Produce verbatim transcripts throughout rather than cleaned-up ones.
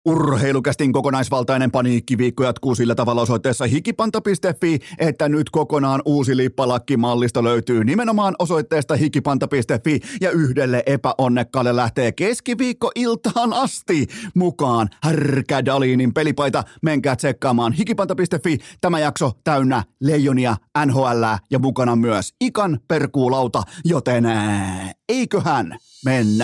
Urheilukästin kokonaisvaltainen paniikkiviikko jatkuu sillä tavalla osoitteessa hikipanta piste fi, että nyt kokonaan uusi lippalakkimallisto löytyy nimenomaan osoitteesta hikipanta piste fi ja yhdelle epäonnekkaalle lähtee keskiviikkoiltaan asti mukaan Härkä Dalinin pelipaita. Menkää tsekkaamaan hikipanta piste fi. Tämä jakso täynnä leijonia, N H L ja mukana myös Ikan perkuulauta, joten ää, eiköhän mennä.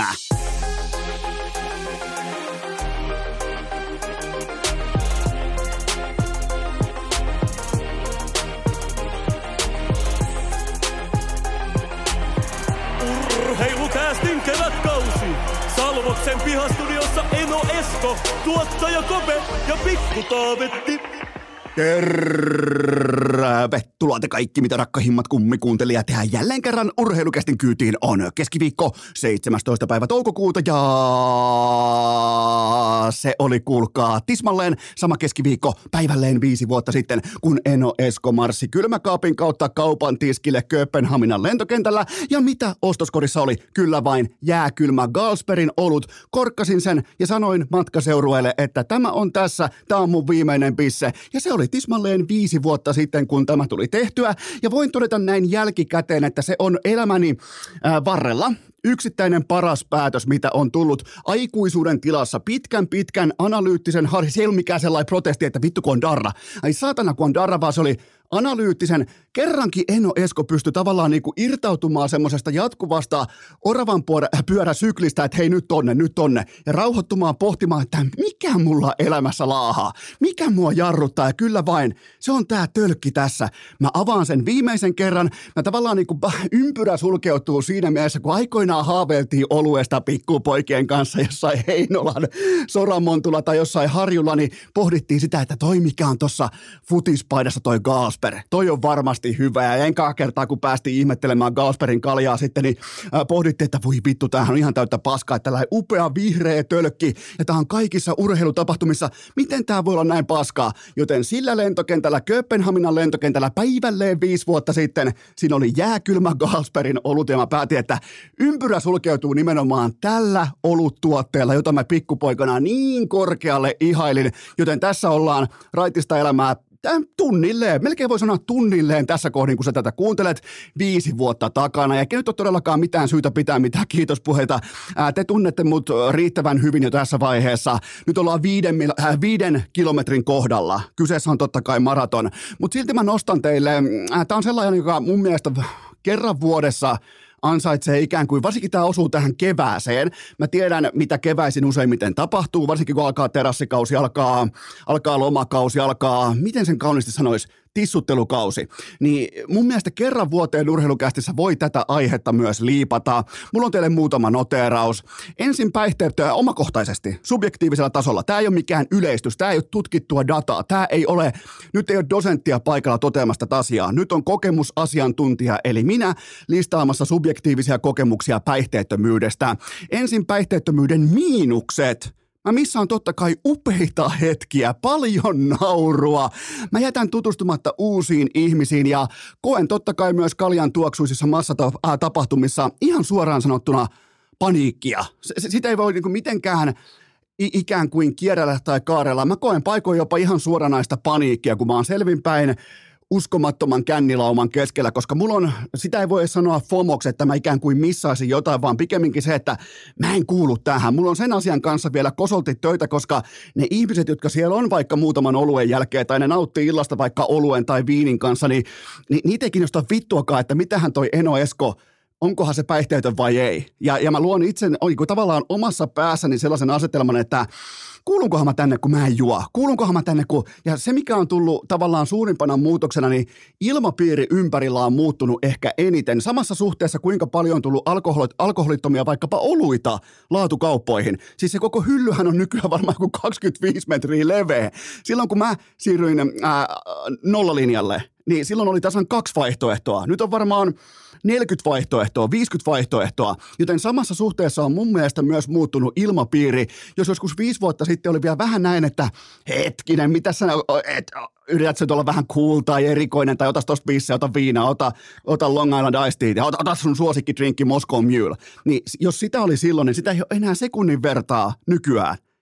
Urheilukäästin kevätkausi. Salvoksen pihastudiossa Eno Esko, tuottaja Kope ja Pikku Taavetti. Tervetuloa te kaikki, mitä rakkahimmat kummikuuntelijat. Tehdään jälleen kerran Urheilukästin kyytiin on keskiviikko seitsemästoista päivä toukokuuta ja se oli, kuulkaa, tismalleen sama keskiviikko päivälleen viisi vuotta sitten, kun Eno Esko marssi kylmäkaapin kautta kaupan tiskille Kööpenhaminan lentokentällä. Ja mitä ostoskorissa oli? Kyllä vain jääkylmä Carlsbergin olut. Korkkasin sen ja sanoin matkaseurueelle, että tämä on tässä, tämä on mun viimeinen pisse. Ja se oli tismalleen viisi vuotta sitten, kun tämä tuli tehtyä, ja voin todeta näin jälkikäteen, että se on elämäni ää, varrella yksittäinen paras päätös, mitä on tullut aikuisuuden tilassa pitkän pitkän analyyttisen harjoituksen. Se ei ollut mikään sellainen protesti, että vittu kun on darra. Ai saatana kun on darra, vaan se oli analyyttisen. Kerrankin Eno Esko pystyi tavallaan niin kuin irtautumaan semmoisesta jatkuvasta oravan pyöräsyklistä, että hei nyt tonne, nyt tonne. Ja rauhoittumaan pohtimaan, että mikä mulla elämässä laahaa, mikä mua jarruttaa. Ja kyllä vain, se on tää tölkki tässä. Mä avaan sen viimeisen kerran. Mä tavallaan niin kuin ympyrä sulkeutuu siinä mielessä, kun aikoinaan haaveiltiin oluesta pikkupoikien kanssa jossain Heinolan Soramontulla tai jossain Harjulla, niin pohdittiin sitä, että toi mikä on tossa futispaidassa toi Carlsberg. Toi on varmasti hyvä, ja enkä kertaa, kun päästiin ihmettelemään Carlsbergin kaljaa sitten, niin äh, pohdittiin, että voi vittu, tämähän on ihan täyttä paskaa, että tällainen upea vihreä tölkki, ja tämä on kaikissa urheilutapahtumissa. Miten tämä voi olla näin paskaa? Joten sillä lentokentällä, Kööpenhaminan lentokentällä päivälleen viisi vuotta sitten, siinä oli jääkylmä Carlsbergin olut, ja mä päätin, että ympyrä sulkeutuu nimenomaan tällä oluttuotteella, jota mä pikkupoikana niin korkealle ihailin, joten tässä ollaan raitista elämää tunnilleen, melkein voi sanoa tunnilleen tässä kohdin, kun sä tätä kuuntelet viisi vuotta takana. Ja nyt on todellakaan mitään syytä pitää mitään kiitospuheita. Ää, te tunnette mut riittävän hyvin jo tässä vaiheessa. Nyt ollaan viiden, äh, viiden kilometrin kohdalla. Kyseessä on totta kai maraton. Mutta silti mä nostan teille, ää, tää on sellainen, joka mun mielestä kerran vuodessa ansaitsee ikään kuin, varsinkin tämä osuu tähän kevääseen. Mä tiedän, mitä keväisin useimmiten tapahtuu, varsinkin kun alkaa terassikausi, alkaa, alkaa lomakausi, alkaa, miten sen kauniisti sanoisi, tissuttelukausi. Niin mun mielestä kerran vuoteen Urheilukästissä voi tätä aihetta myös liipata. Mulla on teille muutama noteeraus. Ensin päihteet omakohtaisesti, subjektiivisella tasolla. Tämä ei ole mikään yleistys, tämä ei ole tutkittua dataa, tämä ei ole, nyt ei ole dosenttia paikalla toteamasta tätä asiaa. Nyt on kokemusasiantuntija, eli minä, listaamassa subjektiivisia kokemuksia päihteettömyydestä. Ensin päihteettömyyden miinukset. Mä missään totta kai upeita hetkiä, paljon naurua. Mä jätän tutustumatta uusiin ihmisiin ja koen totta kai myös kaljan tuoksuisissa massatapahtumissa ihan suoraan sanottuna paniikkia. Sitä ei voi niinku mitenkään ikään kuin kierrellä tai kaarella. Mä koen paikoin jopa ihan suoranaista paniikkia, kun mä oon selvinpäin uskomattoman kännilauman keskellä, koska mulla on, sitä ei voi sanoa FOMOksi, että mä ikään kuin missaisin jotain, vaan pikemminkin se, että mä en kuulu tähän. Mulla on sen asian kanssa vielä kosolti töitä, koska ne ihmiset, jotka siellä on vaikka muutaman oluen jälkeen, tai ne nauttii illasta vaikka oluen tai viinin kanssa, niin, niin niitä ei kiinnosta vittuakaan, että mitähän toi Eno Esko, onkohan se päihteetön vai ei. Ja, ja mä luon itse tavallaan omassa päässäni sellaisen asetelman, että kuulunkohan mä tänne, kun mä en juo? Kuulunkohan mä tänne, kun... Ja se, mikä on tullut tavallaan suurimpana muutoksena, niin ilmapiiri ympärillä on muuttunut ehkä eniten. Samassa suhteessa, kuinka paljon on tullut alkoholit, alkoholittomia vaikkapa oluita laatukauppoihin. Siis se koko hyllyhän on nykyään varmaan kuin kaksikymmentäviisi metriä leveä. Silloin, kun mä siirryin ää, nollalinjalle, niin silloin oli tasan kaksi vaihtoehtoa. Nyt on varmaan neljäkymmentä vaihtoehtoa, viisikymmentä vaihtoehtoa, joten samassa suhteessa on mun mielestä myös muuttunut ilmapiiri. Jos joskus viisi vuotta sitten oli vielä vähän näin, että hetkinen, mitä sä, et, yrität sä olla vähän cool tai erikoinen, tai ota tosta bissejä, ota viinaa, ota, ota Long Island Iced Tea, ja ota, ota sun suosikkidrinkki Moscow Mule. Niin jos sitä oli silloin, niin sitä ei ole enää sekunnin vertaa nykyään.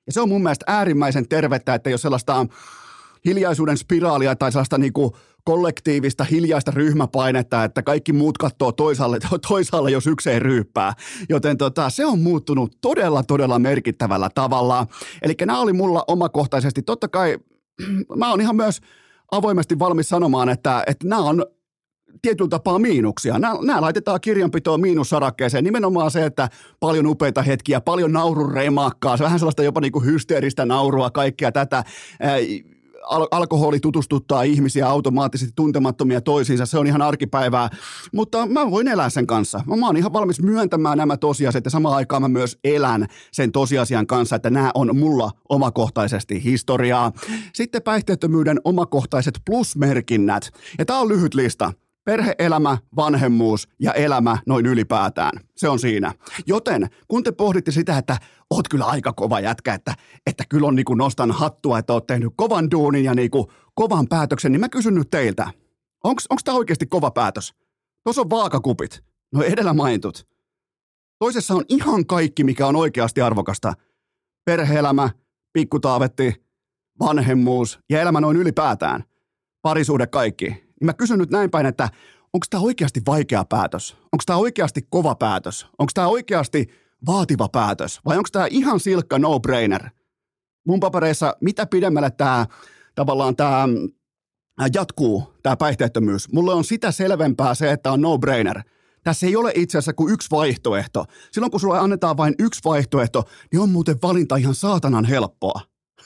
Ja se on mun mielestä äärimmäisen tervettä, että jos sellaista hiljaisuuden spiraalia tai sellaista niinku kollektiivista hiljaista ryhmäpainetta, että kaikki muut katsoo toisaalle, toisaalle, jos yksi ei ryyppää. Joten tota, se on muuttunut todella, todella merkittävällä tavalla. Eli nämä oli mulla omakohtaisesti. Totta kai mä oon ihan myös avoimesti valmis sanomaan, että, että nämä on tietyllä tapaa miinuksia. Nämä, nämä laitetaan kirjanpitoon miinussarakkeeseen. Nimenomaan se, että paljon upeita hetkiä, paljon naurun remakkaa, se vähän sellaista jopa niin kuin hysteeristä naurua, kaikkea tätä. Al- alkoholi tutustuttaa ihmisiä automaattisesti tuntemattomia toisiinsa, se on ihan arkipäivää, mutta mä voin elää sen kanssa. Mä oon ihan valmis myöntämään nämä tosiasiat ja samaan aikaan mä myös elän sen tosiasian kanssa, että nämä on mulla omakohtaisesti historiaa. Sitten päihteettömyyden omakohtaiset plusmerkinnät, ja tää on lyhyt lista. Perhe-elämä, vanhemmuus ja elämä noin ylipäätään. Se on siinä. Joten kun te pohditte sitä, että oot kyllä aika kova jätkä, että, että kyllä on niinku nostan hattua, että oot tehnyt kovan duunin ja niinku kovan päätöksen, niin mä kysyn nyt teiltä. Onko tämä oikeasti kova päätös? Tuossa on vaakakupit. No edellä mainitut. Toisessa on ihan kaikki, mikä on oikeasti arvokasta. Perhe-elämä, pikkutaavetti, vanhemmuus ja elämä noin ylipäätään. Parisuhde kaikki. Niin mä kysyn nyt näin päin, että onko tämä oikeasti vaikea päätös? Onko tämä oikeasti kova päätös? Onko tämä oikeasti vaativa päätös? Vai onko tämä ihan silkka no-brainer? Mun papereissa, mitä pidemmälle tämä tavallaan tämä jatkuu, tämä päihteettömyys, mulle on sitä selvempää se, että on no-brainer. Tässä ei ole itse asiassa kuin yksi vaihtoehto. Silloin kun sulle annetaan vain yksi vaihtoehto, niin on muuten valinta ihan saatanan helppoa.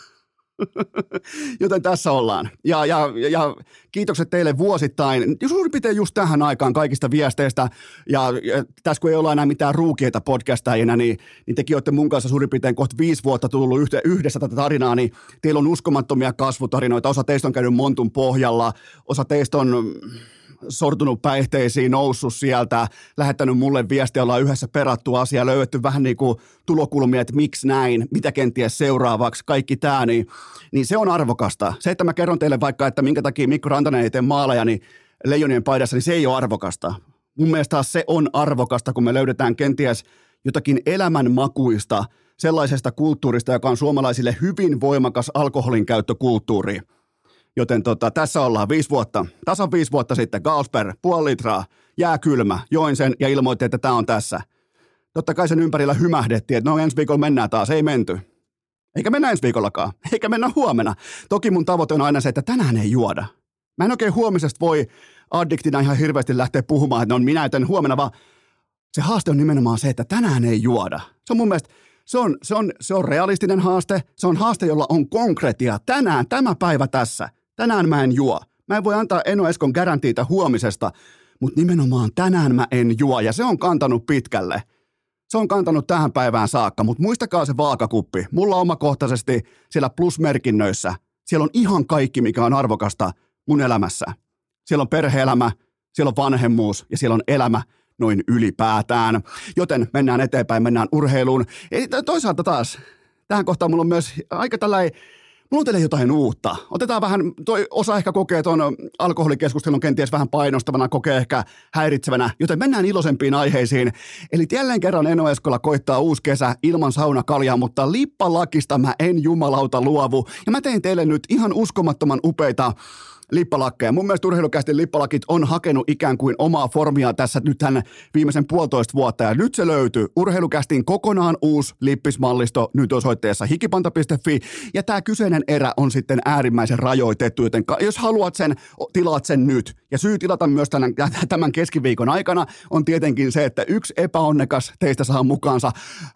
Joten tässä ollaan. Ja, ja, ja kiitokset teille vuosittain. Suurin piirtein just tähän aikaan kaikista viesteistä. Ja, ja tässä kun ei olla enää mitään ruukieita podcastajina, niin, niin tekin olette mun kanssa suurin piirtein kohta viisi vuotta tullut yhdessä tätä tarinaa, niin teillä on uskomattomia kasvutarinoita. Osa teistä on käynyt montun pohjalla, osa teistä on sortunut päihteisiin, noussut sieltä, lähettänyt mulle viestiä, ollaan yhdessä perattu asiaa, löydetty vähän niin kuin tulokulmia, että miksi näin, mitä kenties seuraavaksi, kaikki tämä, niin, niin se on arvokasta. Se, että mä kerron teille vaikka, että minkä takia Mikko Rantanen ei tee maaleja, niin Leijonien paidassa, niin se ei ole arvokasta. Mun mielestä taas se on arvokasta, kun me löydetään kenties jotakin elämänmakuista, sellaisesta kulttuurista, joka on suomalaisille hyvin voimakas alkoholin käyttökulttuuri. Joten tota, tässä ollaan viisi vuotta, tasan viisi vuotta sitten, Carlsberg, puoli litraa, jää kylmä, join sen ja ilmoitti, että tämä on tässä. Totta kai sen ympärillä hymähdettiin, että no ensi viikolla mennään taas, ei menty. Eikä mennä ensi viikollakaan, eikä mennä huomenna. Toki mun tavoite on aina se, että tänään ei juoda. Mä en oikein huomisesta voi addiktina ihan hirveästi lähteä puhumaan, että no minä eteen huomenna, vaan se haaste on nimenomaan se, että tänään ei juoda. Se on mun mielestä, se on, se on, se on realistinen haaste, se on haaste, jolla on konkretia. Tänään, tämä päivä tässä. Tänään mä en juo. Mä en voi antaa Eno Eskon garantiita huomisesta, mutta nimenomaan tänään mä en juo, ja se on kantanut pitkälle. Se on kantanut tähän päivään saakka, mutta muistakaa se vaakakuppi. Mulla omakohtaisesti siellä plusmerkinnöissä, siellä on ihan kaikki, mikä on arvokasta mun elämässä. Siellä on perhe-elämä, siellä on vanhemmuus ja siellä on elämä noin ylipäätään. Joten mennään eteenpäin, mennään urheiluun. Eli toisaalta taas, tähän kohtaan mulla on myös aika tällainen, mulla on teille jotain uutta. Otetaan vähän, toi osa ehkä kokee tuon alkoholikeskustelun kenties vähän painostavana, kokee ehkä häiritsevänä, joten mennään iloisempiin aiheisiin. Eli jälleen kerran Eno Eskola koittaa uusi kesä ilman saunakaljaa, mutta lippalakista mä en jumalauta luovu. Ja mä tein teille nyt ihan uskomattoman upeita lippalakkeja. Mun mielestä urheilukästin lippalakit on hakenut ikään kuin omaa formia tässä nyt tämän viimeisen puolitoista vuotta, ja nyt se löytyy. Urheilukästin kokonaan uusi lippismallisto nyt osoitteessa hikipanta piste fi, ja tämä kyseinen erä on sitten äärimmäisen rajoitettu, joten jos haluat sen, tilaat sen nyt. Ja syy tilata myös tämän, tämän keskiviikon aikana on tietenkin se, että yksi epäonnekas teistä saa mukaansa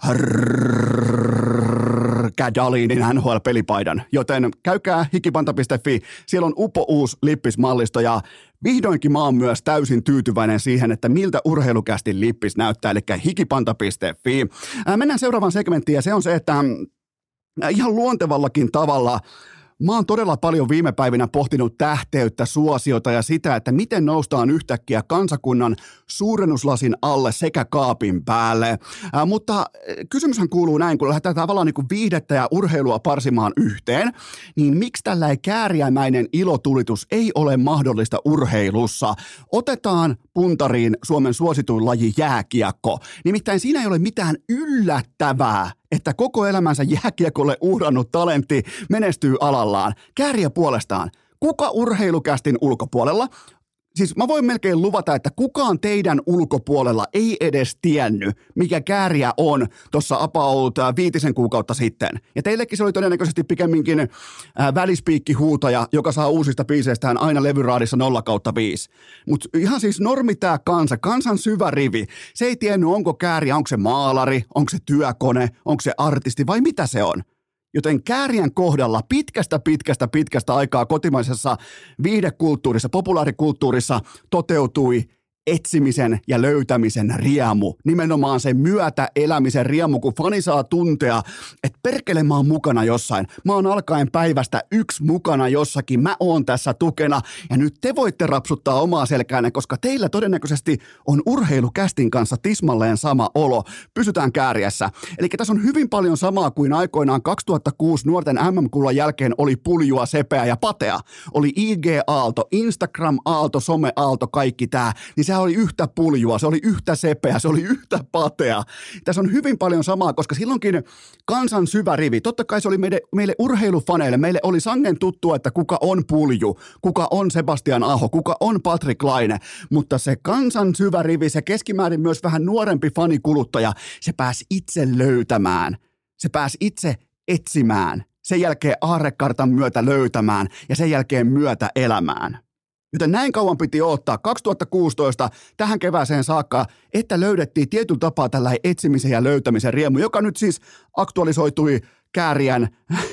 Kadalinin N H L-pelipaidan, joten käykää hikipanta piste fi, siellä on upo uusi lippismallisto, ja vihdoinkin mä oon myös täysin tyytyväinen siihen, että miltä urheilukästin lippis näyttää, eli hikipanta piste fi. Mennään seuraavaan segmenttiin, ja se on se, että ihan luontevallakin tavalla mä oon todella paljon viime päivinä pohtinut tähteyttä, suosiota ja sitä, että miten noustaan yhtäkkiä kansakunnan suurennuslasin alle sekä kaapin päälle. Ää, mutta kysymyshän kuuluu näin, kun lähdetään tavallaan niin kuin viihdettä ja urheilua parsimaan yhteen, niin miksi tällainen kääriämäinen ilotulitus ei ole mahdollista urheilussa? Otetaan puntariin Suomen suosituin laji jääkiekko. Nimittäin siinä ei ole mitään yllättävää, että koko elämänsä jääkiekolle uhrannut talentti menestyy alallaan. Kääriä puolestaan. Kuka urheilukästin ulkopuolella? Siis mä voin melkein luvata, että kukaan teidän ulkopuolella ei edes tiennyt, mikä Kääriä on tuossa about viitisen kuukautta sitten. Ja teillekin se oli todennäköisesti pikemminkin äh, välispiikkihuutaja, joka saa uusista biiseistään aina levyraadissa nolla kautta viisi. Mutta ihan siis normi tää kansa, kansan syvä rivi. Se ei tiennyt, onko Kääriä, onko se maalari, onko se työkone, onko se artisti vai mitä se on. Joten Kääriän kohdalla pitkästä, pitkästä, pitkästä aikaa kotimaisessa viihdekulttuurissa, populaarikulttuurissa toteutui etsimisen ja löytämisen riemu. Nimenomaan se myötä elämisen riemu, kun fani saa tuntea, että perkele mä oon mukana jossain. Mä oon alkaen päivästä yksi mukana jossakin. Mä oon tässä tukena ja nyt te voitte rapsuttaa omaa selkäänne, koska teillä todennäköisesti on urheilukästin kanssa tismalleen sama olo. Pysytään Kääriässä. Eli tässä on hyvin paljon samaa kuin aikoinaan kaksituhattakuusi nuorten M M-kullan jälkeen oli puljua, sepeä ja patea. Oli I G-aalto, Instagram-aalto, some-aalto, kaikki tää. Niin se oli yhtä puljua, se oli yhtä sepeä, se oli yhtä patea. Tässä on hyvin paljon samaa, koska silloinkin kansan syvä rivi, totta kai se oli meille, meille urheilufaneille, meille oli sangen tuttua, että kuka on pulju, kuka on Sebastian Aho, kuka on Patrik Laine, mutta se kansan syvä rivi, se keskimäärin myös vähän nuorempi fanikuluttaja, se pääsi itse löytämään, se pääsi itse etsimään, sen jälkeen aarrekartan myötä löytämään ja sen jälkeen myötä elämään. Joten näin kauan piti odottaa kaksituhattakuusitoista tähän kevääseen saakka, että löydettiin tietyllä tapaa tällainen etsimisen ja löytämisen riemu, joka nyt siis aktualisoitui Kääriän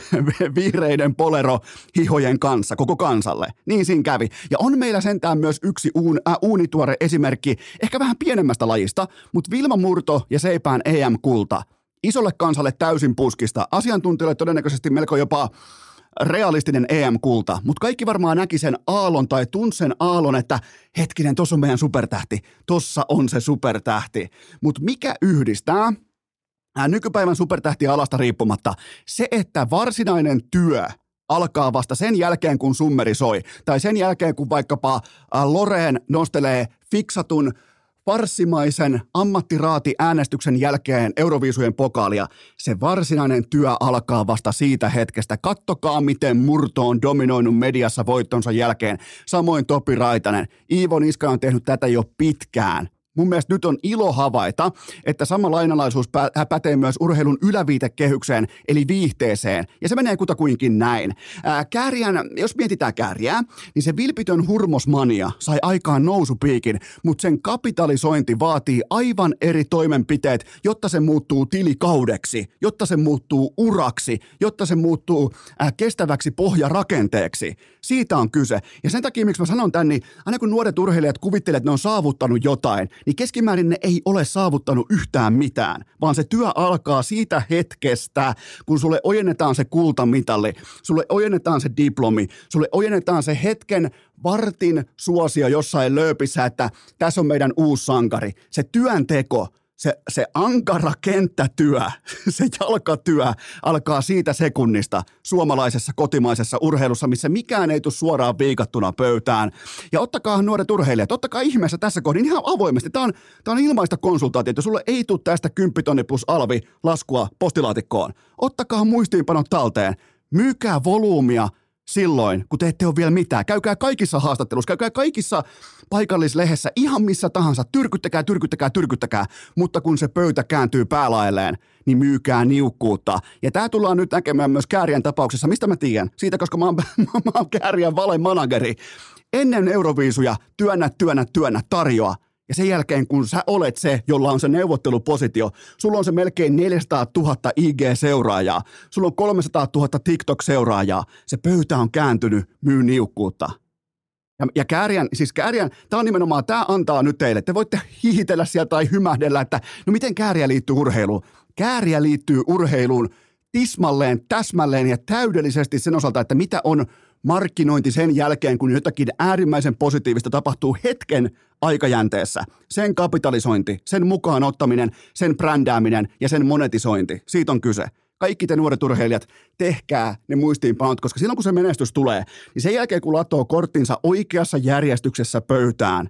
viireiden polero hihojen kanssa koko kansalle. Niin siinä kävi. Ja on meillä sentään myös yksi uun, äh, uunituore esimerkki, ehkä vähän pienemmästä lajista, mutta Vilma Murto ja Seipään E M-kulta. Isolle kansalle täysin puskista, asiantuntijoille todennäköisesti melko jopa realistinen E M-kulta, mutta kaikki varmaan näki sen aallon tai tunsi sen aallon, että hetkinen, tossa on meidän supertähti, tossa on se supertähti. Mutta mikä yhdistää ää, nykypäivän supertähtiä alasta riippumatta? Se, että varsinainen työ alkaa vasta sen jälkeen, kun summeri soi, tai sen jälkeen, kun vaikkapa ää, Loreen nostelee fiksatun farssimaisen ammattiraati-äänestyksen jälkeen Euroviisujen pokaalia. Se varsinainen työ alkaa vasta siitä hetkestä. Kattokaa, miten Murto on dominoinut mediassa voittonsa jälkeen. Samoin Topi Raitanen. Iivo Niska on tehnyt tätä jo pitkään. Mun mielestä nyt on ilo havaita, että sama lainalaisuus pä- pätee myös urheilun yläviitekehykseen, eli viihteeseen. Ja se menee kutakuinkin näin. Ää, Kääriän, jos mietitään Kääriää, niin se vilpitön hurmosmania sai aikaan nousupiikin, mutta sen kapitalisointi vaatii aivan eri toimenpiteet, jotta se muuttuu tilikaudeksi, jotta se muuttuu uraksi, jotta se muuttuu ää, kestäväksi pohjarakenteeksi. Siitä on kyse. Ja sen takia, miksi mä sanon tän, niin aina kun nuoret urheilijat kuvittelevat, että ne on saavuttanut jotain, niin keskimäärin ne ei ole saavuttanut yhtään mitään, vaan se työ alkaa siitä hetkestä, kun sulle ojennetaan se kultamitali, sulle ojennetaan se diplomi, sulle ojennetaan se hetken vartin suosio jossain lööpissä, että tässä on meidän uusi sankari. Se työnteko, se, se ankara kenttätyö, se jalkatyö alkaa siitä sekunnista suomalaisessa kotimaisessa urheilussa, missä mikään ei tule suoraan viikattuna pöytään. Ja ottakaa nuoret urheilijat, ottakaa ihmeessä tässä kohdin ihan avoimesti. Tämä on, tämä on ilmaista konsultaatiota, sulle ei tule tästä kymppitonni plus alvi laskua postilaatikkoon. Ottakaa muistiinpanot talteen, myykää volyymia silloin, kun te ette ole vielä mitään. Käykää kaikissa haastatteluissa, käykää kaikissa paikallislehdessä, ihan missä tahansa, tyrkyttäkää, tyrkyttäkää, tyrkyttäkää, mutta kun se pöytä kääntyy päälaelleen, niin myykää niukkuutta. Ja tämä tullaan nyt näkemään myös Kääriän tapauksessa. Mistä mä tiedän? Siitä, koska mä oon, mä oon Kääriän valemanageri. Ennen Euroviisuja työnnä, työnnä, työnnä, tarjoa. Ja sen jälkeen, kun sä olet se, jolla on se neuvottelupositio, sulla on se melkein neljäsataatuhatta I G-seuraajaa, sulla on kolmesataatuhatta TikTok-seuraajaa, se pöytä on kääntynyt, myy niukkuutta. Ja, ja Kääriän, siis Kääriän, tämä on nimenomaan, tämä antaa nyt teille, te voitte hiihitellä siellä tai hymähdellä, että no miten Kääriä liittyy urheiluun? Kääriä liittyy urheiluun tismalleen, täsmälleen ja täydellisesti sen osalta, että mitä on markkinointi sen jälkeen, kun jotakin äärimmäisen positiivista tapahtuu hetken aikajänteessä. Sen kapitalisointi, sen mukaan ottaminen, sen brändääminen ja sen monetisointi. Siitä on kyse. Kaikki te nuoret urheilijat, tehkää ne muistiinpanot, koska silloin kun se menestys tulee, niin sen jälkeen kun latoo korttinsa oikeassa järjestyksessä pöytään,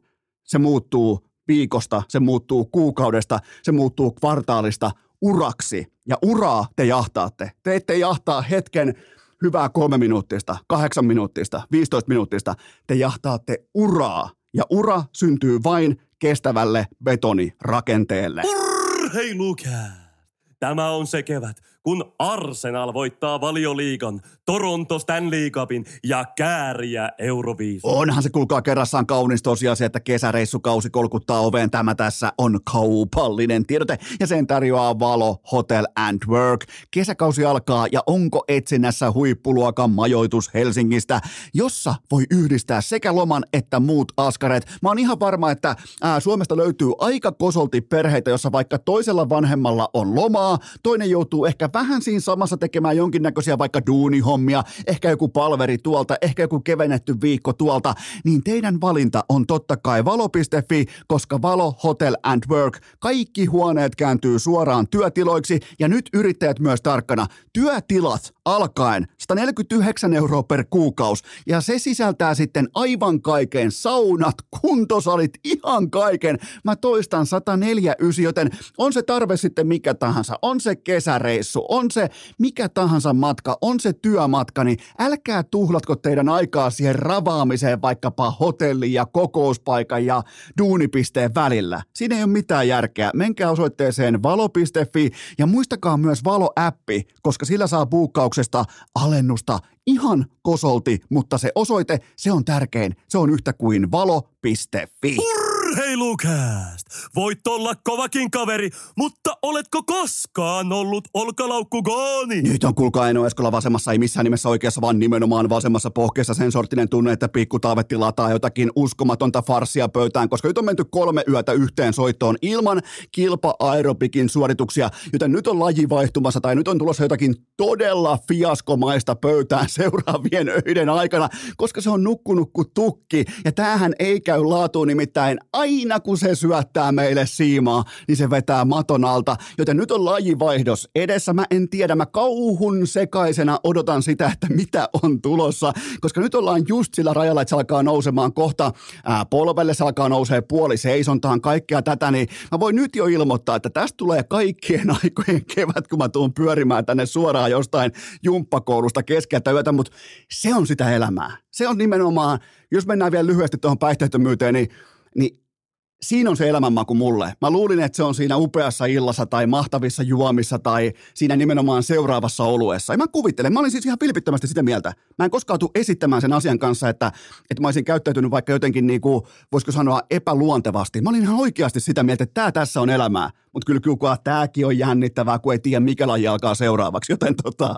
se muuttuu viikosta, se muuttuu kuukaudesta, se muuttuu kvartaalista uraksi. Ja uraa te jahtaatte. Te ette jahtaa hetken hyvää kolme minuuttista, kahdeksan minuuttista, viisitoista minuuttista. Te jahtaatte uraa. Ja ura syntyy vain kestävälle betonirakenteelle. Urheilukää! Tämä on se kevät, kun Arsenal voittaa Valioliigan, Toronto Stanley Cupin ja Kääriä Euroviisun. Onhan se kuulkaa kerrassaan kaunis tosiasia, että kesäreissukausi kolkuttaa oveen. Tämä tässä on kaupallinen tiedote ja sen tarjoaa Valo Hotel and Work. Kesäkausi alkaa ja onko etsinnässä huippuluokan majoitus Helsingistä, jossa voi yhdistää sekä loman että muut askareet. Mä oon ihan varma, että ää, Suomesta löytyy aika kosolti perheitä, jossa vaikka toisella vanhemmalla on lomaa, toinen joutuu ehkä vähän siinä samassa tekemään jonkinnäköisiä vaikka duunihommia, ehkä joku palveri tuolta, ehkä joku kevennetty viikko tuolta, niin teidän valinta on totta kai valo piste fi, koska Valo Hotel and Work, kaikki huoneet kääntyy suoraan työtiloiksi ja nyt yrittäjät myös tarkkana, työtilat alkaen sata neljäkymmentäyhdeksän euroa per kuukausi ja se sisältää sitten aivan kaiken, saunat, kuntosalit, ihan kaiken. Mä toistan sata neljäkymmentäyhdeksän, joten on se tarve sitten mikä tahansa, on se kesäreissu, on se mikä tahansa matka, on se työmatka, niin älkää tuhlatko teidän aikaa siihen ravaamiseen vaikkapa hotellin ja kokouspaikan ja duunipisteen välillä. Siinä ei ole mitään järkeä. Menkää osoitteeseen valo piste fi ja muistakaa myös Valo-appi, koska sillä saa buukkauksesta alennusta ihan kosolti, mutta se osoite, se on tärkein. Se on yhtä kuin valo piste fi. Urheilukääst! Voit olla kovakin kaveri, mutta oletko koskaan ollut olkalaukkugooni? Nyt on kuulkaa Eino Eskola vasemmassa, ei missään nimessä oikeassa, vaan nimenomaan vasemmassa pohkeessa sen sorttinen tunne, että pikku Taavetti lataa jotakin uskomatonta farssia pöytään, koska nyt on menty kolme yötä yhteen soittoon ilman kilpa-aerobikin suorituksia, joten nyt on laji vaihtumassa tai nyt on tulossa jotakin todella fiaskomaista pöytään seuraavien öiden aikana, koska se on nukkunukku tukki ja tämähän ei käy laatuun nimittäin aina kun se syöttää meille siimaa, niin se vetää maton alta, joten nyt on lajivaihdos edessä. Mä en tiedä, mä kauhun sekaisena odotan sitä, että mitä on tulossa, koska nyt ollaan just sillä rajalla, että se alkaa nousemaan kohta ää, polvelle, se alkaa nousee puoli seisontaan, kaikkea tätä, niin mä voin nyt jo ilmoittaa, että tästä tulee kaikkien aikojen kevät, kun mä tuun pyörimään tänne suoraan jostain jumppakoulusta keskeltä yötä, mutta se on sitä elämää. Se on nimenomaan, jos mennään vielä lyhyesti tuohon päihteettömyyteen, niin niin siinä on se elämänmaku mulle. Mä luulin, että se on siinä upeassa illassa tai mahtavissa juomissa tai siinä nimenomaan seuraavassa oluessa. Ja mä kuvittelen, mä olin siis ihan vilpittömästi sitä mieltä. Mä en koskaan tule esittämään sen asian kanssa, että, että mä olisin käyttäytynyt vaikka jotenkin niin kuin, voisiko sanoa epäluontevasti. Mä olin ihan oikeasti sitä mieltä, että tää tässä on elämää. Mutta kyllä kyllä tääkin on jännittävää, kun ei tiedä mikä laji alkaa seuraavaksi. Joten tota...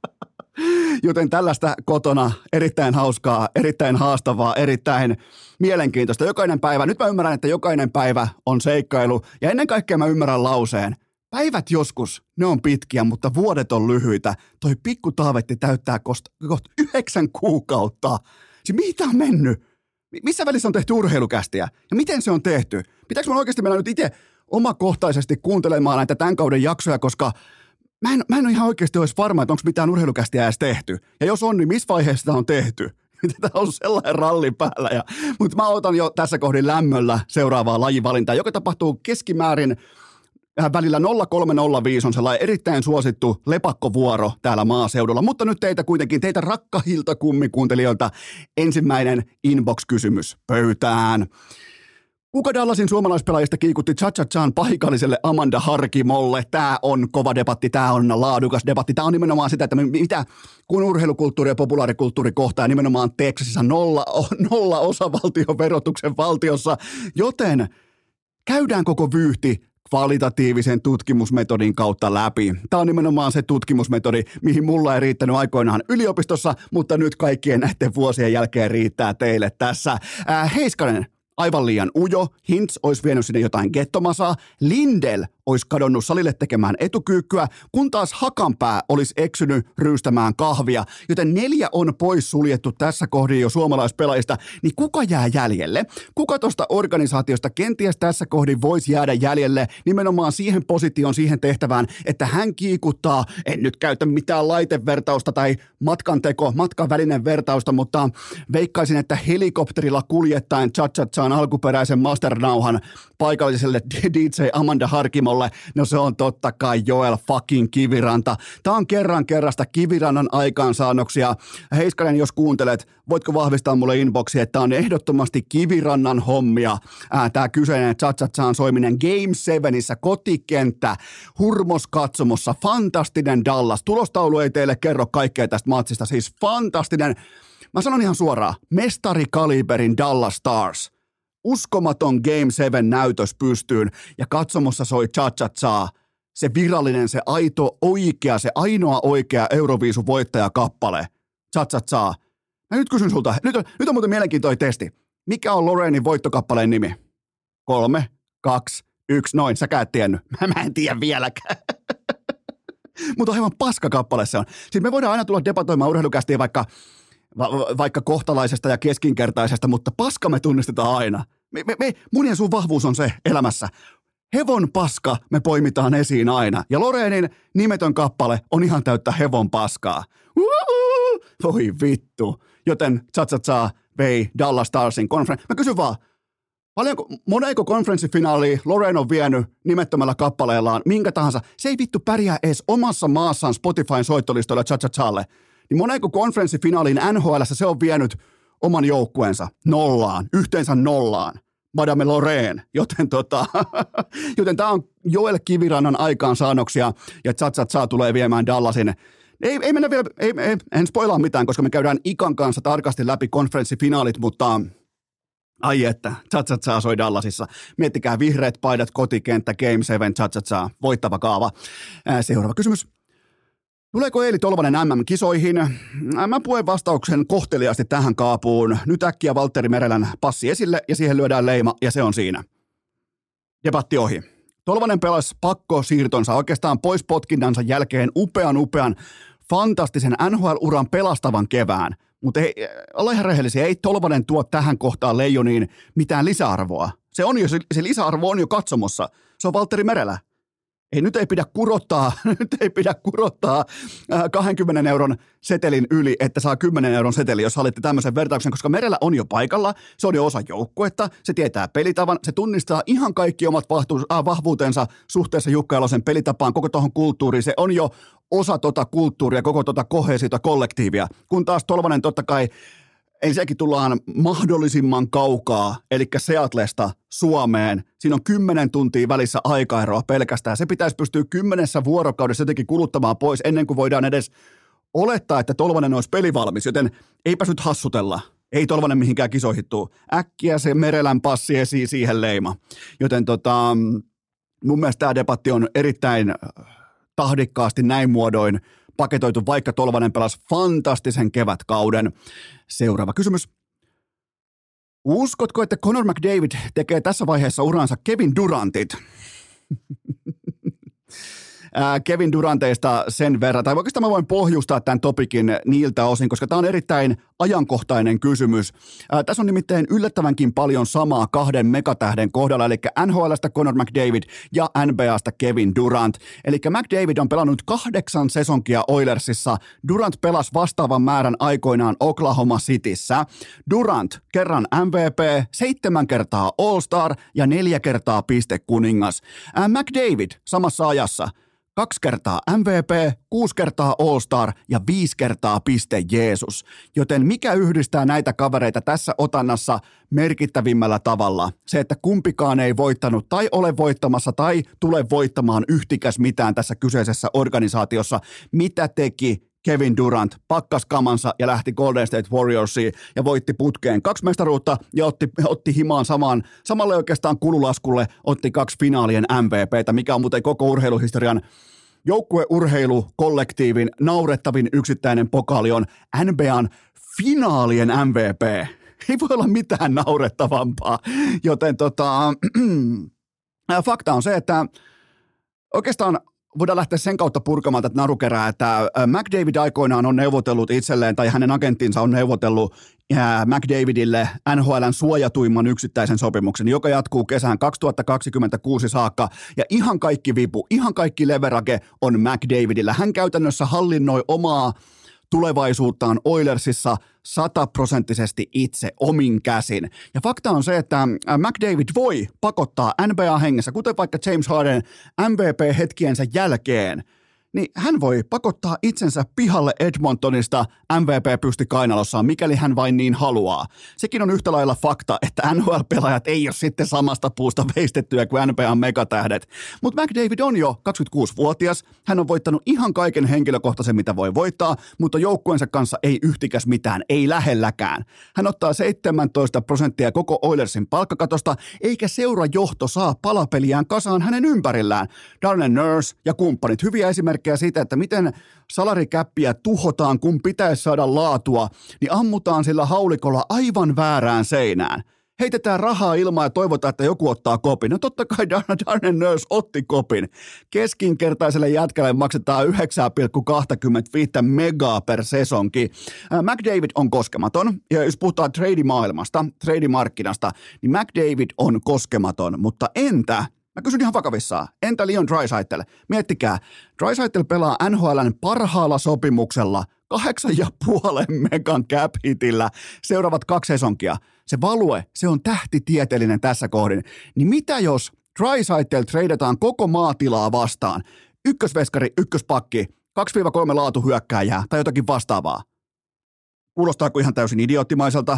Joten tällaista kotona erittäin hauskaa, erittäin haastavaa, erittäin mielenkiintoista. Jokainen päivä, nyt mä ymmärrän, että jokainen päivä on seikkailu ja ennen kaikkea mä ymmärrän lauseen. Päivät joskus, ne on pitkiä, mutta vuodet on lyhyitä. Toi pikku Taavetti täyttää kohta kost yhdeksän kuukautta. Siis mitä on mennyt? Missä välissä on tehty urheilukästiä? Ja miten se on tehty? Pitääkö mä oikeasti mennä nyt itse omakohtaisesti kuuntelemaan näitä tämän kauden jaksoja, koska Mä en, mä en ole ihan oikeasti olisi varma, että onko mitään urheilukästiä edes tehty. Ja jos on, niin missä vaiheessa sitä on tehty? Tätä on ollut sellainen ralli päällä. Ja, mutta mä otan jo tässä kohdin lämmöllä seuraavaa lajivalintaa, joka tapahtuu keskimäärin välillä nolla kolme nolla viisi on sellainen erittäin suosittu lepakkovuoro täällä maaseudulla. Mutta nyt teitä kuitenkin, teitä rakkahilta kummikuuntelijoilta, ensimmäinen inbox-kysymys pöytään. Kuka Dallasin suomalaispelaajista kiikutti cha-cha-chaan paikalliselle Amanda Harkimolle? Tämä on kova debatti, tämä on laadukas debatti. Tämä on nimenomaan sitä, että mitä kun urheilukulttuuri ja populaarikulttuuri kohtaa nimenomaan Texasissa nolla, nolla osavaltioverotuksen valtiossa. Joten käydään koko vyyhti kvalitatiivisen tutkimusmetodin kautta läpi. Tämä on nimenomaan se tutkimusmetodi, mihin mulla ei riittänyt aikoinaan yliopistossa, mutta nyt kaikkien näiden vuosien jälkeen riittää teille tässä. Äh, Heiskanen. Aivan liian ujo. Hintz olisi vienyt sinne jotain gettomasaa. Lindell olisi kadonnut salille tekemään etukyykkyä, kun taas Hakanpää olisi eksynyt ryystämään kahvia, joten neljä on pois suljettu tässä kohdin jo suomalaispelaajista, niin kuka jää jäljelle? Kuka tuosta organisaatiosta kenties tässä kohdin voisi jäädä jäljelle nimenomaan siihen positioon, siihen tehtävään, että hän kiikuttaa, en nyt käytä mitään laitevertausta tai matkanteko, matkanvälinen vertausta, mutta veikkaisin, että helikopterilla kuljettaen Cha-Cha-Chan alkuperäisen masternauhan paikalliselle D J Amanda Harkimolle, no se on totta kai Joel fucking Kiviranta. Tämä on kerran kerrasta Kivirannan aikaansaannoksia. Heiskanen, jos kuuntelet, voitko vahvistaa mulle inboxi, että on ehdottomasti Kivirannan hommia. Tämä kyseinen Cha-Cha-Chan soiminen Game sevenissä kotikenttä, hurmoskatsomossa, fantastinen Dallas. Tulostaulu ei teille kerro kaikkea tästä matsista, siis fantastinen. Mä sanon ihan suoraan, mestarikaliberin Dallas Stars. Uskomaton Game seven näytös pystyyn ja katsomossa soi Cha-Cha-Cha. Se virallinen, se aito, oikea, se ainoa oikea Euroviisun voittajakappale. Cha-Cha-Cha. Mä nyt kysyn sulta, nyt on, nyt on muuten mielenkiintoinen testi. Mikä on Lorenin voittokappaleen nimi? Kolme, kaksi, yksi, noin. Säkään et tiennyt. Mä en tiedä vieläkään. Mutta aivan paskakappale se on. Siis me voidaan aina tulla debatoimaan urheilukästiin vaikka Va- vaikka kohtalaisesta ja keskinkertaisesta, mutta paska me tunnistetaan aina. Me, me, me, mun ja sun vahvuus on se elämässä. Hevon paska me poimitaan esiin aina. Ja Lorenin nimetön kappale on ihan täyttä hevon paskaa. Uhuhu! Voi vittu. Joten Cha-Cha-Cha vei Dallas Starsin konferenssi. Mä kysyn vaan, paljonko, moneko konferenssifinaalia Loren on vienyt nimettömällä kappaleellaan, minkä tahansa. Se ei vittu pärjää edes omassa maassaan Spotifyn soittolistoilla Cha-Cha-Challe. Niin moneko konferenssifinaaliin N H L:ssä se on vienyt oman joukkueensa nollaan, yhteensä nollaan, Madame Loreen, joten tota, joten tää on Joel Kivirannan aikaansaannoksia ja Cha-Cha-Cha tulee viemään Dallasin. Ei, ei mennä vielä, ei, ei, en spoilaa mitään, koska me käydään Ikan kanssa tarkasti läpi konferenssifinaalit, mutta ai että, Cha-Cha-Cha soi Dallasissa. Miettikää vihreät paidat, kotikenttä, Game seven, Cha-Cha-Cha, voittava kaava. Ää, seuraava kysymys. Tuleeko Eeli Tolvanen M M-kisoihin? Mä puen vastauksen kohteliaasti tähän kaapuun. Nyt äkkiä Valtteri Merelän passi esille ja siihen lyödään leima ja se on siinä. Debatti ohi. Tolvanen pelasi pakkosiirtonsa oikeastaan pois potkintansa jälkeen upean upean fantastisen N H L-uran pelastavan kevään. Mutta olla ihan rehellisiä, ei Tolvanen tuo tähän kohtaan Leijoniin mitään lisäarvoa. Se, on jo, se lisäarvo on jo katsomossa. Se on Valtteri Merelä. Ei, nyt ei pidä kurottaa, nyt ei pidä kurottaa kaksikymmentä euron setelin yli, että saa kymmenen euron seteli, jos haluatte tämmöisen vertauksen, koska Merellä on jo paikalla, se on jo osa joukkuetta, se tietää pelitavan, se tunnistaa ihan kaikki omat vahvuutensa suhteessa Jukka Jalosen pelitapaan, koko tuohon kulttuuriin, se on jo osa tota kulttuuria, koko tota koheesiota kollektiivia, kun taas Tolvanen totta kai ensinnäkin tullaan mahdollisimman kaukaa, eli Seatlesta Suomeen. Siinä on kymmenen tuntia välissä aikaeroa pelkästään. Se pitäisi pystyä kymmenessä vuorokaudessa jotenkin kuluttamaan pois ennen kuin voidaan edes olettaa, että Tolvanen olisi pelivalmis, joten eipä nyt hassutella. Ei Tolvanen mihinkään kisoihin tuu. Äkkiä se Merelän passi esiin siihen leima. Joten tota, mun mielestä tämä debatti on erittäin tahdikkaasti näin muodoin paketoitu, vaikka Tolvanen pelasi fantastisen kevätkauden. Seuraava kysymys. Uskotko, että Connor McDavid tekee tässä vaiheessa uransa Kevin Durantit? Kevin Duranteista sen verran, tai oikeastaan mä voin pohjustaa tämän topikin niiltä osin, koska tämä on erittäin ajankohtainen kysymys. Ää, tässä on nimittäin yllättävänkin paljon samaa kahden megatähden kohdalla, eli N H L:stä Connor McDavid ja N B A:sta Kevin Durant. Eli McDavid on pelannut kahdeksan sesonkia Oilersissa, Durant pelasi vastaavan määrän aikoinaan Oklahoma Cityssä. Durant kerran M V P, seitsemän kertaa All-Star ja neljä kertaa pistekuningas. Ää, McDavid samassa ajassa kaksi kertaa M V P, kuusi kertaa All-Star ja viisi kertaa piste Jeesus. Joten mikä yhdistää näitä kavereita tässä otannassa merkittävimmällä tavalla? Se, että kumpikaan ei voittanut tai ole voittamassa tai tule voittamaan yhtikäs mitään tässä kyseisessä organisaatiossa. Mitä teki Kevin Durant? Pakkas kamansa ja lähti Golden State Warriorsiin ja voitti putkeen kaksi mestaruutta ja otti, otti himaan samaan, samalle oikeastaan kululaskulle, otti kaksi finaalien M V P:tä, mikä on muuten koko urheiluhistorian joukkueurheilukollektiivin naurettavin yksittäinen pokaali on N B A:n finaalien M V P. Ei voi olla mitään naurettavampaa, joten tota, fakta on se, että Oikeastaan voidaan lähteä sen kautta purkamaan tätä narukerää, että McDavid aikoinaan on neuvotellut itselleen, tai hänen agenttinsa on neuvotellut McDavidille N H L:n suojatuimman yksittäisen sopimuksen, joka jatkuu kesään kaksituhattakaksikymmentäkuusi saakka, ja ihan kaikki vipu, ihan kaikki leverage on McDavidillä. Hän käytännössä hallinnoi omaa tulevaisuuttaan Oilersissa sataprosenttisesti itse omin käsin. Ja fakta on se, että McDavid voi pakottaa N B A-hengessä, kuten vaikka James Harden M V P-hetkiensä jälkeen, niin hän voi pakottaa itsensä pihalle Edmontonista M V P-pysti kainalossaan, mikäli hän vain niin haluaa. Sekin on yhtä lailla fakta, että N H L-pelaajat ei ole sitten samasta puusta veistettyjä kuin N B A-megatähdet. Mutta McDavid on jo kaksikymmentäkuusivuotias, hän on voittanut ihan kaiken henkilökohtaisen, mitä voi voittaa, mutta joukkueensa kanssa ei yhtikäs mitään, ei lähelläkään. Hän ottaa seitsemäntoista prosenttia koko Oilersin palkkakatosta, eikä seurajohto saa palapeliään kasaan hänen ympärillään. Darnell Nurse ja kumppanit, hyviä esimerkkejä siitä, että miten salarikäppiä tuhotaan, kun pitäisi saada laatua, niin ammutaan sillä haulikolla aivan väärään seinään. Heitetään rahaa ilmaan ja toivotaan, että joku ottaa kopin. No totta kai Darnell Nurse otti kopin. Keskinkertaiselle jätkälle maksetaan yhdeksän pilkku kaksikymmentäviisi megaa per sesonki. McDavid on koskematon, ja jos puhutaan trade-maailmasta, trade-markkinasta, niin McDavid on koskematon, mutta entä? Mä kysyn ihan vakavissaan. Entä Leon Draisaitl? Miettikää, Draisaitl pelaa N H L:n parhaalla sopimuksella kahdeksan ja puolen megan cap hitillä seuraavat kaksi sesonkia. Se value, se on tähtitieteellinen tässä kohdin. Niin mitä jos Draisaitl treidataan koko maatilaa vastaan? Ykkösveskari, ykköspakki, kaksi kolme laatuhyökkääjää tai jotakin vastaavaa. Kuulostaako ihan täysin idioottimaiselta?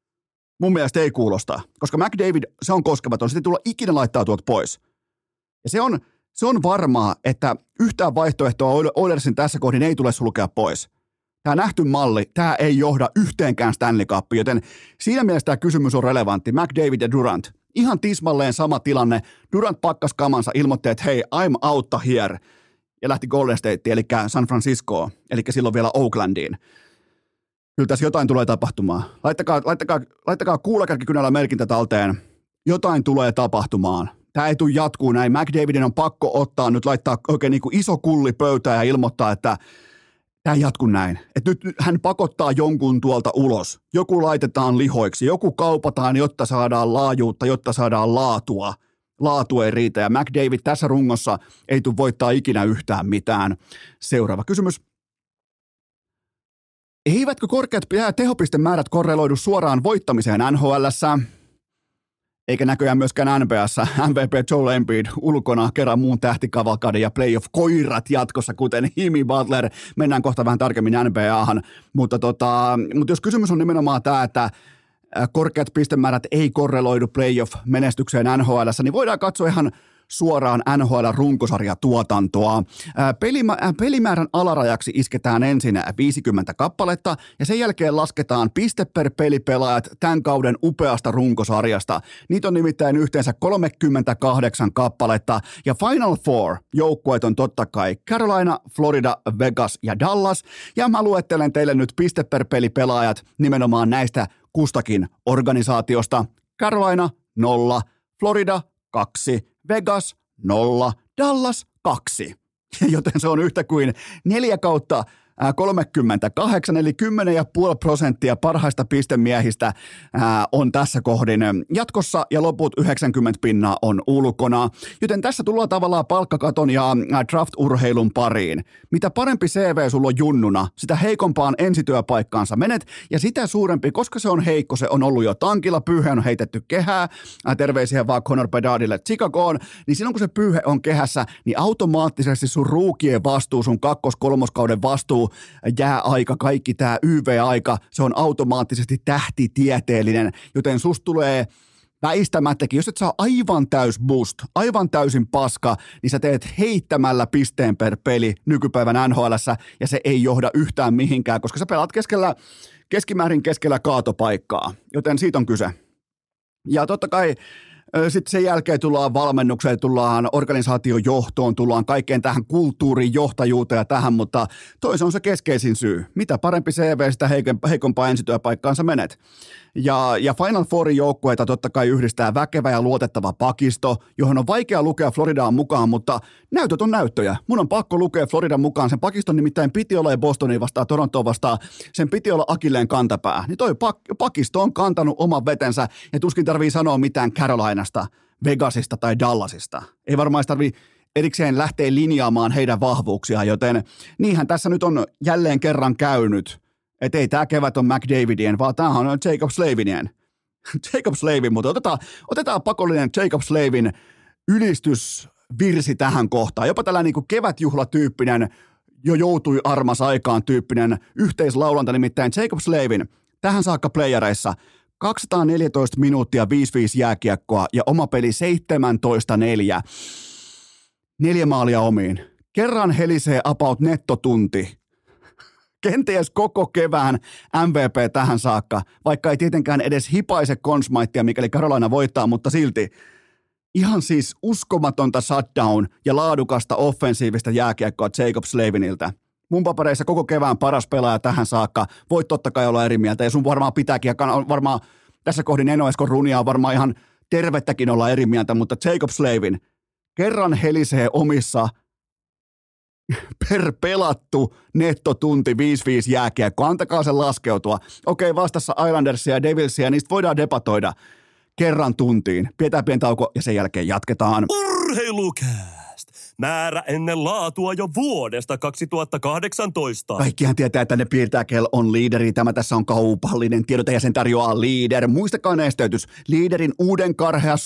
Mun mielestä ei kuulosta, koska McDavid, se on koskematon, sitä ei tulla ikinä laittaa tuot pois. Ja se on, se on varmaa, että yhtään vaihtoehtoa Oilersin tässä kohdin ei tule sulkea pois. Tämä nähty malli, tämä ei johda yhteenkään Stanley Cupiin, joten siinä mielessä tämä kysymys on relevantti. McDavid ja Durant, ihan tismalleen sama tilanne. Durant pakkas kamansa, ilmoitti, että hei, I'm out here, ja lähti Golden Stateen, eli San Franciscoon, eli silloin vielä Oaklandiin. Kyllä tässä jotain tulee tapahtumaan. Laittakaa, laittakaa, laittakaa kuulakärkikynällä merkintä talteen. Jotain tulee tapahtumaan. Tämä ei tule jatkuu näin. McDavidin on pakko ottaa nyt, laittaa oikein niin kuin iso kulli pöytään ja ilmoittaa, että tämä ei jatku näin. Että nyt hän pakottaa jonkun tuolta ulos. Joku laitetaan lihoiksi, joku kaupataan, jotta saadaan laajuutta, jotta saadaan laatua. Laatu ei riitä ja McDavid tässä rungossa ei tule voittaa ikinä yhtään mitään. Seuraava kysymys. Eivätkö korkeat tehopistemäärät korreloidu suoraan voittamiseen N H L:ssä? Eikä näköjään myöskään N B A:ssa. M V P Joel Embiid ulkona kerran muun tähtikavalkaiden ja playoff-koirat jatkossa, kuten Jimmy Butler. Mennään kohta vähän tarkemmin N B A:han. Mutta, tota, mutta jos kysymys on nimenomaan tämä, että korkeat pistemäärät ei korreloidu playoff-menestykseen N H L:ssä, niin voidaan katsoa ihan suoraan N H L-runkosarjatuotantoa. Pelimä, pelimäärän alarajaksi isketään ensin viisikymmentä kappaletta ja sen jälkeen lasketaan piste per pelipelaajat tämän kauden upeasta runkosarjasta. Niitä on nimittäin yhteensä kolmekymmentäkahdeksan kappaletta ja Final Four joukkueet on totta kai Carolina, Florida, Vegas ja Dallas. Ja mä luettelen teille nyt piste per pelipelaajat nimenomaan näistä kustakin organisaatiosta. Carolina nolla, Florida kaksi, Vegas nolla, Dallas kaksi. Joten se on yhtä kuin neljä kautta kolmekymmentäkahdeksan, eli kymmenen pilkku viisi prosenttia parhaista pistemiehistä on tässä kohdin jatkossa ja loput yhdeksänkymmentä pinnaa on ulkona. Joten tässä tullaan tavallaan palkkakaton ja draft-urheilun pariin. Mitä parempi C V sulla on junnuna, sitä heikompaan ensityöpaikkaansa menet ja sitä suurempi, koska se on heikko, se on ollut jo tankilla, pyyhe on heitetty kehää, terveisiä vaan Connor Bedardille Chicagoon, niin silloin kun se pyyhe on kehässä, niin automaattisesti sun ruukien vastuu, sun kakkos-kolmoskauden vastuu, jääaika, kaikki tämä Y V-aika, se on automaattisesti tähtitieteellinen, joten susta tulee väistämättäkin, jos et saa aivan täys boost, aivan täysin paska, niin sä teet heittämällä pisteen per peli nykypäivän N H L:ssä ja se ei johda yhtään mihinkään, koska sä pelaat keskellä, keskimäärin keskellä kaatopaikkaa, joten siitä on kyse. Ja totta kai Sitten sen jälkeen tullaan valmennukseen, tullaan organisaatiojohtoon, tullaan kaikkeen tähän kulttuuriin, johtajuuteen ja tähän, mutta toisa on se keskeisin syy. Mitä parempi C V, sitä heikompaa ensityöpaikkaan sä menet. Ja, ja Final Fourin joukkueita totta kai yhdistää väkevä ja luotettava pakisto, johon on vaikea lukea Floridaan mukaan, mutta näytöt on näyttöjä. Mun on pakko lukea Floridan mukaan. Sen pakiston nimittäin piti olla Bostonia vastaan, Torontoa vastaan. Sen piti olla akilleen kantapää. Niin toi pak- pakisto on kantanut oman vetensä ja tuskin tarvii sanoa mitään Carolinasta, Vegasista tai Dallasista. Ei varmaan tarvii erikseen lähteä linjaamaan heidän vahvuuksiaan, joten niinhän tässä nyt on jälleen kerran käynyt. Että ei tämä kevät on McDavidien, vaan tämä on Jacob Slavinien. Jacob Slavin, mutta otetaan, otetaan pakollinen Jacob Slavin ylistysvirsi tähän kohtaan. Jopa tällainen niin kuin kevätjuhlatyyppinen, jo joutui armas aikaan tyyppinen yhteislaulanta, nimittäin Jacob Slavin tähän saakka playereissa kaksisataaneljätoista minuuttia viisi viisi jääkiekkoa ja oma peli seitsemäntoista neljä. Neljä maalia omiin. Kerran helisee about nettotunti. Kenties koko kevään M V P tähän saakka, vaikka ei tietenkään edes hipaise Conn Smythea, mikäli Carolina voittaa, mutta silti ihan siis uskomatonta shutdown ja laadukasta offensiivista jääkiekkoa Jacob Slavinilta. Mun papereissa koko kevään paras pelaaja tähän saakka. Voit totta kai olla eri mieltä ja sun varmaan pitääkin, ja varmaan tässä kohdin Eno Eskon runia on varmaan ihan tervettäkin olla eri mieltä, mutta Jacob Slavin kerran helisee omissa per pelattu nettotunti viisi viisi jääkiekko. Antakaa sen laskeutua. Okei, vastassa Islandersia ja Devilsia, niistä voidaan debatoida kerran tuntiin. Pidetään pieni tauko ja sen jälkeen jatketaan. Urheilukääst! Määrä ennen laatua jo vuodesta kaksituhattakahdeksantoista. Kaikkihan tietää, että ne piirtää kel on liideri. Tämä tässä on kaupallinen tiedote ja sen tarjoaa Leader. Muistakaa nesteytys. Leaderin uuden karhea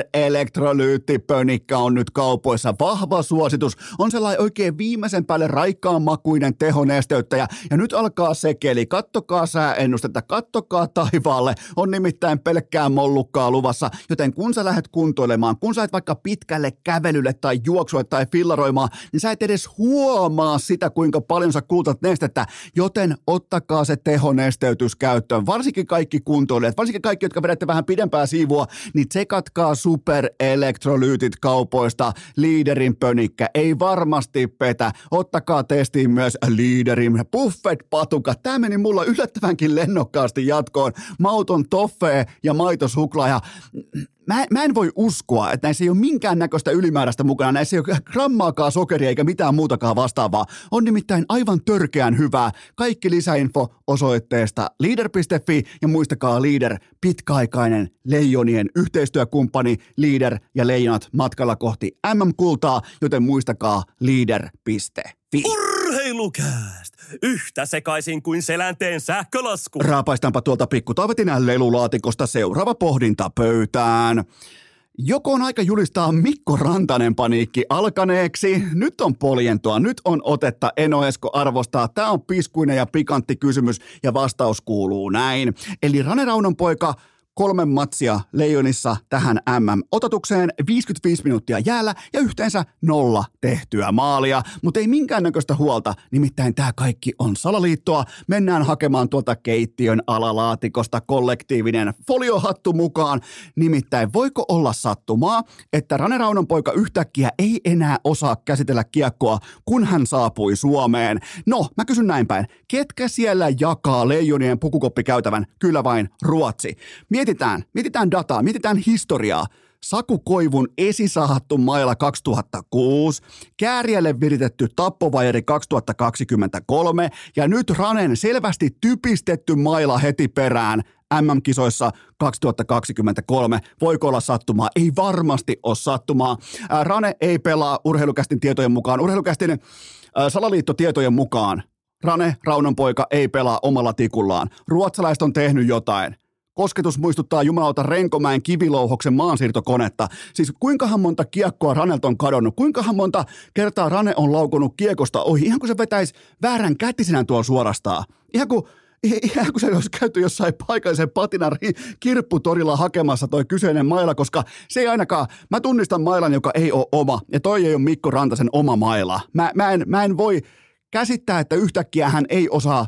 superelektrolyyttipönikkä on nyt kaupoissa. Vahva suositus. On sellainen oikein viimeisen päälle raikkaan makuinen tehonesteyttäjä. Ja nyt alkaa sekeli. Kattokaa sääennustetta, kattokaa taivaalle. On nimittäin pelkkää mollukkaa luvassa. Joten kun sä lähdet kuntoilemaan, kun sä et vaikka pitkälle kävelylle tai juoksulle tai fillaroimaan, niin sä et edes huomaa sitä, kuinka paljon sä kulutat nestettä, joten ottakaa se tehonesteytys käyttöön. Varsinkin kaikki kuntoilijat, varsinkin kaikki, jotka vedätte vähän pidempää siivua, niin tsekatkaa superelektrolyytit kaupoista. Leaderin pönikkä ei varmasti petä. Ottakaa testiin myös Leaderin buffet-patuka. Tämä meni mulla yllättävänkin lennokkaasti jatkoon. Mauton toffee ja maitosuklaa ja Mä, mä en voi uskoa, että näissä ei ole minkäännäköistä ylimääräistä mukana, näissä ei ole grammaakaan sokeria eikä mitään muutakaan vastaavaa. On nimittäin aivan törkeän hyvää. Kaikki lisäinfo osoitteesta leader piste fi ja muistakaa Leader, pitkäaikainen Leijonien yhteistyökumppani. Leader ja Leijonat matkalla kohti M M-kultaa, joten muistakaa leader piste fi. Urheilukääst! Yhtä sekaisin kuin selänteen sähkölasku. Raapaistaanpa tuolta pikkutaavetin lelulaatikosta seuraava pohdinta pöytään. Joko on aika julistaa Mikko Rantanen paniikki alkaneeksi? Nyt on poljentoa, nyt on otetta Eno Esko arvostaa. Tämä on piskuinen ja pikantti kysymys ja vastaus kuuluu näin. Eli Rane Raunonpoika kolme matsia Leijonissa tähän M M-ototukseen, viisikymmentäviisi minuuttia jäällä ja yhteensä nolla tehtyä maalia, mutta ei minkäännäköistä huolta, nimittäin tämä kaikki on salaliittoa. Mennään hakemaan tuolta keittiön alalaatikosta kollektiivinen foliohattu mukaan, nimittäin voiko olla sattumaa, että Rane Raunonpoika yhtäkkiä ei enää osaa käsitellä kiekkoa, kun hän saapui Suomeen? No, mä kysyn näin päin, ketkä siellä jakaa Leijonien pukukoppikäytävän? Kyllä vain Ruotsi. Mietitään, mietitään dataa, mietitään historiaa. Saku Koivun esisahattu maila kaksituhattakuusi, Kääriälle viritetty tappovajeri kaksituhattakaksikymmentäkolme ja nyt Ranen selvästi typistetty maila heti perään M M-kisoissa kaksituhattakaksikymmentäkolme. Voiko olla sattumaa? Ei varmasti ole sattumaa. Rane ei pelaa Urheilukästin tietojen mukaan. Urheilukästin salaliittotietojen mukaan Rane Raunonpoika ei pelaa omalla tikullaan. Ruotsalaiset on tehnyt jotain. Kosketus muistuttaa jumalauta Renkomäen kivilouhoksen maansiirtokonetta. Siis kuinkahan monta kiekkoa Ranelta on kadonnut? Kuinkahan monta kertaa Rane on laukunut kiekosta ohi? Ihan kuin se vetäisi väärän kätisenä tuolla suorastaan. Ihan kuin, ihan kuin se olisi käyty jossain paikallisen patinan kirpputorilla hakemassa toi kyseinen maila, koska se ei ainakaan, mä tunnistan mailan, joka ei ole oma. Ja toi ei ole Mikko Rantasen oma maila. Mä, mä, en, mä en voi käsittää, että yhtäkkiä hän ei osaa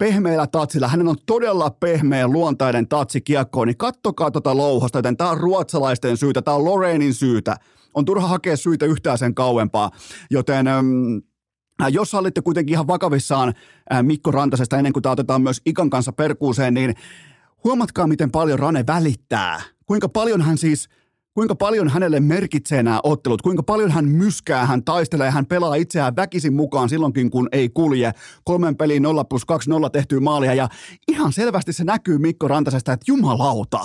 pehmeällä tatsilla. Hänen on todella pehmeä luontainen tatsi kiekkoon, niin kattokaa tota louhosta, joten tää on ruotsalaisten syytä, tää on Lorenin syytä. On turha hakea syitä yhtään sen kauempaa, joten äm, jos sallitte kuitenkin ihan vakavissaan ää, Mikko Rantasesta ennen kuin tämä otetaan myös Ikan kanssa perkuuseen, niin huomatkaa miten paljon Rane välittää. Kuinka paljon hän siis, kuinka paljon hänelle merkitsee nämä ottelut, kuinka paljon hän myskää, hän taistelee, hän pelaa itseään väkisin mukaan silloinkin, kun ei kulje. Kolmen peliin nolla plus kaksi nolla tehtyä maalia ja ihan selvästi se näkyy Mikko Rantasesta, että jumalauta,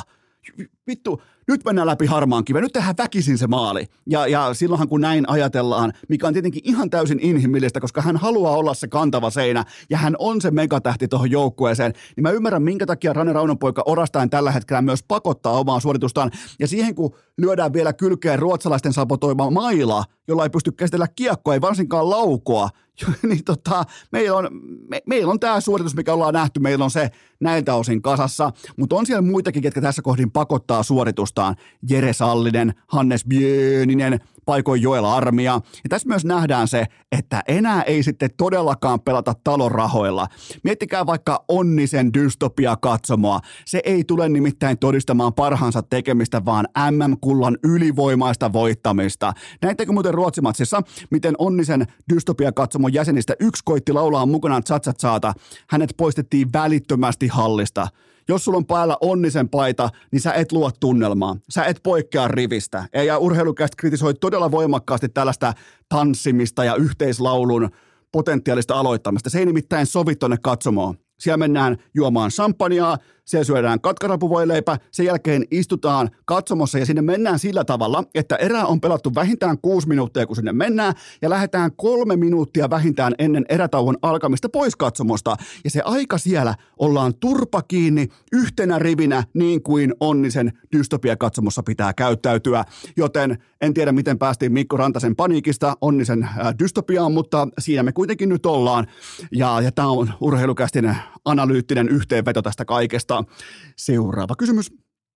vittu, nyt mennään läpi harmaan kiven, nyt tehdään väkisin se maali. Ja, ja silloinhan kun näin ajatellaan, mikä on tietenkin ihan täysin inhimillistä, koska hän haluaa olla se kantava seinä ja hän on se megatähti tuohon joukkueeseen, niin mä ymmärrän, minkä takia Rane Raunonpoika orastaen tällä hetkellä myös pakottaa omaa suoritustaan. Ja siihen kun lyödään vielä kylkeen ruotsalaisten sabotoima maila, jolla ei pysty käsitellä kiekkoa, ei varsinkaan laukoa, niin tota, meillä on, me, meillä on tämä suoritus, mikä ollaan nähty, meillä on se näiltä osin kasassa, mutta on siellä muitakin, ketkä tässä kohdin pakottaa suoritustaan. Jere Sallinen, Hannes Bieninen, paikoin Joel Armia. Ja tässä myös nähdään se, että enää ei sitten todellakaan pelata talon rahoilla. Miettikää vaikka Onnisen dystopia-katsomoa. Se ei tule nimittäin todistamaan parhaansa tekemistä, vaan M M-kullan ylivoimaista voittamista. Näittekö muuten Ruotsimatsissa, miten Onnisen dystopia-katsomon jäsenistä yksi koitti laulaa mukanaan Tsatsatsata. Hänet poistettiin välittömästi hallista. Jos sulla on päällä Onnisen paita, niin sä et luo tunnelmaa. Sä et poikkea rivistä. Ja Urheilucast kritisoi todella voimakkaasti tällaista tanssimista ja yhteislaulun potentiaalista aloittamista. Se ei nimittäin sovi tonne katsomoon. Siellä mennään juomaan champagnea, siellä syödään katkarapuvoileipä, sen jälkeen istutaan katsomossa ja sinne mennään sillä tavalla, että erä on pelattu vähintään kuusi minuuttia, kun sinne mennään, ja lähdetään kolme minuuttia vähintään ennen erätauon alkamista pois katsomosta. Ja se aika siellä ollaan turpa kiinni yhtenä rivinä, niin kuin Onnisen dystopia-katsomossa pitää käyttäytyä. Joten en tiedä, miten päästiin Mikko Rantasen paniikista Onnisen äh, dystopiaan, mutta siinä me kuitenkin nyt ollaan. Ja, ja tämä on Urheilukästin analyyttinen yhteenveto tästä kaikesta. Seuraava kysymys.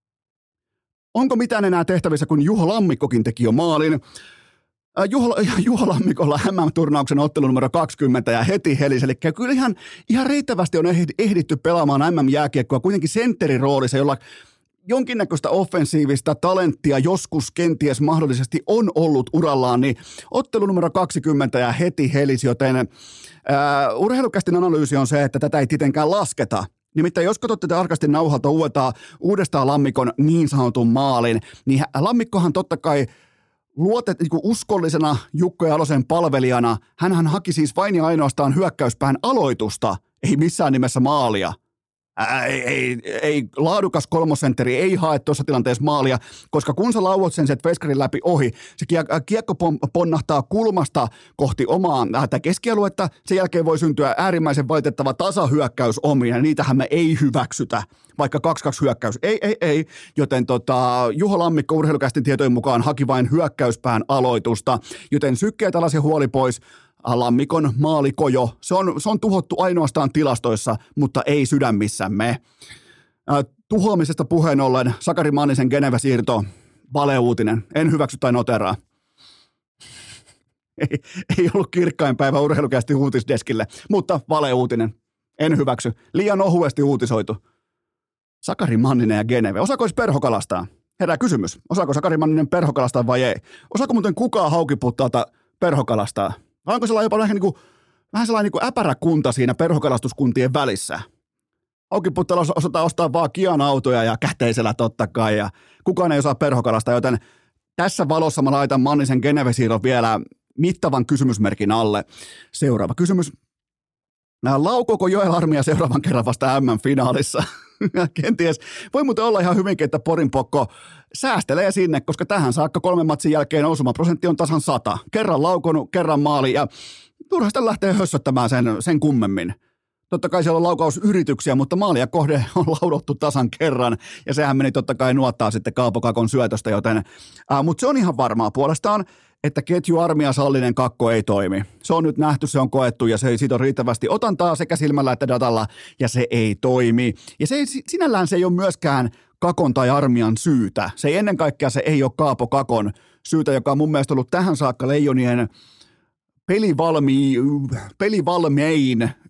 Onko mitään enää tehtävissä, kun Juho Lammikkokin teki jo maalin? Äh, Juho, Juho Lammikolla M M-turnauksen ottelu numero kaksikymmentä ja heti helisi. Eli kyllä ihan, ihan riittävästi on ehditty pelaamaan M M-jääkiekkoa kuitenkin sentterin roolissa, jolla jonkinnäköistä offensiivista talenttia joskus kenties mahdollisesti on ollut urallaan, niin ottelu numero kaksikymmentä ja heti helisi, joten äh, Urheilukästin analyysi on se, että tätä ei tietenkään lasketa. Nimittäin jos katsotte tarkasti nauhalta uudestaan, uudestaan Lammikon niin sanotun maalin, niin Lammikkohan totta kai luotet, niin kuin uskollisena Jukko Jalosen palvelijana, hänhän haki siis vain ja ainoastaan hyökkäyspään aloitusta, ei missään nimessä maalia. Ää, ei, ei, ei, laadukas kolmosentteri ei hae tuossa tilanteessa maalia, koska kun sä lauot sen set veskarin läpi ohi, se kiekko ponnahtaa kulmasta kohti omaa äh, keskialuetta, sen jälkeen voi syntyä äärimmäisen valitettava tasahyökkäys omiin, ja niitähän me ei hyväksytä, vaikka kaksi kaksi hyökkäys, ei, ei, ei, joten tota, Juho Lammikko Urheilukästin tietojen mukaan haki vain hyökkäyspään aloitusta, joten sykkeet alas ja huoli pois. Lammikon maalikojo, se on, se on tuhottu ainoastaan tilastoissa, mutta ei sydämissämme. Äh, tuhoamisesta puheen ollen, Sakari Mannisen Geneve-siirto, valeuutinen, en hyväksy tai noteraa. Ei, ei ollut kirkkain päivä Urheilukästi uutisdeskille, mutta valeuutinen, en hyväksy. Liian ohuesti uutisoitu. Sakari Manninen ja Geneve, osaako olisi perhokalastaa? Herää kysymys, osaako Sakari Manninen perhokalastaa vai ei? Osaako muuten kukaan Haukiputtaalta perhokalastaa? Vai onko sellainen jopa vähän, niin kuin, vähän sellainen niin kuin äpäräkunta siinä perhokalastuskuntien välissä? Haukiputtaalla osataan ostaa vaan Kian autoja ja käteisellä totta kai, ja kukaan ei osaa perhokalastaa, joten tässä valossa mä laitan Mannisen Geneve-siirron vielä mittavan kysymysmerkin alle. Seuraava kysymys. Laukoko Joel Armia seuraavan kerran vasta M M-finaalissa? Kenties. Voi muuten olla ihan hyvinkin, että Porinpokko säästelee sinne, koska tähän saakka kolmen matsin jälkeen nousumaprosentti on tasan sata. Kerran laukonut, kerran maali ja turha sitä lähtee hössöttämään sen, sen kummemmin. Totta kai siellä on laukausyrityksiä, mutta maalia kohde on laudottu tasan kerran ja sehän meni totta kai nuottaa sitten Kaapo Kakon syötöstä, joten ää, mutta se on ihan varmaa puolestaan, että ketju Armia Sallinen kakko ei toimi. Se on nyt nähty, se on koettu ja se, siitä on riittävästi otantaa sekä silmällä että datalla ja se ei toimi. Ja se ei, sinällään se ei ole myöskään Kakon tai Armian syytä. Se ei ennen kaikkea se ei ole Kaapo Kakon syytä, joka on mun mielestä ollut tähän saakka Leijonien pelivalmi, pelivalmein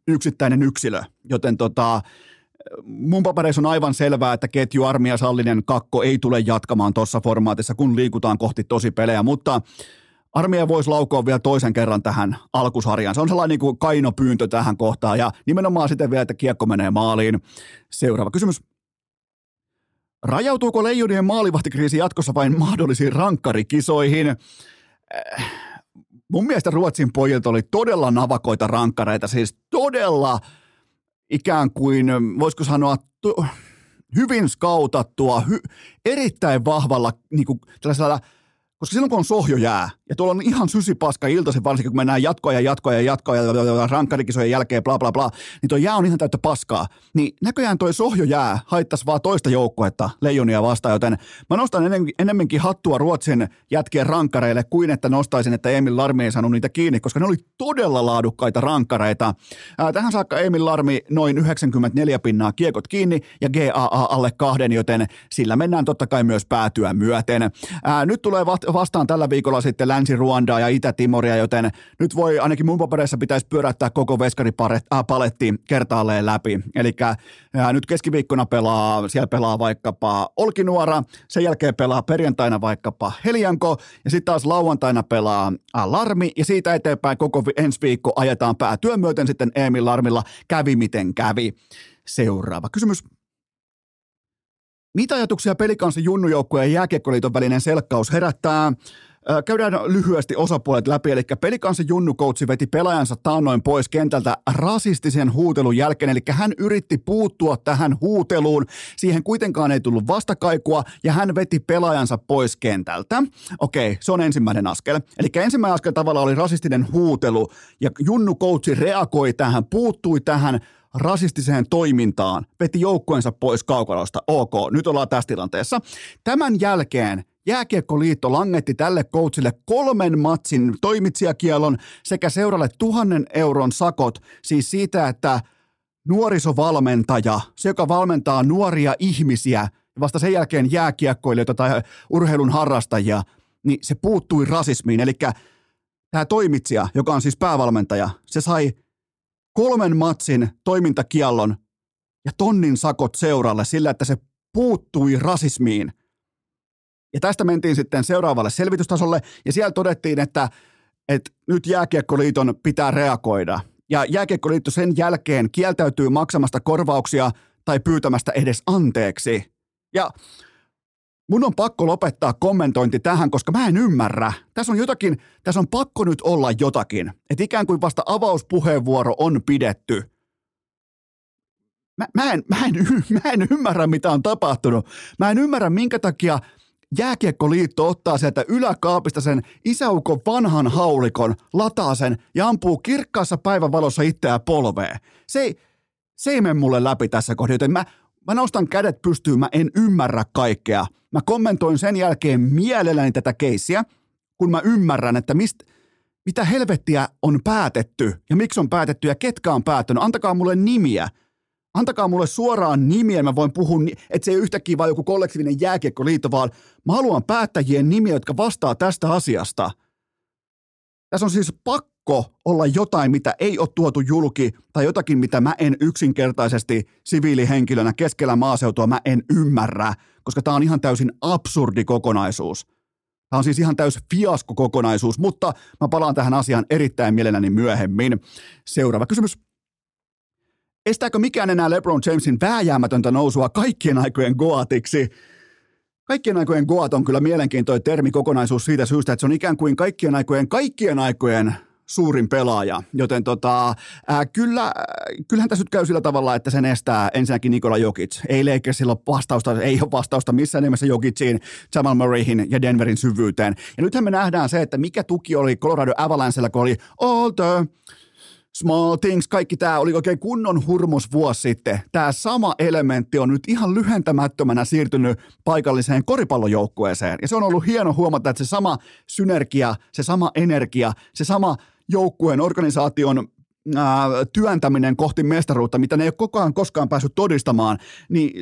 yksittäinen yksilö, joten tota, mun papereissa on aivan selvää, että ketju Armia Sallinen kakko ei tule jatkamaan tuossa formaatissa, kun liikutaan kohti tosipelejä, mutta Armia voisi laukoa vielä toisen kerran tähän alkusarjaan. Se on sellainen niin kuin kainopyyntö tähän kohtaan ja nimenomaan sitten vielä, että kiekko menee maaliin. Seuraava kysymys. Rajautuuko Leijonien maalivahtikriisi jatkossa vain mahdollisiin rankkarikisoihin? Äh, mun mielestä Ruotsin pojilta oli todella navakoita rankkareita, siis todella ikään kuin, voisiko sanoa, to, hyvin skautattua, hy, erittäin vahvalla, niin kuin tällaisella, koska silloin kun on sohjojää, ja tuolla on ihan sysipaska iltaisin, varsinkin kun mennään jatkoa ja jatkoa ja jatkoa ja rankkarikisojen jälkeen bla bla bla, niin tuo jää on ihan täyttä paskaa. Niin näköjään toi sohjojää haittaisi vaan toista joukkuetta Leijonia vastaan, joten mä nostan enemmänkin hattua Ruotsin jätkien rankkareille kuin että nostaisin, että Emil Larmi ei saanut niitä kiinni, koska ne oli todella laadukkaita rankkareita. Ää, tähän saakka Emil Larmi noin yhdeksänkymmentäneljä pinnaa kiekot kiinni ja G A A alle kahden, joten sillä mennään totta kai myös päätyä myöten. Ää, nyt tulee vastaan tällä viikolla sitten Länsi-Ruandaa ja Itä-Timoria, joten nyt voi ainakin mun papereissa pitäisi pyöräyttää koko veskaripaletti kertaalleen läpi. Eli nyt keskiviikkona pelaa, siellä pelaa vaikkapa Olkinuora, sen jälkeen pelaa perjantaina vaikkapa Helianko ja sitten taas lauantaina pelaa Larmi ja siitä eteenpäin koko ensi viikko ajetaan päätyön myöten sitten Emil Larmilla kävi miten kävi. Seuraava kysymys. Mitä ajatuksia Pelikansin junnujoukkueen ja Jääkiekkoliiton välinen selkkaus herättää? Käydään lyhyesti osapuolet läpi, eli Pelikansin junnukoutsi veti pelaajansa taannoin pois kentältä rasistisen huutelun jälkeen, eli hän yritti puuttua tähän huuteluun, siihen kuitenkaan ei tullut vastakaikua, ja hän veti pelaajansa pois kentältä. Okei, se on ensimmäinen askel. Eli ensimmäinen askel tavallaan oli rasistinen huutelu, ja junnukoutsi reagoi tähän, puuttui tähän rasistiseen toimintaan, veti joukkueensa pois kaukalosta. Ok, nyt ollaan tässä tilanteessa. Tämän jälkeen Jääkiekkoliitto langetti tälle coachille kolmen matsin toimitsijakielon sekä seuralle tuhannen euron sakot, siis siitä, että nuorisovalmentaja, se joka valmentaa nuoria ihmisiä, vasta sen jälkeen jääkiekkoilijoita tai urheilun harrastajia, niin se puuttui rasismiin. Eli tämä toimitsija, joka on siis päävalmentaja, se sai kolmen matsin toimintakiellon ja tonnin sakot seuralle sillä, että se puuttui rasismiin. Ja tästä mentiin sitten seuraavalle selvitystasolle ja siellä todettiin, että, että nyt Jääkiekkoliiton pitää reagoida. Ja Jääkiekkoliitto sen jälkeen kieltäytyy maksamasta korvauksia tai pyytämästä edes anteeksi. Ja mun on pakko lopettaa kommentointi tähän, koska mä en ymmärrä. Tässä on jotakin, tässä on pakko nyt olla jotakin. Että ikään kuin vasta avauspuheenvuoro on pidetty. Mä, mä, en, mä, en, mä en ymmärrä, mitä on tapahtunut. Mä en ymmärrä, minkä takia Jääkiekkoliitto ottaa sieltä yläkaapista sen isäukon vanhan haulikon, lataa sen ja ampuu kirkkaassa päivänvalossa itseään polveen. Se ei, se ei mene mulle läpi tässä kohdassa, joten mä, mä nostan kädet pystyyn, mä en ymmärrä kaikkea. Mä kommentoin sen jälkeen mielelläni tätä keissiä, kun mä ymmärrän, että mistä, mitä helvettiä on päätetty ja miksi on päätetty ja ketkä on päättänyt. Antakaa mulle nimiä. Antakaa mulle suoraan nimiä, mä voin puhua, että se ei yhtäkkiä vaan joku kollektiivinen jääkiekkoliitto, vaan mä haluan päättäjien nimiä, jotka vastaa tästä asiasta. Tässä on siis pakko olla jotain, mitä ei ole tuotu julki, tai jotakin, mitä mä en yksinkertaisesti siviilihenkilönä keskellä maaseutua mä en ymmärrä, koska tää on ihan täysin absurdi kokonaisuus. Tämä on siis ihan täys fiaskokokonaisuus, mutta mä palaan tähän asiaan erittäin mielelläni myöhemmin. Seuraava kysymys. Estääkö mikään enää LeBron Jamesin vääjäämätöntä nousua kaikkien aikojen goatiksi? Kaikkien aikojen goat on kyllä mielenkiintoinen termikokonaisuus siitä syystä, että se on ikään kuin kaikkien aikojen, kaikkien aikojen suurin pelaaja. Joten tota, ää, kyllä, kyllähän tässä nyt käy sillä tavalla, että sen estää ensinnäkin Nikola Jokic. Ei Lakersilla vastausta, ei ole vastausta missään nimessä Jokiciin, Jamal Murrayhin ja Denverin syvyyteen. Ja nythän me nähdään se, että mikä tuki oli Colorado Avalancella, kun oli all the small things, kaikki tämä oli oikein kunnon hurmus vuosi sitten. Tämä sama elementti on nyt ihan lyhentämättömänä siirtynyt paikalliseen koripallojoukkueeseen. Ja se on ollut hieno huomata, että se sama synergia, se sama energia, se sama joukkueen organisaation ää, työntäminen kohti mestaruutta, mitä ne ei ole koko ajan koskaan päässyt todistamaan, niin se,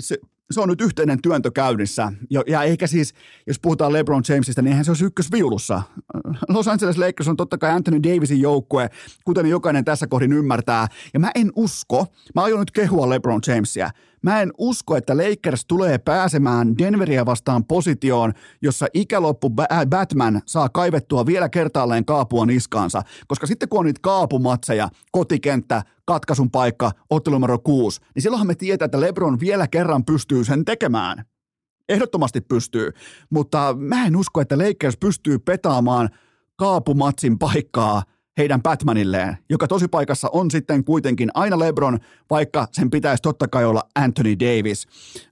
se on nyt yhteinen työntö käynnissä. Ja, ja eikä siis, jos puhutaan LeBron Jamesista, niin eihän se olisi ykkösviulussa. Los Angeles Lakers on totta kai Anthony Davisin joukkue, kuten jokainen tässä kohdin ymmärtää. Ja mä en usko, mä aion nyt kehua LeBron Jamesia, mä en usko, että Lakers tulee pääsemään Denveria vastaan positioon, jossa ikäloppu Batman saa kaivettua vielä kertaalleen kaapua niskaansa. Koska sitten kun on niitä kaapumatseja, kotikenttä, katkaisun paikka, ottelu numero kuusi, niin silloinhan me tietää, että LeBron vielä kerran pystyy sen tekemään. Ehdottomasti pystyy, mutta mä en usko, että Lakers pystyy petaamaan kaapumatsin paikkaa heidän Batmanilleen, joka tosipaikassa on sitten kuitenkin aina LeBron, vaikka sen pitäisi totta kai olla Anthony Davis.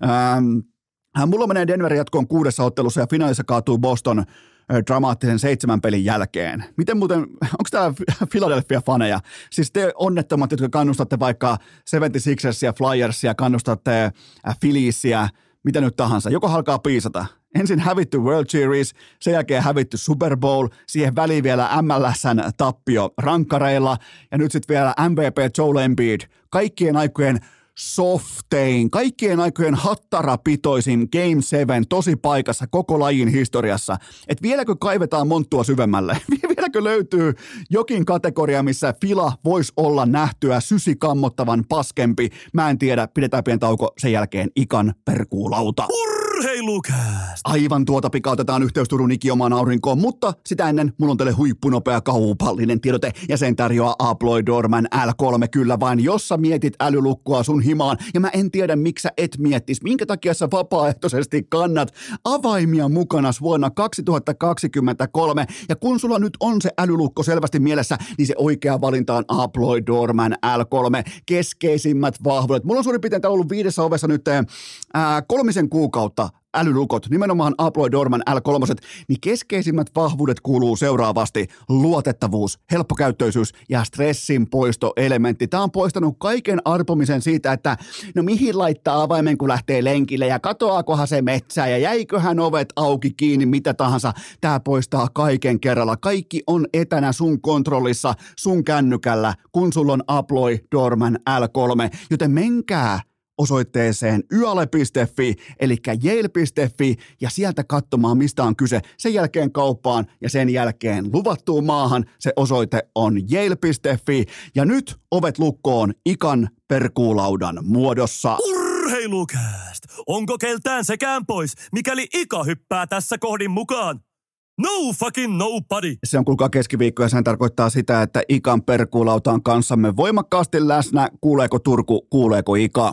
Ähm, mulla menee Denver jatkoon kuudessa ottelussa ja finaalissa kaatuu Boston dramaattisen seitsemän pelin jälkeen. Miten muuten, onko täällä Philadelphia-faneja? Siis te onnettomat, jotka kannustatte vaikka seitsemänkymmentäkuusiksia, Flyersia, kannustatte Phillysia, mitä nyt tahansa. Joko alkaa piisata. Ensin hävitty World Series, sen jälkeen hävitty Super Bowl, siihen väliin vielä M L S:n tappio rankkareilla ja nyt sitten vielä M V P Joel Embiid. Kaikkien aikojen softein, kaikkien aikojen hattarapitoisin Game seven tosi paikassa koko lajin historiassa. Et vieläkö kaivetaan monttua syvemmälle? Vieläkö löytyy jokin kategoria, missä Fila voisi olla nähtyä sysikammottavan paskempi? Mä en tiedä, pidetään pieni tauko, sen jälkeen Ikan perkuulauta. Urheilukääst! Aivan tuota pikaa otetaan yhteys Turun ikiomaan aurinkoon, mutta sitä ennen mulla on teille huippunopea kaupallinen tiedote ja sen tarjoaa Abloy Dorman L kolme kyllä vain, jos sä mietit älylukkoa sun himaan ja mä en tiedä miksi sä et miettis, minkä takia sä vapaaehtoisesti kannat avaimia mukanas vuonna kaksituhattakaksikymmentäkolme ja kun sulla nyt on se älylukko selvästi mielessä, niin se oikea valinta on Abloy Dorman L kolme, keskeisimmät vahvuudet. Mulla on suurin piirtein ollut viidessä ovessa nyt ää, kolmisen kuukautta älylukot, nimenomaan Abloy Dorman L kolme, niin keskeisimmät vahvuudet kuuluu seuraavasti luotettavuus, helppokäyttöisyys ja stressin poistoelementti. Tämä on poistanut kaiken arpomisen siitä, että no mihin laittaa avaimen, kun lähtee lenkille ja katoaakohan se metsää ja jäiköhän ovet auki kiinni, mitä tahansa. Tämä poistaa kaiken kerralla. Kaikki on etänä sun kontrollissa, sun kännykällä, kun sulla on Abloy Dorman L kolme, joten menkää osoitteeseen yale piste fi, eli yale piste fi, ja sieltä katsomaan, mistä on kyse. Sen jälkeen kauppaan ja sen jälkeen luvattuun maahan. Se osoite on yale piste fi, ja nyt ovet lukkoon Ikan perkuulaudan muodossa. Urheilukääst! Onko keltään sekään pois, mikäli Ika hyppää tässä kohdin mukaan? No fucking nobody! Se on kuulkaa keskiviikko ja sen tarkoittaa sitä, että Ikan perkuulauta on kanssamme voimakkaasti läsnä. Kuuleeko Turku, kuuleeko Ika?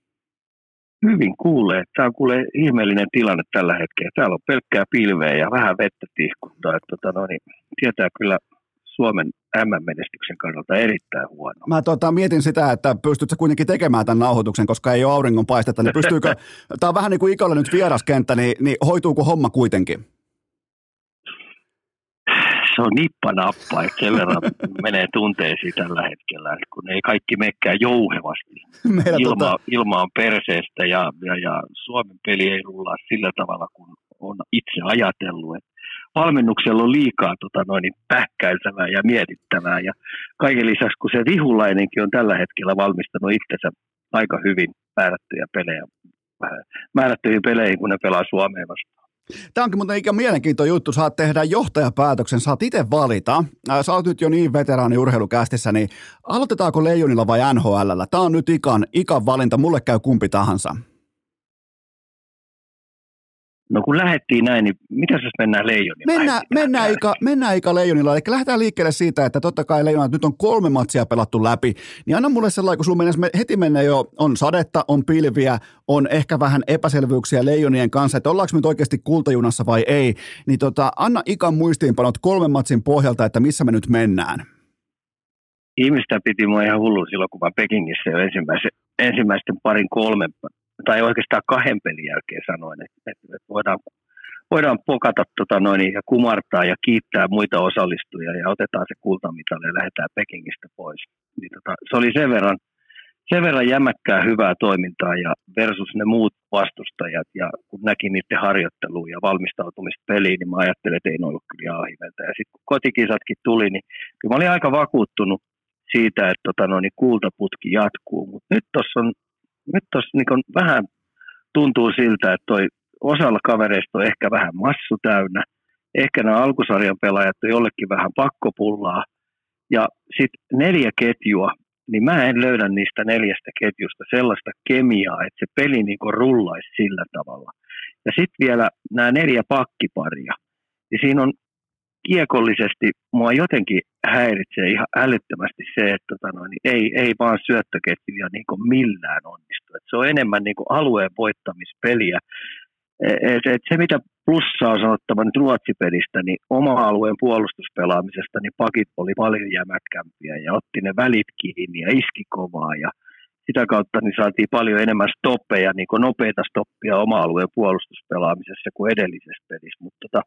Hyvin kuulee. Tämä on kuulee ihmeellinen tilanne tällä hetkellä. Täällä on pelkkää pilveä ja vähän vettä tihkuttaa. Että, tota, no, niin, tietää kyllä Suomen M M-menestyksen kannalta erittäin huono. Mä tota, mietin sitä, että pystytkö kuitenkin tekemään tämän nauhoituksen, koska ei ole auringonpaistetta. Niin pystyykö, tämä on vähän niin kuin Ikalle nyt vieraskenttä, niin, niin hoituuko homma kuitenkin? Se on nippanappa, että sen verran menee tunteisiin tällä hetkellä, että kun ei kaikki mekkää jouhevasti. Ilma, tota... ilma on perseestä ja, ja, ja Suomen peli ei rullaa sillä tavalla, kun on itse ajatellut. Että valmennuksella on liikaa tota, noin, pähkäiltävää ja mietittävää. Ja kaiken lisäksi, kun se Vihulainenkin on tällä hetkellä valmistanut itsensä aika hyvin määrättyjä pelejä, määrättyihin peleihin, kun ne pelaa Suomeen vastaan. Tämä onkin muuten ikään mielenkiintoinen juttu. Saat tehdä johtajapäätöksen, saat itse valita. Sä oot nyt jo niin veteraani urheilukästissä, niin aloitetaanko Leijonilla vai N H L:llä? Tämä on nyt Ikan, Ikan valinta, mulle käy kumpi tahansa. No kun lähdettiin näin, niin mitäs jos mennään Leijonilla? Mennään, mennään, Ika, mennään Ika Leijonilla. Eli lähdetään liikkeelle siitä, että totta kai Leijonat nyt on kolme matsia pelattu läpi. Niin anna mulle sellainen, kun sulla mennessä heti mennä jo on sadetta, on pilviä, on ehkä vähän epäselvyyksiä Leijonien kanssa, että ollaanko nyt oikeasti kultajunassa vai ei. Niin tota, anna Ikan muistiinpanot kolmen matsin pohjalta, että missä me nyt mennään. Ihmistä piti mua ihan hullu silloin, kun mä Pekingissä jo ensimmäisen, ensimmäisten parin kolmen tai oikeastaan kahden pelin jälkeen sanoin, että, että voidaan, voidaan pokata tota noin, ja kumartaa ja kiittää muita osallistujia ja otetaan se kultamitali ja lähdetään Pekingistä pois. Niin tota, se oli sen verran, sen verran jämäkkää hyvää toimintaa ja versus ne muut vastustajat ja kun näki niiden harjoittelua ja valmistautumista peliin, niin mä ajattelin, että ei ollut kyllä ahimeltä. Ja sitten kun kotikisatkin tuli, niin kyllä mä olin aika vakuuttunut siitä, että tota noin, kultaputki jatkuu, mutta nyt tuossa on Nyt tuossa niin vähän tuntuu siltä, että toi osalla kavereista on ehkä vähän massu täynnä. Ehkä nämä alkusarjan pelaajat on jollekin vähän pakkopullaa. Ja sitten neljä ketjua, niin mä en löydä niistä neljästä ketjusta sellaista kemiaa, että se peli niinku rullaisi sillä tavalla. Ja sitten vielä nämä neljä pakkiparia. Ja siinä on kiekollisesti, mua jotenkin häiritsee ihan älyttömästi se, että tota noin, ei, ei vaan syöttöketjuja niinku millään onnistu. Et se on enemmän niinku alueen voittamispeliä. Et, et se, mitä plussaa on sanottava nyt Ruotsi-pelistä, niin oma alueen puolustuspelaamisesta, niin pakit oli paljon jämäkkämpiä ja otti ne välit kiinni ja iski kovaa ja sitä kautta niin saatiin paljon enemmän stoppeja, niin kuin nopeita stoppia oma alueen puolustuspelaamisessa kuin edellisessä pelissä, mutta tota,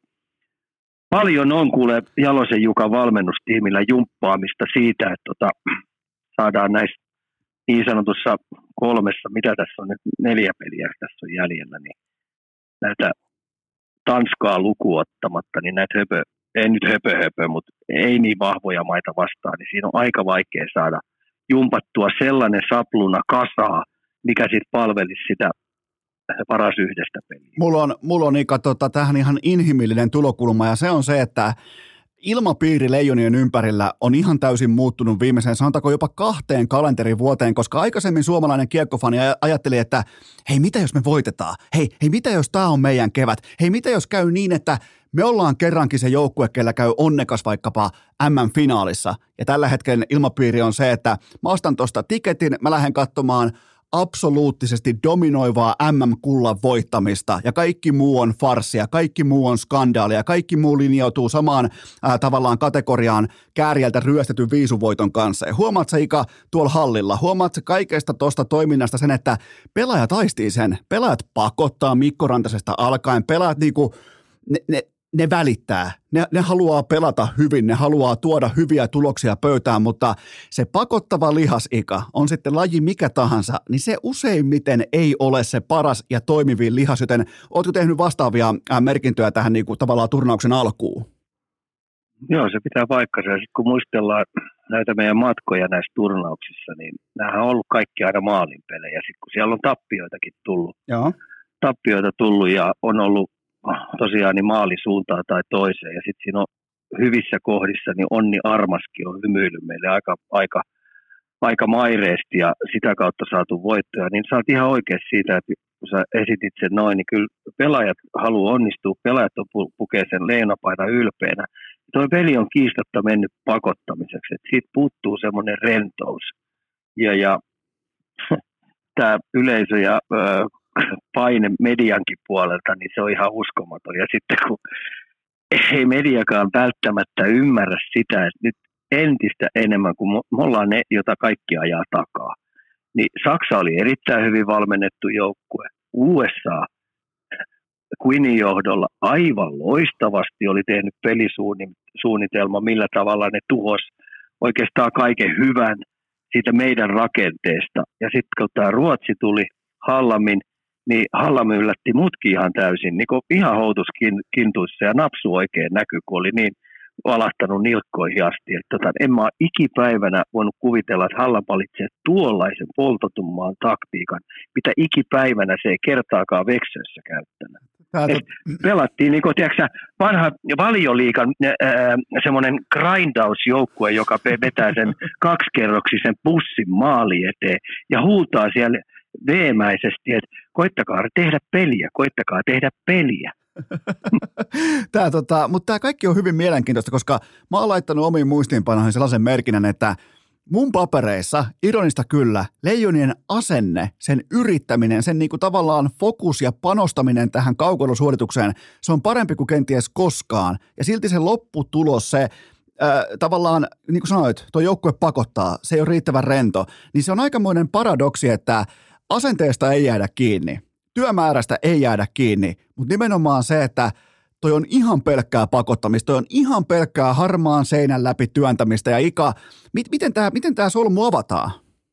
paljon on kuule Jalosen Jukan valmennustiimillä jumppaamista siitä, että tota, saadaan näissä niin sanotussa kolmessa, mitä tässä on nyt neljä peliä tässä on jäljellä, niin näitä Tanskaa lukuun ottamatta, niin näitä höpö, ei nyt höpö höpö, mutta ei niin vahvoja maita vastaan, niin siinä on aika vaikea saada jumpattua sellainen sapluna kasaa, mikä sitten palvelisi sitä paras yhdestä peliä. Mulla on, mulla on Ika, tota, tähän ihan inhimillinen tulokulma, ja se on se, että ilmapiiri Leijonien ympärillä on ihan täysin muuttunut viimeiseen, sanotaanko jopa kahteen kalenterivuoteen, koska aikaisemmin suomalainen kiekkofani ajatteli, että hei, mitä jos me voitetaan? Hei, hei, mitä jos tämä on meidän kevät? Hei, mitä jos käy niin, että me ollaan kerrankin se joukkue, kellä käy onnekas vaikkapa M M-finaalissa. Ja tällä hetkellä ilmapiiri on se, että mä ostan tuosta tiketin, mä lähden katsomaan absoluuttisesti dominoivaa M M-kullan voittamista ja kaikki muu on farssia, kaikki muu on skandaalia, kaikki muu linjautuu samaan ää, tavallaan kategoriaan kääriältä ryöstetyn viisuvoiton kanssa. Ja huomaat sä Ika tuolla hallilla, huomaat sä kaikesta tuosta toiminnasta sen, että pelaajat aistii sen, pelaajat pakottaa Mikko Rantasesta alkaen, pelaajat niinku, ne, ne, ne välittää, ne, ne haluaa pelata hyvin, ne haluaa tuoda hyviä tuloksia pöytään, mutta se pakottava lihas-Ika, on sitten laji mikä tahansa, niin se useimmiten ei ole se paras ja toimivin lihas, joten ootko tehnyt vastaavia merkintöjä tähän niin kuin tavallaan turnauksen alkuun? Joo, se pitää paikkansa. Ja sitten kun muistellaan näitä meidän matkoja näissä turnauksissa, niin nämähän on ollut kaikki aina maalinpelejä. Sitten kun siellä on tappioitakin tullut, Joo. tappioita tullut ja on ollut tosiaan niin maalisuuntaan tai toiseen. Ja sitten siinä on hyvissä kohdissa, niin Onni Armaskin on hymyillyt meille aika, aika, aika maireesti ja sitä kautta saatu voittoja. Niin sä oot ihan oikeassa siitä, että kun sä esitit sen noin, niin kyllä pelaajat haluaa onnistua, pelaajat on pu- pukee sen leenapaidan ylpeänä. Tuo peli on kiistatta mennyt pakottamiseksi, että siitä puuttuu semmoinen rentous. Ja, ja tämä yleisö ja ö, paine mediankin puolelta, niin se on ihan uskomaton. Ja sitten kun ei mediakaan välttämättä ymmärrä sitä, että nyt entistä enemmän, kun me ollaan ne, jota kaikki ajaa takaa, niin Saksa oli erittäin hyvin valmennettu joukkue. U S A Quinnin johdolla aivan loistavasti oli tehnyt pelisuunnitelma, millä tavalla ne tuhos oikeastaan kaiken hyvän siitä meidän rakenteesta. Ja sitten kun tämä Ruotsi tuli Hallamin, niin Hallam yllätti mutkin ihan täysin, niin ihan houtuskintuissa ja napsu oikein näky, kun oli niin valahtanut nilkkoihin asti. Että tota, en mä ikipäivänä voinut kuvitella, että Hallam valitsee tuollaisen poltotummaan taktiikan, mitä ikipäivänä se ei kertaakaan Veksössä käyttänyt. Pelattiin niin kuin, tiedätkö, vanha Valioliigan semmoinen grindausjoukkue, joka vetää sen kaksikerroksisen bussin maali eteen ja huutaa siellä veemäisesti, että koittakaa tehdä peliä, koittakaa tehdä peliä. Tää, tota, mutta tämä kaikki on hyvin mielenkiintoista, koska mä oon laittanut omiin muistiinpanoihin sellaisen merkinnän, että mun papereissa, ironista kyllä, Leijonien asenne, sen yrittäminen, sen niinku tavallaan fokus ja panostaminen tähän kaukoilusuoritukseen, se on parempi kuin kenties koskaan. Ja silti se lopputulos, se äh, tavallaan, niin kuin sanoit, tuo joukkue pakottaa, se ei ole riittävän rento, niin se on aikamoinen paradoksi, että asenteesta ei jäädä kiinni, työmäärästä ei jäädä kiinni, mutta nimenomaan se, että toi on ihan pelkkää pakottamista, toi on ihan pelkkää harmaan seinän läpi työntämistä. Ja Ika, mit, miten tämä miten tää solmu avataan?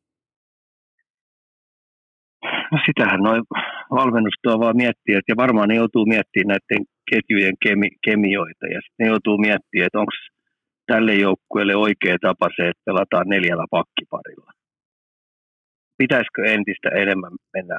No sitähän noin valmennustoa vaan miettii, että ja varmaan ne joutuu miettimään näiden ketjujen kemi, kemioita ja sitten ne joutuu miettimään, että onko tälle joukkueelle oikea tapa se, että pelataan neljällä pakkiparilla. Pitäisikö entistä enemmän mennä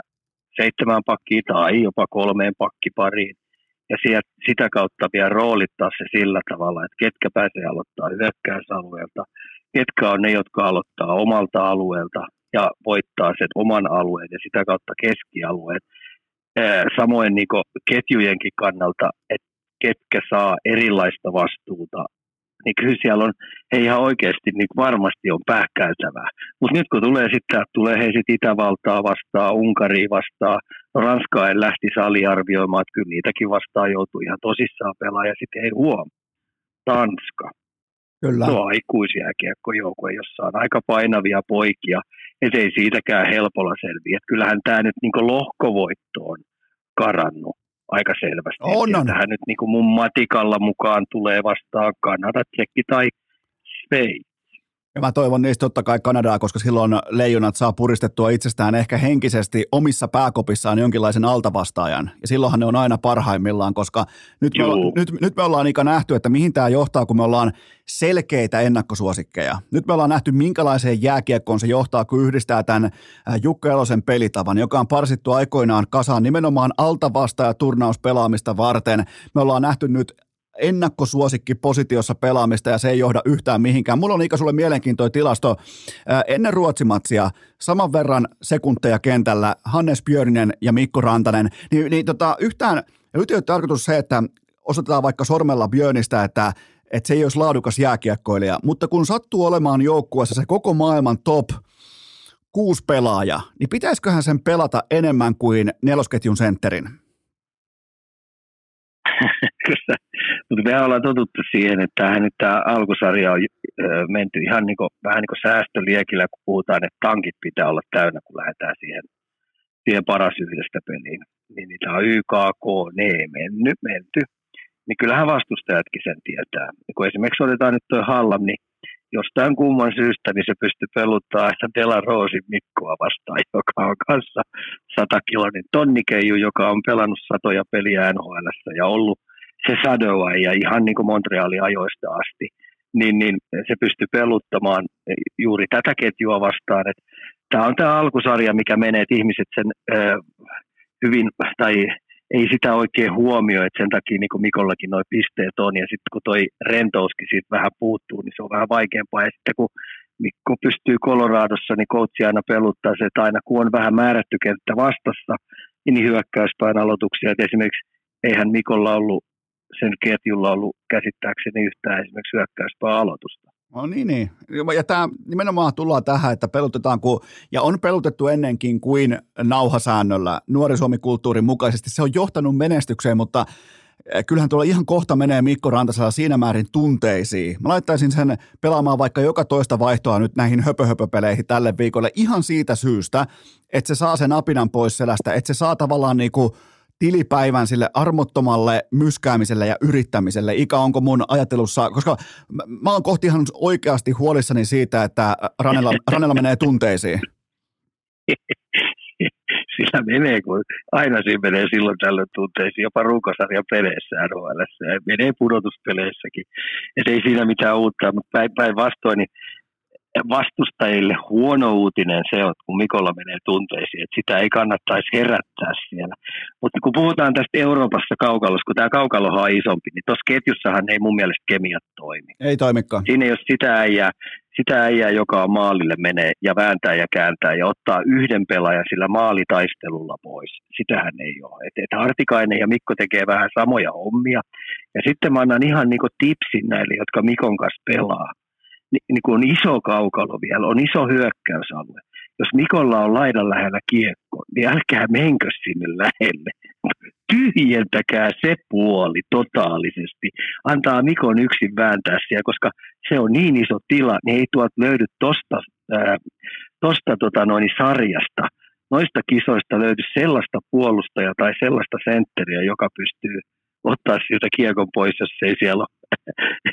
seitsemän pakkiin tai jopa kolmeen pakkipariin. Ja sieltä, sitä kautta vielä roolittaa se sillä tavalla, että ketkä pääsee aloittaa hyökkäysalueelta, ketkä on ne, jotka aloittaa omalta alueelta ja voittaa sen oman alueen ja sitä kautta keskialueen. Samoin niin ketjujenkin kannalta, että ketkä saa erilaista vastuuta, niin kyllä siellä on he ihan oikeasti niin varmasti on pähkäytävää. Mutta nyt kun tulee sitten, tulee he sitten Itävaltaa vastaan, Unkaria vastaan, no Ranskaa en lähtisi aliarvioimaan, että kyllä niitäkin vastaan joutuu ihan tosissaan pelaamaan ja sitten ei huom. Tanska. Kyllä. Se on aikuisjääkiekkojoukkue, jossa on aika painavia poikia, ettei siitäkään helpolla selviä. Et kyllähän tämä nyt niin lohkovoitto on karannut aika selvästi. On, on. Tähän nyt niin kuin mun matikalla mukaan tulee vastaan Kanada, Tsekki tai Sveitsi. Ja mä toivon niistä totta kai Kanadaa, koska silloin leijonat saa puristettua itsestään ehkä henkisesti omissa pääkopissaan jonkinlaisen altavastaajan. Ja silloinhan ne on aina parhaimmillaan, koska nyt me, olla, nyt, nyt me ollaan Ika nähty, että mihin tämä johtaa, kun me ollaan selkeitä ennakkosuosikkeja. Nyt me ollaan nähty, minkälaiseen jääkiekkoon se johtaa, kun yhdistää tämän Jukka Elosen pelitavan, joka on parsittu aikoinaan kasaan nimenomaan altavastaaja-turnauspelaamista varten. Me ollaan nähty nyt ennakkosuosikki positiossa pelaamista ja se ei johda yhtään mihinkään. Mulla on Ika sulle mielenkiintoinen tilasto. Ennen Ruotsimatsia saman verran sekunteja kentällä Hannes Björninen ja Mikko Rantanen. Niin, niin tota, yhtään, ja nyt ei ole tarkoitus se, että osoitetaan vaikka sormella Björnistä, että, että se ei olisi laadukas jääkiekkoilija, mutta kun sattuu olemaan joukkueessa se koko maailman top kuusi pelaaja, niin pitäisiköhän sen pelata enemmän kuin nelosketjun sentterin? Kyllä, mutta me ollaan totuttu siihen, että tämähän nyt tämä alkusarja on menty ihan niin kuin, vähän niin kuin säästöliekillä, kun puhutaan, että tankit pitää olla täynnä, kun lähdetään siihen, siihen paras yhdestä peliin. Niin niitä on Y K K, ne mennyt, menty. Niin kyllähän vastustajatkin sen tietää. Ja kun esimerkiksi otetaan nyt tuo Hallam, niin jostain kumman syystä niin se pystyy peluttaa sitä Dela Rosin Mikkoa vastaan, joka on kanssa satakiloinen tonnikeiju, joka on pelannut satoja peliä N H L:ssä ja ollut se Sadoway ja ihan niin kuin Montrealin ajoista asti, niin, niin se pystyy peluttamaan juuri tätä ketjua vastaan. Että tämä on tämä alkusarja, mikä menee, että ihmiset sen äh, hyvin, tai ei sitä oikein huomioi, että sen takia niin kuin Mikollakin nuo pisteet on, ja sitten kun toi rentouskin siitä vähän puuttuu, niin se on vähän vaikeampaa, ja sitten kun Mikko pystyy Coloradossa, niin coachi aina peluttaa se, että aina kun on vähän määrätty kenttä vastassa, niin hyökkäyspäin aloituksia, että esimerkiksi eihän Mikolla ollut, sen ketjulla ollut käsittääkseni yhtään esimerkiksi hyökkäyspäin aloitusta. No niin, niin. Ja tämä nimenomaan tullaan tähän, että pelutetaan, kun, ja on pelutettu ennenkin kuin nauhasäännöllä nuori Suomi-kulttuurin mukaisesti. Se on johtanut menestykseen, mutta kyllähän tuolla ihan kohta menee Mikko Rantasella siinä määrin tunteisiin. Mä laittaisin sen pelaamaan vaikka joka toista vaihtoa nyt näihin höpö-höpö-peleihin tälle viikolle ihan siitä syystä, että se saa sen apinan pois selästä, että se saa tavallaan niinku tilipäivän sille armottomalle myskäämiselle ja yrittämiselle. Ika, onko mun ajattelussa, koska mä, mä oon kohti ihan oikeasti huolissani siitä, että Ranella, Ranella menee tunteisiin. Sillä menee, kun aina siinä menee silloin tällöin tunteisiin, jopa ruukosarjan peleissä N H L:ssä ja menee pudotuspeleissäkin. Et ei siinä mitään uutta, mutta päinvastoin niin vastustajille huono uutinen se on, kun Mikolla menee tunteisiin, että sitä ei kannattaisi herättää siellä. Mutta kun puhutaan tästä Euroopassa kaukalossa, kun tämä kaukalohan on isompi, niin tuossa ketjussahan ei mun mielestä kemiat toimi. Ei toimikaan. Siinä ei ole sitä äijää, sitä äijää, joka maalille menee ja vääntää ja kääntää ja ottaa yhden pelaajan sillä maalitaistelulla pois. Sitähän ei ole. Et, et Hartikainen ja Mikko tekee vähän samoja hommia. Ja sitten mä annan ihan niinku tipsin näille, jotka Mikon kanssa pelaa. Ni, niin kun on iso kaukalo vielä, on iso hyökkäysalue. Jos Mikolla on laidan lähellä kiekko, niin älkää menkö sinne lähelle. Tyhjentäkää se puoli totaalisesti. Antaa Mikon yksin vääntää siellä, koska se on niin iso tila, niin ei tuolta löydy tosta, ää, tosta tota noin, sarjasta. Noista kisoista löydy sellaista puolustajaa tai sellaista sentteriä, joka pystyy ottaa siltä kiekon pois, jos ei siellä ole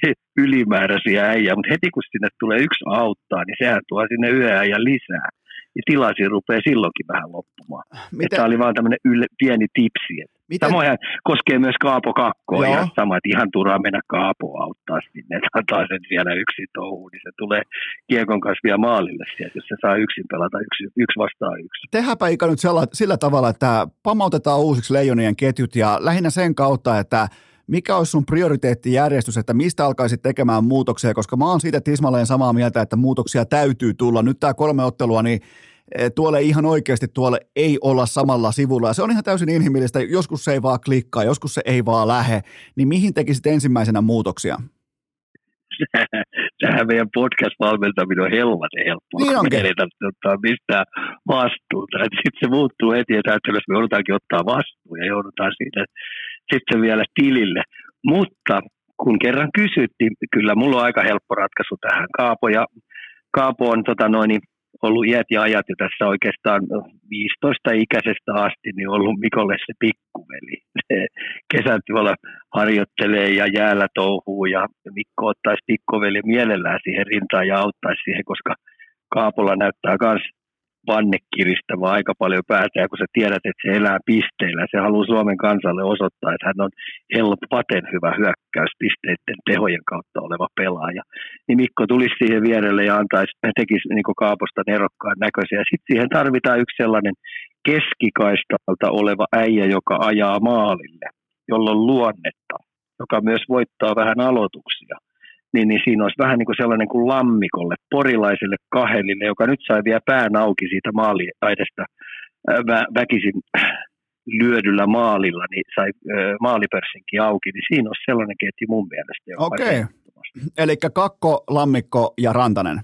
ylimääräisiä äijää. Mutta heti kun sinne tulee yksi auttaa, niin sehän tuo sinne yhden äijän lisää. ja tilaisuus rupeaa silloinkin vähän loppumaan. Tämä oli vaan tämmöinen yl- pieni tipsi. Miten? Samoin koskee myös Kaapo Kakkoa, ja sama, että ihan turhaa mennä Kaapoa auttaa sinne, että antaa sen siellä yksin touhuun, niin se tulee kiekon kanssa vielä maalille sieltä, jos se saa yksin pelata yksi, yksi vastaan yksi. Tehdäänpä Ika nyt sillä, sillä tavalla, että pamautetaan uusiksi Leijonien ketjut, ja lähinnä sen kautta, että mikä olisi sun prioriteettijärjestys, että mistä alkaisit tekemään muutoksia, koska mä oon siitä tismalleen samaa mieltä, että muutoksia täytyy tulla. Nyt tää kolme ottelua, niin tuolle ihan oikeasti tuolle ei olla samalla sivulla. Ja se on ihan täysin inhimillistä. Joskus se ei vaan klikkaa, joskus se ei vaan lähe. Niin mihin tekisit ensimmäisenä muutoksia? Tähän meidän podcast-valmentaminen on helvaten helppoa. Niin onkin. Me ei tarvitse ottaa mistään vastuuta. Sitten se muuttuu heti, että me joudutaankin ottaa vastuun ja joudutaan siitä sitten vielä tilille. Mutta kun kerran kysyttiin, kyllä mulla on aika helppo ratkaisu tähän. Kaapo, ja, Kaapo on tota noin, ollut iät ja ajat jo tässä oikeastaan viisitoista-ikäisestä asti, niin ollut Mikolle se pikkuveli. Kesät tuolla harjoittelee ja jäällä touhuu, ja Mikko ottaisi pikkuveli mielellään siihen rintaan ja auttaisi siihen, koska Kaapolla näyttää myös vannekiristävää aika paljon päätä, ja kun sä tiedät, että se elää pisteillä, se haluaa Suomen kansalle osoittaa, että hän on helppaten hyvä hyökkäyspisteiden tehojen kautta oleva pelaaja. Niin Mikko tulisi siihen vierelle ja antaisi, tekisi niin Kaaposta nerokkaan näköisiä. Sitten siihen tarvitaan yksi sellainen keskikaistalta oleva äijä, joka ajaa maalille, jolla on luonnetta, joka myös voittaa vähän aloituksia. Niin, niin siinä olisi vähän niin kuin sellainen kuin lammikolle, porilaiselle kahelille, joka nyt sai vielä pään auki siitä maaliaidesta vä- väkisin lyödyllä maalilla, niin sai äh, maalipörssinkin auki, niin siinä olisi sellainen ketju mun mielestä. Okei, eli Kakko, Lammikko ja Rantanen.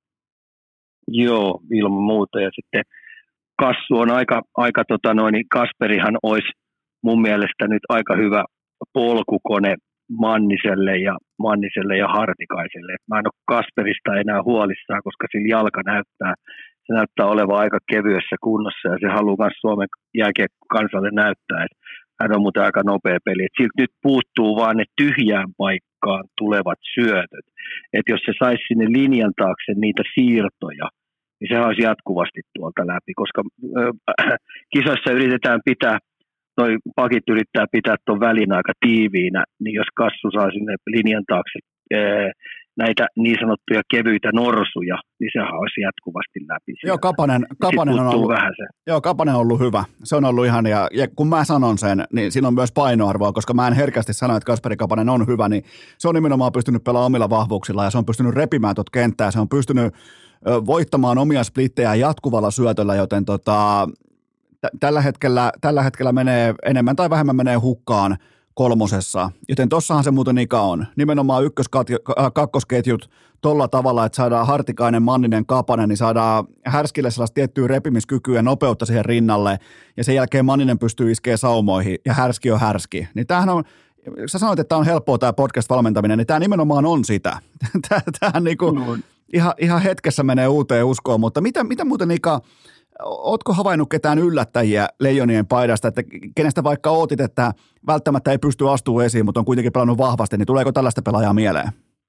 Joo, ilman muuta, ja sitten Kassu on aika, aika tota noin, Kasperihan olisi mun mielestä nyt aika hyvä polkukone Manniselle ja, Manniselle ja Hartikaiselle. Mä en ole Kasperista enää huolissaan, koska sillä jalka näyttää, se näyttää olevan aika kevyessä kunnossa, ja se haluaa myös Suomen jääkiekkokansalle näyttää, että hän on muuten aika nopea peli. Et siltä nyt puuttuu vaan ne tyhjään paikkaan tulevat syötöt. Että jos se saisi sinne linjan taakse niitä siirtoja, niin se olisi jatkuvasti tuolta läpi, koska äh, kisoissa yritetään pitää noi pakit yrittää pitää tuon välin aika tiiviinä, niin jos Kassu saa sinne linjan taakse ää, näitä niin sanottuja kevyitä norsuja, niin sehän olisi jatkuvasti läpi. Joo, Kapanen, Kapanen on ollut, vähän se. Joo, Kapanen on ollut hyvä. Se on ollut ihan, ja, ja kun mä sanon sen, niin siinä on myös painoarvoa, koska mä en herkästi sano, että Kasperi Kapanen on hyvä, niin se on nimenomaan pystynyt pelaamaan omilla vahvuuksilla, ja se on pystynyt repimään tuota kenttää, se on pystynyt ö, voittamaan omia splittejä jatkuvalla syötöllä, joten tota... Tällä hetkellä, tällä hetkellä menee enemmän tai vähemmän menee hukkaan kolmosessa, joten tossahan se muuten Ika on. Nimenomaan ykkös-kakkosketjut tolla tavalla, että saadaan Hartikainen, Manninen, Kapanen, niin saadaan Härskille sellaista tiettyä repimiskykyä ja nopeutta siihen rinnalle, ja sen jälkeen Manninen pystyy iskeä saumoihin, ja Härski on Härski. Niin tämähän on, sä sanoit, että tämä on helppoa tämä podcast-valmentaminen, niin tämä nimenomaan on sitä. Tämähän niinku no. ihan, ihan hetkessä menee uuteen uskoon, mutta mitä, mitä muuten Ika, ootko havainnut ketään yllättäjiä Leijonien paidasta, että kenestä vaikka ootit, että välttämättä ei pysty astumaan esiin, mutta on kuitenkin pelannut vahvasti, niin tuleeko tällaista pelaajaa mieleen?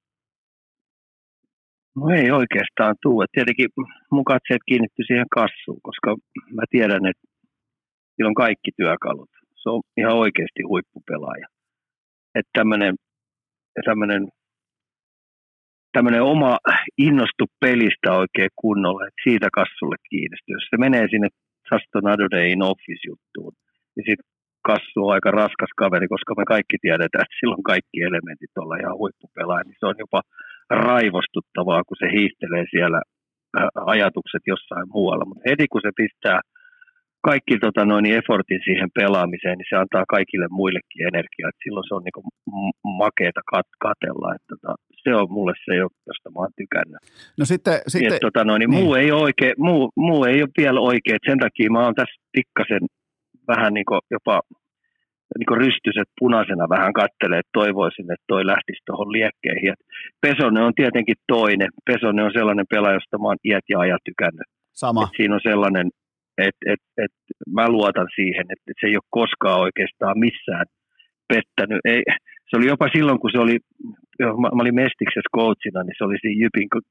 No ei oikeastaan tule. Tietenkin mun katseet kiinnitty siihen Kassuun, koska mä tiedän, että sillä on kaikki työkalut. Se on ihan oikeasti huippupelaaja. Että tämmöinen, tämmöinen tämmöinen oma innostu pelistä oikein kunnolla, että siitä Kassulle kiinnostuu. Jos se menee sinne Just Another Day in Office-juttuun, niin sitten Kassu on aika raskas kaveri, koska me kaikki tiedetään, että sillä on kaikki elementit olla ihan huippupelaaja, niin se on jopa raivostuttavaa, kun se hiihtelee siellä ajatukset jossain muualla. Mutta heti kun se pistää kaikki tota, noin, effortin siihen pelaamiseen, niin se antaa kaikille muillekin energiaa. Et silloin se on niinku makeeta kat- katella. Et, tota, se on mulle se, josta mä oon tykännyt. No sitten, sitten, Et, tota, noin, niin. muu, ei oikein, muu, muu ei ole vielä oikein. Et sen takia mä oon tässä pikkasen vähän niinku jopa niinku rystyset punaisena vähän kattelee, että toivoisin, että toi lähtisi tuohon liekkeihin. Et Pesonen on tietenkin toinen. Pesonen on sellainen pelaaja, josta mä oon iät ja ajat tykännyt. Sama. Et siinä on sellainen... Et, et, et, mä luotan siihen, että se ei ole koskaan oikeastaan missään pettänyt. Ei, se oli jopa silloin, kun se oli, mä, mä olin Mestiksessä coachina, niin se oli siinä Jypin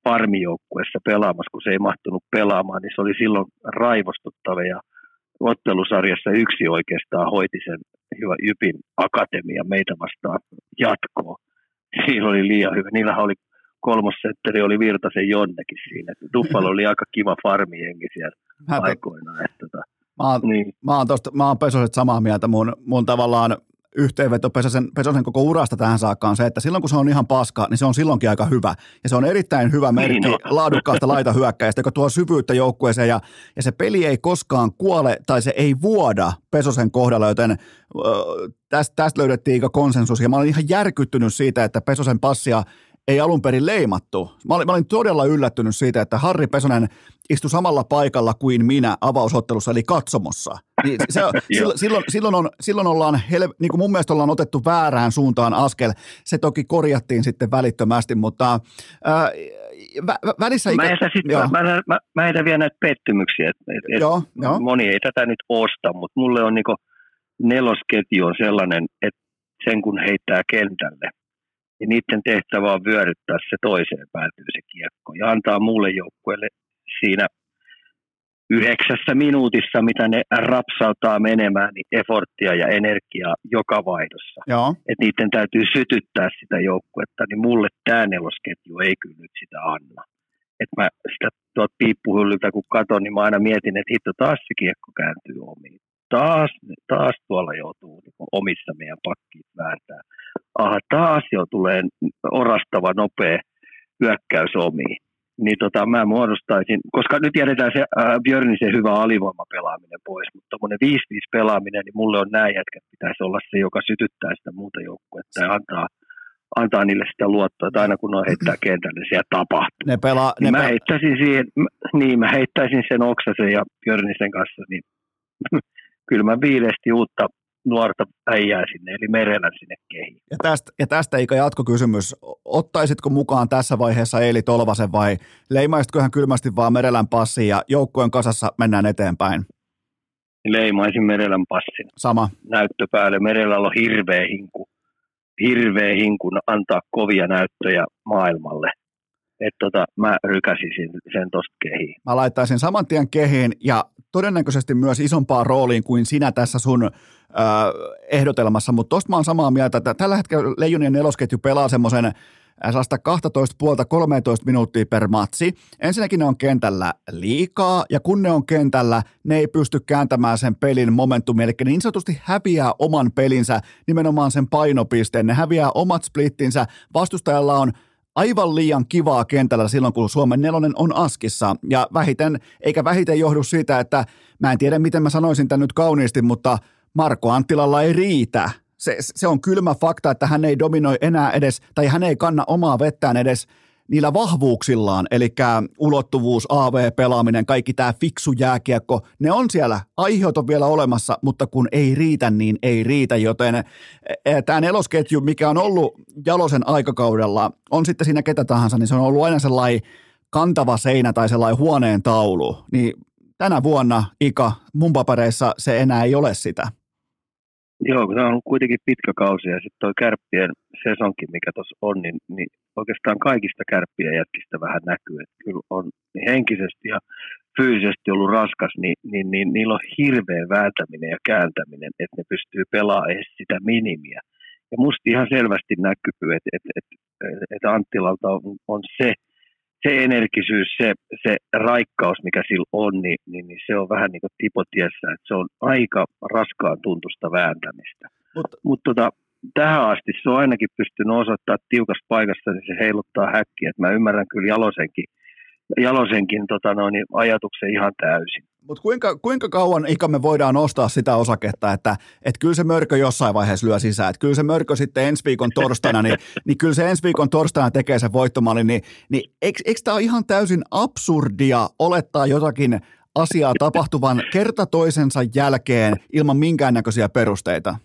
farmijoukkuessa pelaamassa, kun se ei mahtunut pelaamaan, niin se oli silloin raivostuttava ja ottelusarjassa yksi oikeastaan hoiti sen hyvä Jypin akatemia meitä vastaan jatkoa. Siinä oli liian hyvä. Niillähän oli kolmossentteri, oli Virtasen Jonnekin siinä. Duffalo oli aika kiva farmijengi siellä mä aikoinaan. Että, tota, mä oon, niin. mä oon, tosta, mä oon Pesoset samaa mieltä. Mun, mun tavallaan yhteenveto Pesosen, Pesosen koko urasta tähän saakka on se, että silloin kun se on ihan paska, niin se on silloinkin aika hyvä. Ja se on erittäin hyvä merkki niin, laadukkaasta laitahyökkäjästä, joka tuo syvyyttä joukkueeseen ja, ja se peli ei koskaan kuole tai se ei vuoda Pesosen kohdalla, joten äh, tästä, tästä löydettiin konsensus ja mä olin ihan järkyttynyt siitä, että Pesosen passia ei alun perin leimattu. Mä olin, mä olin todella yllättynyt siitä, että Harri Pesonen istui samalla paikalla kuin minä avausottelussa, eli katsomossa. Niin se, silloin, silloin, silloin, on, silloin ollaan, niin kuin mun mielestä ollaan otettu väärään suuntaan askel. Se toki korjattiin sitten välittömästi, mutta ää, vä, välissä... Mä heitän, sit, mä, mä, mä, mä heitän vielä näitä pettymyksiä. Et, et, joo, joo. Moni ei tätä nyt osta, mutta mulle on niinku nelosketju on sellainen, että sen kun heittää kentälle, niin niiden tehtävä on vyöryttää se toiseen päätyy se kiekko ja antaa muulle joukkueelle siinä yhdeksässä minuutissa, mitä ne rapsautaa menemään, niin efforttia ja energiaa joka vaihdossa. Että niiden täytyy sytyttää sitä joukkuetta, niin mulle tämä nelosketju ei kyllä nyt sitä anna. Että mä sitä tuolta piippuhyllyltä kun katon, niin mä aina mietin, että hitto taas se kiekko kääntyy omiin. Taas, taas tuolla joutuu niin omissa meidän pakkiin vääntää. Aha, taas jo tulee orastava, nopea hyökkäys omiin. Niin tota, mä muodostaisin, koska nyt jätetään se äh, Björnisen hyvä alivoimapelaaminen pois, mutta tommoinen viisi viisi pelaaminen, niin mulle on nämä jätkät pitäisi olla se, joka sytyttää sitä muuta joukkuetta ja antaa, antaa niille sitä luottoa, että aina kun ne heittää kentälle, niin siellä tapahtuu. Ne pelaa, niin ne mä, pe- heittäisin siihen, niin mä heittäisin sen Oksasen ja Björnisen kanssa, niin kyllä mä viidesti uutta nuorta äijää sinne, eli Merelän sinne kehiin. Ja tästä, ja tästä Ika jatkokysymys. Ottaisitko mukaan tässä vaiheessa Eeli Tolvasen vai leimaisitko ihan kylmästi vaan Merelän passin ja joukkueen kasassa mennään eteenpäin? Leimaisin Merelän passin. Sama. Näyttö päälle. Merelällä on hirveä hinku. Hirveä hinku antaa kovia näyttöjä maailmalle. Että tota, mä rykäsisin sen tosta kehiin. Mä laittaisin saman tien kehiin ja todennäköisesti myös isompaan rooliin kuin sinä tässä sun äh, ehdotelmassa, mutta tosta mä oon samaa mieltä, että tällä hetkellä Leijonien nelosketju pelaa semmoisen sellaista kaksitoista puolta kolmetoista minuuttia per matsi. Ensinnäkin ne on kentällä liikaa, ja kun ne on kentällä, ne ei pysty kääntämään sen pelin momentumia, eli ne niin sanotusti häviää oman pelinsä, nimenomaan sen painopisteen, ne häviää omat splittinsä, vastustajalla on aivan liian kivaa kentällä silloin, kun Suomen nelonen on askissa. Ja vähiten, eikä vähiten johdu siitä, että mä en tiedä, miten mä sanoisin tämän nyt kauniisti, mutta Marko Anttilalla ei riitä. Se, se on kylmä fakta, että hän ei dominoi enää edes, tai hän ei kanna omaa vettään edes niillä vahvuuksillaan, eli ulottuvuus, A V-pelaaminen, kaikki tämä fiksu jääkiekko, ne on siellä, aiheut on vielä olemassa, mutta kun ei riitä, niin ei riitä, joten tämä nelosketju, mikä on ollut Jalosen aikakaudella, on sitten siinä ketä tahansa, niin se on ollut aina sellainen kantava seinä tai sellainen huoneen taulu, niin tänä vuonna, Ika, mun papereissa se enää ei ole sitä. Joo, kun tämä on ollut kuitenkin pitkä kausi ja sitten tuo Kärppien sesonkin, mikä tuossa on, niin, niin oikeastaan kaikista Kärppien jätkistä vähän näkyy, että kyllä on henkisesti ja fyysisesti ollut raskas, niin, niin, niin niillä on hirveä vääntäminen ja kääntäminen, että ne pystyy pelaamaan edes sitä minimiä. Ja musta ihan selvästi näkyy, että, että, että, että Anttilalta on, on se, se energisyys, se, se raikkaus, mikä sillä on, niin, niin, niin se on vähän niin kuin tipotiessä, että se on aika raskaan tuntusta vääntämistä. Mutta Mut tota, tähän asti se on ainakin pystynyt osoittamaan tiukassa paikassa, niin se heiluttaa häkkiä. Et mä ymmärrän kyllä Jalosenkin, Jalosenkin tota noin, ajatuksen ihan täysin. Mutta kuinka, kuinka kauan Ika me voidaan nostaa sitä osaketta, että et kyllä se mörkö jossain vaiheessa lyö sisään, että kyllä se mörkö sitten ensi viikon torstaina, niin, niin kyllä se ensi viikon torstaina tekee sen voittomallin, niin, niin eikö, eikö tämä ole ihan täysin absurdia olettaa jotakin asiaa tapahtuvan kerta toisensa jälkeen ilman minkäännäköisiä perusteita?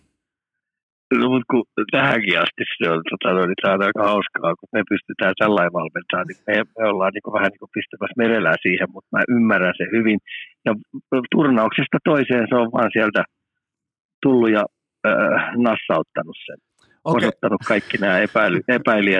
No, mutta kun tähänkin asti se on, tota, no, niin tämä on aika hauskaa, kun me pystytään tällainen valmentamaan, niin me, me ollaan niin kuin, vähän niin kuin pistämässä Merelää siihen, mutta mä ymmärrän sen hyvin. Ja turnauksesta toiseen se on vaan sieltä tullut ja äh, nassauttanut sen. Okay. Osoittanut kaikki nämä epäily, epäilijät niin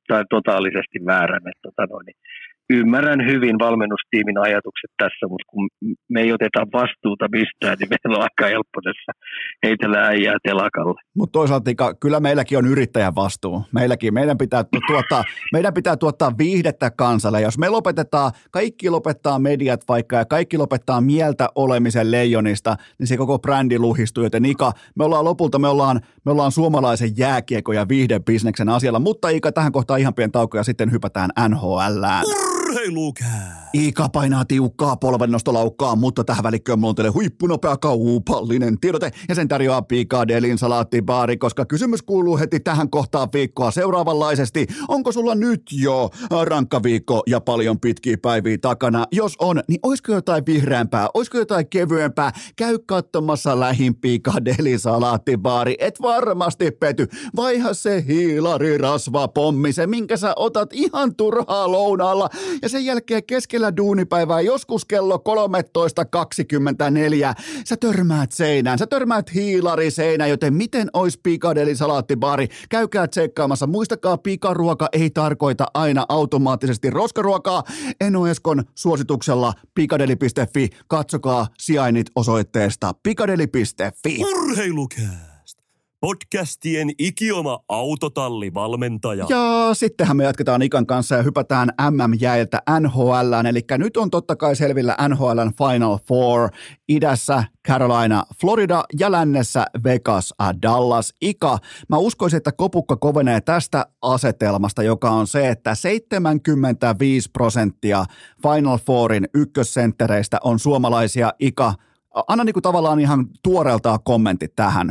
tai totaalisesti väärän. Että, tota noin, niin ymmärrän hyvin valmennustiimin ajatukset tässä, mutta kun me ei oteta vastuuta mistään, niin meillä on aika helppo tässä heitellä äijää telakalle. Mutta toisaalta Ika, kyllä meilläkin on yrittäjän vastuu. Meilläkin, meidän pitää tuottaa, meidän pitää tuottaa viihdettä kansalle. Jos me lopetetaan, kaikki lopettaa mediat vaikka ja kaikki lopettaa mieltä olemisen leijonista, niin se koko brändi luhistuu. Joten Ika, me ollaan lopulta, me ollaan, me ollaan suomalaisen jääkiekko- ja viihdebisneksen asialla. Mutta Ika, tähän kohtaan ihan pieni tauko ja sitten hypätään N H L:ään. Urheilukää! Ika painaa tiukkaa polvennostolaukkaa, mutta tähän välikköön mulla on teille huippunopea kaupallinen tiedote ja sen tarjoaa Picadelin salaattibaari, koska kysymys kuuluu heti tähän kohtaan viikkoa seuraavanlaisesti. Onko sulla nyt jo rankka viikko ja paljon pitkiä päiviä takana? Jos on, niin olisiko jotain vihreämpää, olisiko jotain kevyempää? Käy katsomassa lähin Picadelin salaattibaari, et varmasti pety. Vaiha se hiilari rasvapommi, se minkä sä otat ihan turhaa lounaalla. Ja sen jälkeen keskellä duunipäivää joskus kello kolmetoista kaksikymmentäneljä sä törmäät seinään, sä törmäät hiilariseinään, joten miten ois Picadelin salaattibaari? Käykää tsekkaamassa. Muistakaa, pikaruoka ei tarkoita aina automaattisesti roskaruokaa. Eno Eskon suosituksella pikadeli piste fi. Katsokaa sijainnit osoitteesta pikadeli piste fi. Urheilukää! Podcastien ikioma autotallivalmentaja. Ja sittenhän me jatketaan Ikan kanssa ja hypätään M M-jäiltä N H L:ään. Eli nyt on totta kai selvillä N H L:n Final Four. Idässä Carolina, Florida ja lännessä Vegas, Dallas. Ika, mä uskoisin, että kopukka kovenee tästä asetelmasta, joka on se, että seitsemänkymmentäviisi prosenttia Final Fourin ykkössenttereistä on suomalaisia. Ika, anna niinku tavallaan ihan tuoreeltaan kommentit tähän.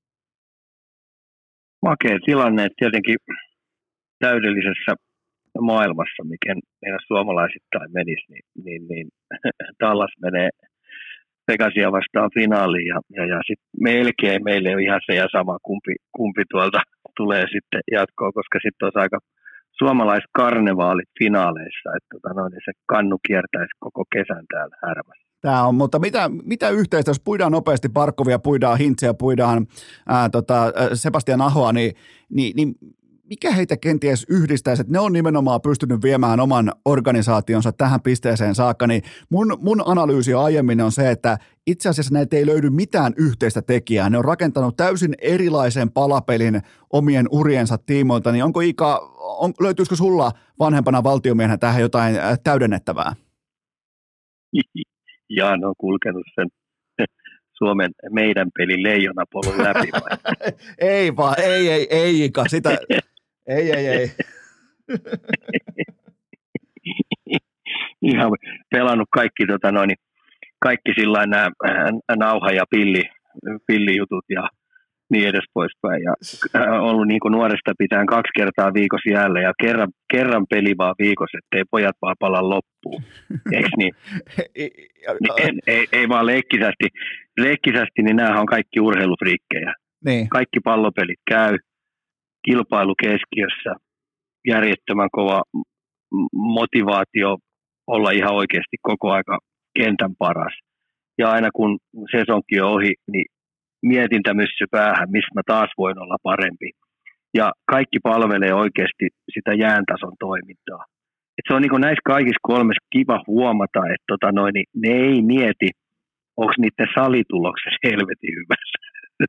Makea tilanne, että tietenkin täydellisessä maailmassa, mikä meidän suomalaisittain menisi, niin, niin, niin Dallas menee Vegasia vastaan finaaliin ja, ja, ja sitten melkein meille on ihan se ja sama, kumpi, kumpi tuolta tulee sitten jatkoon, koska sitten olisi aika suomalaiskarnevaalit finaaleissa, että tota noin, se kannu kiertäisi koko kesän täällä härmässä. Tämä on, mutta mitä, mitä yhteistä, jos puidaan nopeasti Barkovia, puidaan Hintsiä, puidaan ää, tota, Sebastian Ahoa, niin, niin, niin mikä heitä kenties yhdistäisi, että ne on nimenomaan pystynyt viemään oman organisaationsa tähän pisteeseen saakka, niin mun, mun analyysi aiemmin on se, että itse asiassa näitä ei löydy mitään yhteistä tekijää. Ne on rakentanut täysin erilaisen palapelin omien uriensa tiimoilta, niin onko Ika, on, löytyisikö sulla vanhempana valtiomiehenä tähän jotain täydennettävää? Jaan on kulkenut sen Suomen meidän pelin leijonapolun läpi. ei vaan, ei, ei, ei Ika, sitä, ei, ei, ei. Ihan pelannut kaikki, tota noin, kaikki sillain nämä nauha- ja pilli, pillijutut ja niin edes poispäin. Ja ollut niin kuin nuoresta pitäen kaksi kertaa viikossa jäällä ja kerran, kerran peli vaan viikossa, ettei pojat vaan pala loppuun. Eikö niin? ei, ei, ei vaan leikkisästi. Leikkisästi, niin nämähän on kaikki urheilufriikkejä. Niin. Kaikki pallopelit käy, kilpailu keskiössä, järjettömän kova motivaatio olla ihan oikeasti koko aika kentän paras. Ja aina kun sesonkin on ohi, niin mietintämyssy päähän, missä mä taas voin olla parempi. Ja kaikki palvelee oikeasti sitä jääntason toimintaa. Et se on niin kuin näissä kaikissa kolmessa kiva huomata, että tota noin, niin ne ei mieti, onko niiden salitulokset helvetin hyvässä.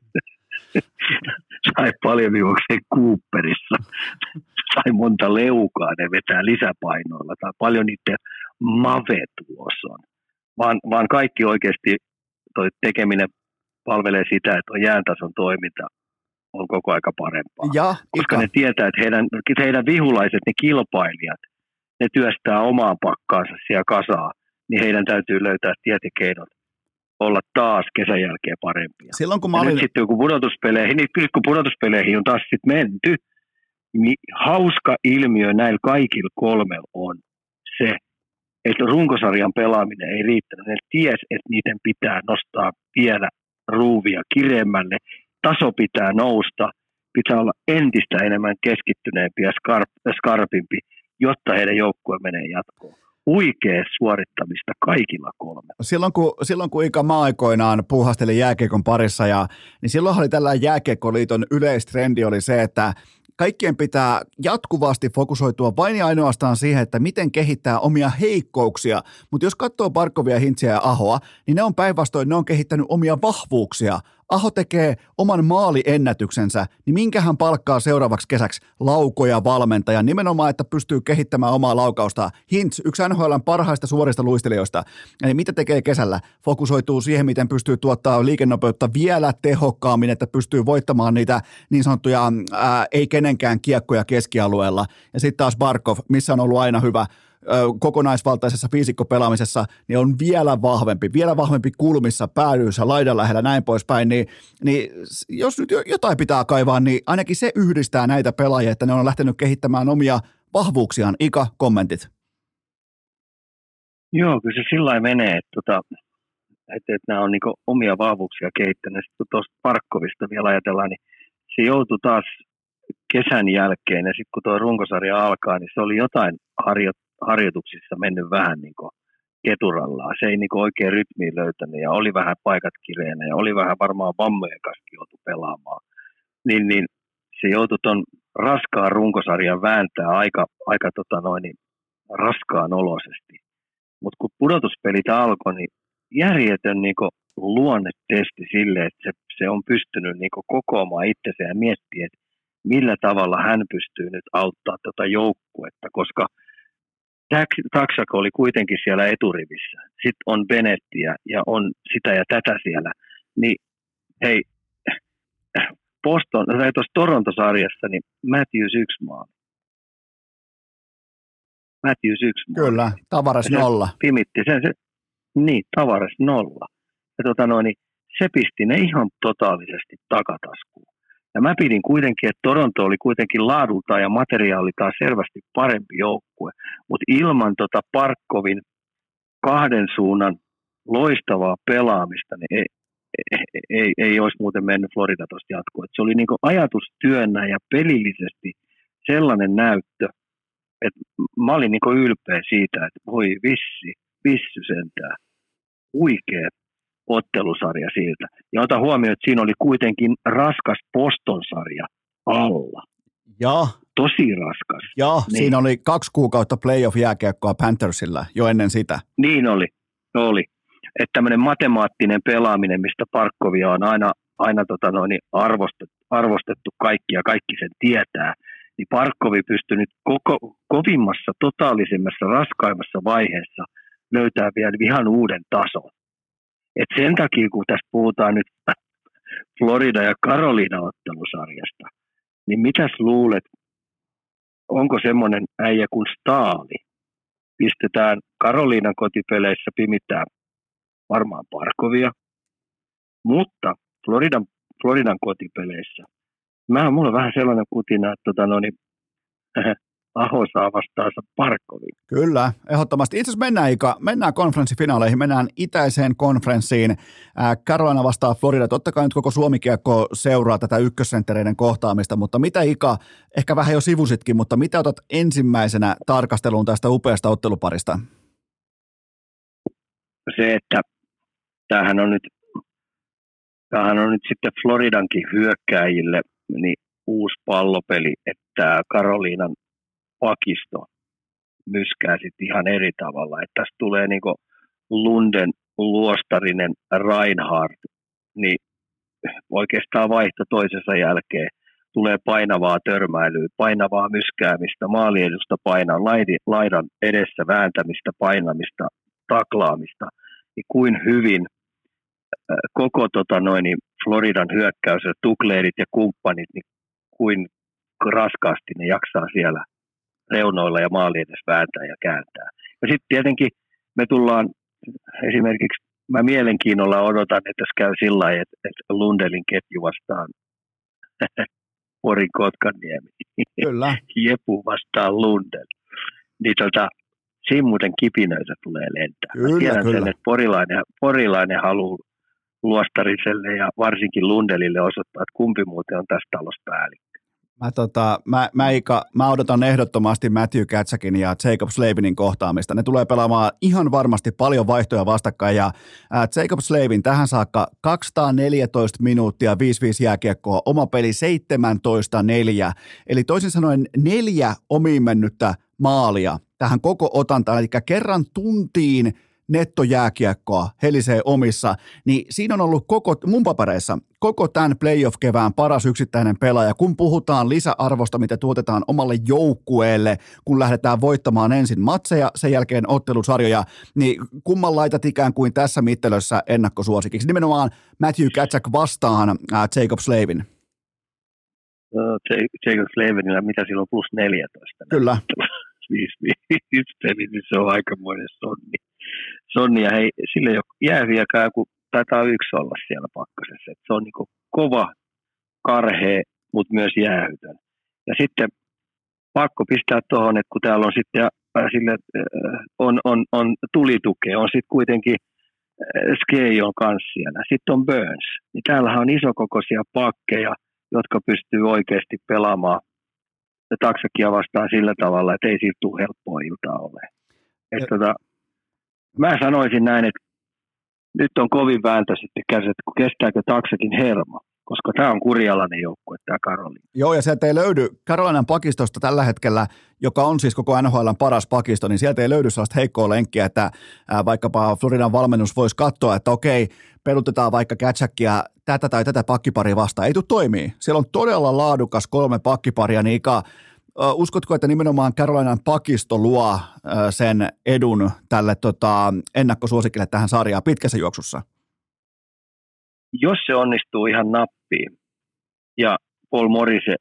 Sai paljon viivokseen Cooperissa. Sai monta leukaa, ne vetää lisäpainoilla. Tai paljon niiden mave-tulos on. Vaan, vaan kaikki oikeasti toi tekeminen palvelee sitä, että on jääntason toiminta on koko aika parempaa. Ja, koska ne tietää, että heidän, heidän vihulaiset, ne kilpailijat, ne työstää omaa pakkaansa siellä kasaa, niin heidän täytyy löytää tietikeinot olla taas kesän jälkeen parempia. Silloin kun mä olin... nyt sitten kun pudotuspeleihin, niin kun pudotuspeleihin on taas sitten menty, niin hauska ilmiö näillä kaikilla kolmella on se, että runkosarjan pelaaminen ei riittänyt. Ne ties, että niiden pitää nostaa vielä ruuvia kireemmälle. Taso pitää nousta, pitää olla entistä enemmän keskittyneempi ja skarp, skarpimpi, jotta heidän joukkue menee jatkoon. Huikea suorittamista kaikilla kolmella. Silloin kun, silloin kun Ika mä aikoinaan puuhastelin jääkiekon parissa, ja, niin silloin oli tällainen jääkiekkoliiton yleistrendi oli se, että kaikkien pitää jatkuvasti fokusoitua vain ja ainoastaan siihen, että miten kehittää omia heikkouksia. Mutta jos katsoo Barkovia, Hintziä ja Ahoa, niin ne on päinvastoin, ne on kehittänyt omia vahvuuksia. Aho tekee oman maaliennätyksensä, niin minkähän palkkaa seuraavaksi kesäksi laukoja valmentaja, nimenomaan, että pystyy kehittämään omaa laukausta. Hintz, yksi N H L:n parhaista suorista luistelijoista. Eli mitä tekee kesällä? Fokusoituu siihen, miten pystyy tuottaa liikennopeutta vielä tehokkaammin, että pystyy voittamaan niitä niin sanottuja ää, ei kenenkään kiekkoja keskialueella. Ja sitten taas Barkov, missä on ollut aina hyvä kokonaisvaltaisessa fiisikkopelaamisessa, niin on vielä vahvempi, vielä vahvempi kulmissa, päädyissä, laidan lähellä, näin poispäin, niin, niin jos nyt jotain pitää kaivaa, niin ainakin se yhdistää näitä pelaajia, että ne on lähtenyt kehittämään omia vahvuuksiaan. Ika, kommentit? Joo, kyllä se sillä lailla menee, että, tota, että, että nämä on niin omia vahvuuksia kehittäneet. Sitten tuosta Parkkovista vielä ajatellaan, niin se joutui taas kesän jälkeen, ja sitten kun tuo runkosarja alkaa, niin se oli jotain harjo- harjoituksissa mennyt vähän niin kuin keturallaan. Se ei niin kuin oikein rytmiin löytänyt, ja oli vähän paikat kireenä, ja oli vähän varmaan vammojen kanssa joutui pelaamaan. Niin, niin se joutui tuon raskaan runkosarjan vääntää aika, aika tota noin, niin raskaan olosesti. Mutta kun pudotuspelit alkoi, niin järjetön niin kuin luonnetesti sille, että se, se on pystynyt niin kuin kokoamaan itsensä ja miettiä, että millä tavalla hän pystyy nyt auttaa tuota joukkuetta, koska Taksako oli kuitenkin siellä eturivissä. Sitten on Bennettiä ja on sitä ja tätä siellä. Niin hei, Boston, tai tuossa Toronto-sarjassa, niin Matthews yksi maali. Matthews yksi maali. Kyllä, Tavares nolla. Pimitti sen, se, niin, Tavares nolla. Ja tota noin, niin se pisti ne ihan totaalisesti takataskuun. Ja mä pidin kuitenkin, että Toronto oli kuitenkin laadultaan ja materiaaliltaan selvästi parempi joukkue, mutta ilman tota Parkkovin kahden suunnan loistavaa pelaamista, niin ei, ei, ei, ei olisi muuten mennyt Florida tuosta jatkoon. Se oli niinku ajatustyönnä ja pelillisesti sellainen näyttö, että mä olin niinku ylpeä siitä, että voi vissi, vissy sentään, huikea ottelusarja siltä. Ja ota huomioon, että siinä oli kuitenkin raskas Boston-sarja alla. Ja, tosi raskas. Ja niin. Siinä oli kaksi kuukautta playoff-jääkiekkoa Panthersilla jo ennen sitä. Niin oli, oli. Että tämmöinen matemaattinen pelaaminen, mistä Parkkovia on aina, aina tota noin, arvostettu, arvostettu kaikki ja kaikki sen tietää, niin Parkkovi pystyi nyt koko, kovimmassa, totaalisimmassa, raskaimmassa vaiheessa löytää vielä ihan uuden tason. Et sen takia, kun tässä puhutaan nyt Florida ja Carolina ottelusarjasta, niin mitäs luulet, onko semmoinen äijä kuin Staali? Pistetään Carolinan kotipeleissä, pimittää varmaan Parkovia, mutta Floridan, Floridan kotipeleissä, mä, mulla on vähän sellainen kutina, että tota, no niin, Aho saa vastaansa Parkkoviin. Kyllä, ehdottomasti. Itse asiassa mennään, Ika, mennään konferenssifinaaleihin, mennään itäiseen konferenssiin. Ää, Carolina vastaa Florida. Totta kai nyt koko Suomi-kiekko seuraa tätä ykkössenttereiden kohtaamista, mutta mitä Ika, ehkä vähän jo sivusitkin, mutta mitä otat ensimmäisenä tarkasteluun tästä upeasta otteluparista? Se, että tämähän on nyt, tämähän on nyt sitten Floridankin hyökkääjille niin uusi pallopeli, että Carolinan pakisto myskää sitten ihan eri tavalla. Että tässä tulee niinku Lunden, Luostarinen, Reinhardt, niin oikeastaan vaihto toisensa jälkeen tulee painavaa törmäilyä, painavaa myskäämistä, maaliedusta painaa, laidan edessä vääntämistä, painamista, taklaamista. Niin kuin hyvin koko tota noin, niin Floridan hyökkäys ja tukleerit ja kumppanit, niin kuin raskaasti ne jaksaa siellä reunoilla ja maali edes vääntää ja kääntää. Ja sitten tietenkin me tullaan esimerkiksi, mä mielenkiinnolla odotan, että jos käy sillä lailla, että, että Lundelin ketju vastaan Porin Kotkaniemi. Kyllä. Jepu vastaan Lundel. Niin tota, siinä muuten kipinöitä tulee lentää. Kyllä, mä tiedän kyllä. sen, että porilainen, porilainen haluaa Luostariselle ja varsinkin Lundelille osoittaa, että kumpi muuten on tässä talossa päällikkö. Mä, tota, mä, mä, Ika, mä odotan ehdottomasti Matthew Katsakin ja Jacob Slavinin kohtaamista. Ne tulee pelaamaan ihan varmasti paljon vaihtoja vastakkain ja ää, Jacob Slavin tähän saakka kaksisataaneljätoista minuuttia, viisi viisi jääkiekkoa, oma peli seitsemäntoista neljä. Eli toisin sanoen neljä omiin mennyttä maalia tähän koko otantaan, eli kerran tuntiin nettojääkiekkoa helisee omissa, niin siinä on ollut koko, mun papereissa, koko tämän playoff-kevään paras yksittäinen pelaaja, kun puhutaan lisäarvosta, mitä tuotetaan omalle joukkueelle, kun lähdetään voittamaan ensin matseja, sen jälkeen ottelusarjoja, niin kumman laitat ikään kuin tässä mittelössä ennakkosuosikiksi? Nimenomaan Matthew Tkachuk vastaan äh, Jacob Slavin. No, Jacob Slavinilla, mitä silloin plus neljätoista? Kyllä. viisi viisi, se on aikamoinen sonni. Sonni, ja hei, sille ei ole jääviäkään, kun taitaa yksi olla siellä pakkasessa. Et se on niin kova, karhea, mutta myös jäähytön. Ja sitten pakko pistää tuohon, että kun täällä on sitten sille, on, on, on tulitukea, on sitten kuitenkin Skei on kanssa siellä. Sitten on Burns. Niin täällähän on isokokoisia pakkeja, jotka pystyy oikeasti pelaamaan Taksakia vastaan sillä tavalla, että ei siitä tule helppoa iltaa ole. Et tota, mä sanoisin näin, että nyt on kovin vääntö sitten käsi, että kestääkö Taksakin hermo, koska tämä on kurjalainen joukkue, tämä Karoliina. Joo, ja sieltä ei löydy Karoliinan pakistosta tällä hetkellä, joka on siis koko N H L:n paras pakisto, niin sieltä ei löydy sellaista heikkoa lenkkiä, että ää, vaikkapa Floridan valmennus voisi katsoa, että okei, pelutetaan vaikka Katsakia tätä tai tätä pakkiparia vastaan. Ei tule toimii. Siellä on todella laadukas kolme pakkiparia, niin Ika, uskotko, että nimenomaan Carolinan pakisto luo sen edun tälle tota, ennakkosuosikille tähän sarjaan pitkässä juoksussa? Jos se onnistuu ihan nappiin ja Paul Morrissey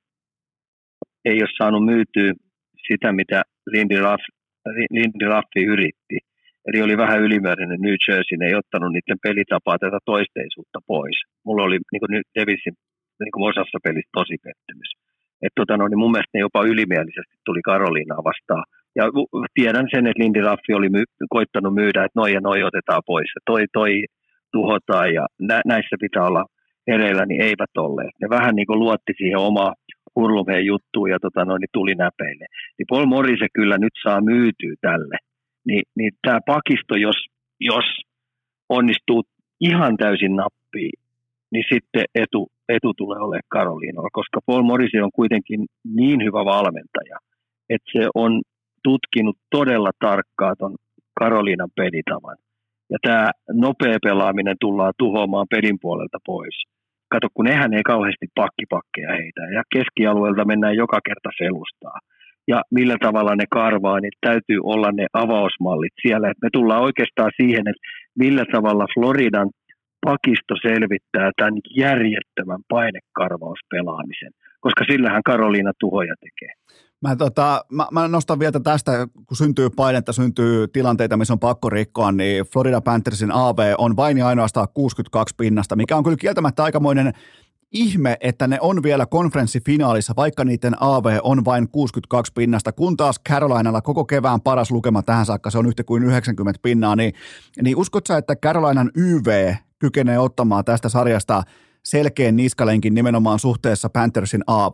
ei ole saanut myytyä sitä, mitä Lindy, Ruff, Lindy Ruffi yritti, eli oli vähän ylimääräinen New Jersey, ei ottanut niiden pelitapaa tätä toisteisuutta pois. Mulla oli niin kuin Davisin niin osassa pelissä tosi pettymys. Että tota, no, niin mun mielestä ne jopa ylimielisesti tuli Karoliinaa vastaan. Ja tiedän sen, että Lindy Ruffi oli my- koittanut myydä, että noi ja noi otetaan pois. Ja toi, toi tuhotaan ja nä- näissä pitää olla hereillä, niin eivät olleet. Ne vähän niin kuin luotti siihen omaa hurlumheen juttuun ja tota, no, niin tuli näpeille. Niin Paul Morrissey kyllä nyt saa myytyä tälle. Ni, niin tämä pakisto, jos, jos onnistuu ihan täysin nappiin, niin sitten etu, etu tulee olemaan Karoliinalla, koska Paul Morrissey on kuitenkin niin hyvä valmentaja, että se on tutkinut todella tarkkaan ton Karoliinan pelitavan. Ja tämä nopea pelaaminen tullaan tuhoamaan pelin puolelta pois. Kato, kun nehän ei kauheasti pakkipakkeja heitä, ja keskialueelta mennään joka kerta selustaa. Ja millä tavalla ne karvaa, niin täytyy olla ne avausmallit siellä. Et me tullaan oikeastaan siihen, että millä tavalla Floridan pakisto selvittää tämän järjettömän painekarvauspelaamisen, koska sillähän Karoliina tuhoja tekee. Mä, tota, mä, mä nostan vielä tästä, kun syntyy painetta, syntyy tilanteita, missä on pakko rikkoa, niin Florida Panthersin A V on vain ja ainoastaan kuusikymmentäkaksi pinnasta, mikä on kyllä kieltämättä aikamoinen ihme, että ne on vielä konferenssifinaalissa, vaikka niiden A V on vain kuusikymmentäkaksi pinnasta, kun taas Carolinalla koko kevään paras lukema tähän saakka, se on yhtä kuin yhdeksänkymmentä pinnaa, niin, niin uskotko sä, että Carolinan Y V kykenee ottamaan tästä sarjasta selkeän niskalenkin nimenomaan suhteessa Panthersin A V?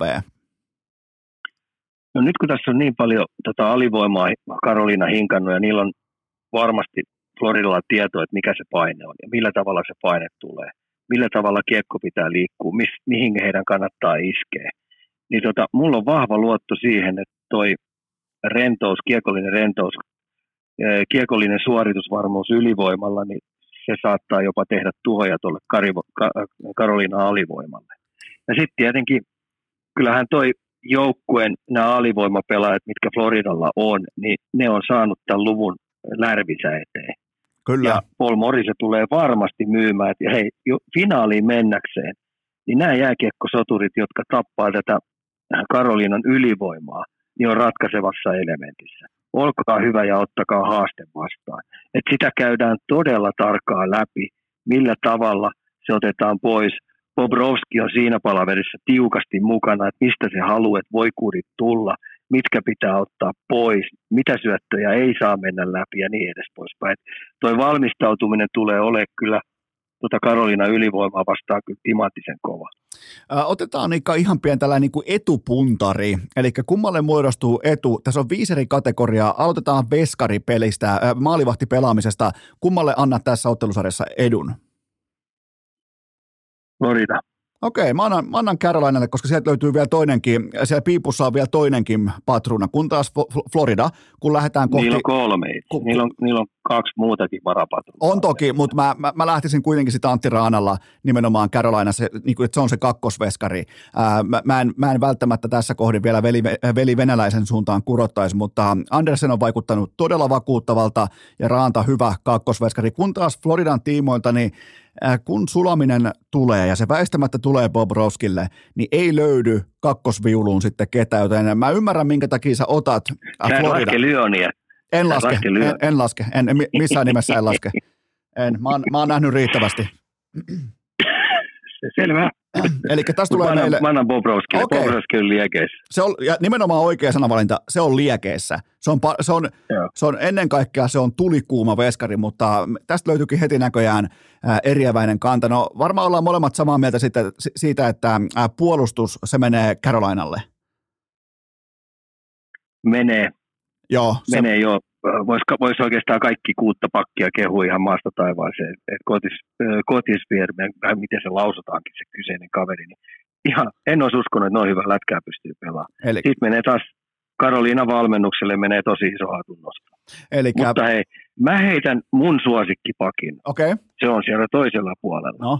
No nyt kun tässä on niin paljon tota alivoimaa Karoliina hinkannut ja niillä on varmasti Floridalla tietoa, että mikä se paine on ja millä tavalla se paine tulee, millä tavalla kiekko pitää liikkua, mis, mihin heidän kannattaa iskeä. Niin tota, mulla on vahva luotto siihen, että toi rentous, kiekollinen rentous, kiekollinen suoritusvarmuus ylivoimalla, niin se saattaa jopa tehdä tuhoja tuolle Karoliina alivoimalle. Ja sitten tietenkin, kyllähän toi joukkueen nämä alivoimapelaajat, mitkä Floridalla on, niin ne on saanut tämän luvun lärvisä eteen. Kyllä. Ja Paul Morrissey tulee varmasti myymään, että hei, jo finaaliin mennäkseen, niin nämä jääkiekkosoturit, jotka tappaa tätä Karoliinan ylivoimaa, niin on ratkaisevassa elementissä. Olkaa hyvä ja ottakaa haaste vastaan. Et sitä käydään todella tarkkaan läpi, millä tavalla se otetaan pois. Bobrovski on siinä palaverissa tiukasti mukana, että mistä se haluaa, että voi kuurit tulla, mitkä pitää ottaa pois, mitä syöttöjä ei saa mennä läpi ja niin edes poispäin. Tuo valmistautuminen tulee olemaan kyllä tuota Karoliina ylivoimaa vastaan kyllä timanttisen kova. Otetaan Ika ihan pieni tällainen niin kuin etupuntari, eli kummalle muodostuu etu. Tässä on viisi eri kategoriaa. Aloitetaan veskaripelistä, äh, maalivahtipelaamisesta. Kummalle annat tässä ottelusarjassa edun? Florida. Okei, mä annan, mä annan Carolinalle, koska sieltä löytyy vielä toinenkin, siellä piipussa on vielä toinenkin patruuna, kun taas Florida, kun lähdetään kohti... Niillä on kolme, ku, niillä, on, niillä on kaksi muutakin varapatruunaa. On toki, mutta mä, mä, mä lähtisin kuitenkin sitä Antti Raanalla nimenomaan Carolinassa, niin kuin, että se on se kakkosveskari. Ää, mä, mä, en, mä en välttämättä tässä kohdin vielä veli, veli venäläisen suuntaan kurottaisi, mutta Andersen on vaikuttanut todella vakuuttavalta ja Raanta hyvä kakkosveskari, kun taas Floridan tiimoilta, niin kun sulaminen tulee, ja se väistämättä tulee Bobrovskille, niin ei löydy kakkosviuluun sitten ketään, joten mä ymmärrän, minkä takia sä otat Florida. Sä laske Lyonia. En laske, en, en laske, en, missään nimessä en laske. En, mä, oon, mä oon nähnyt riittävästi. Selvä. Eli tässä tulee mä meille... Mä annan Bobrovskille, okay. Bobrovski on liekeissä. Se on, ja nimenomaan oikea sanavalinta, se on liekeissä. Se on, se on, se on ennen kaikkea se on tulikuuma veskari, mutta tästä löytyykin heti näköjään ää, eriäväinen kanta. No varmaan ollaan molemmat samaa mieltä siitä, siitä että ää, puolustus, se menee Carolinalle. Menee. Joo. Se... Menee jo. Voisi vois oikeastaan kaikki kuutta pakkia kehua ihan maasta taivaaseen. Kotis, Kotisvier, miten se lausutaankin se kyseinen kaveri, niin ihan en olisi uskonut, että noin hyvä lätkää pystyy pelaamaan. Eli... Sitten menee taas Karoliinan valmennukselle menee tosi iso hatunnosto. Elikkä... Mutta hei, mä heitän mun suosikkipakin. Okay. Se on siellä toisella puolella. No.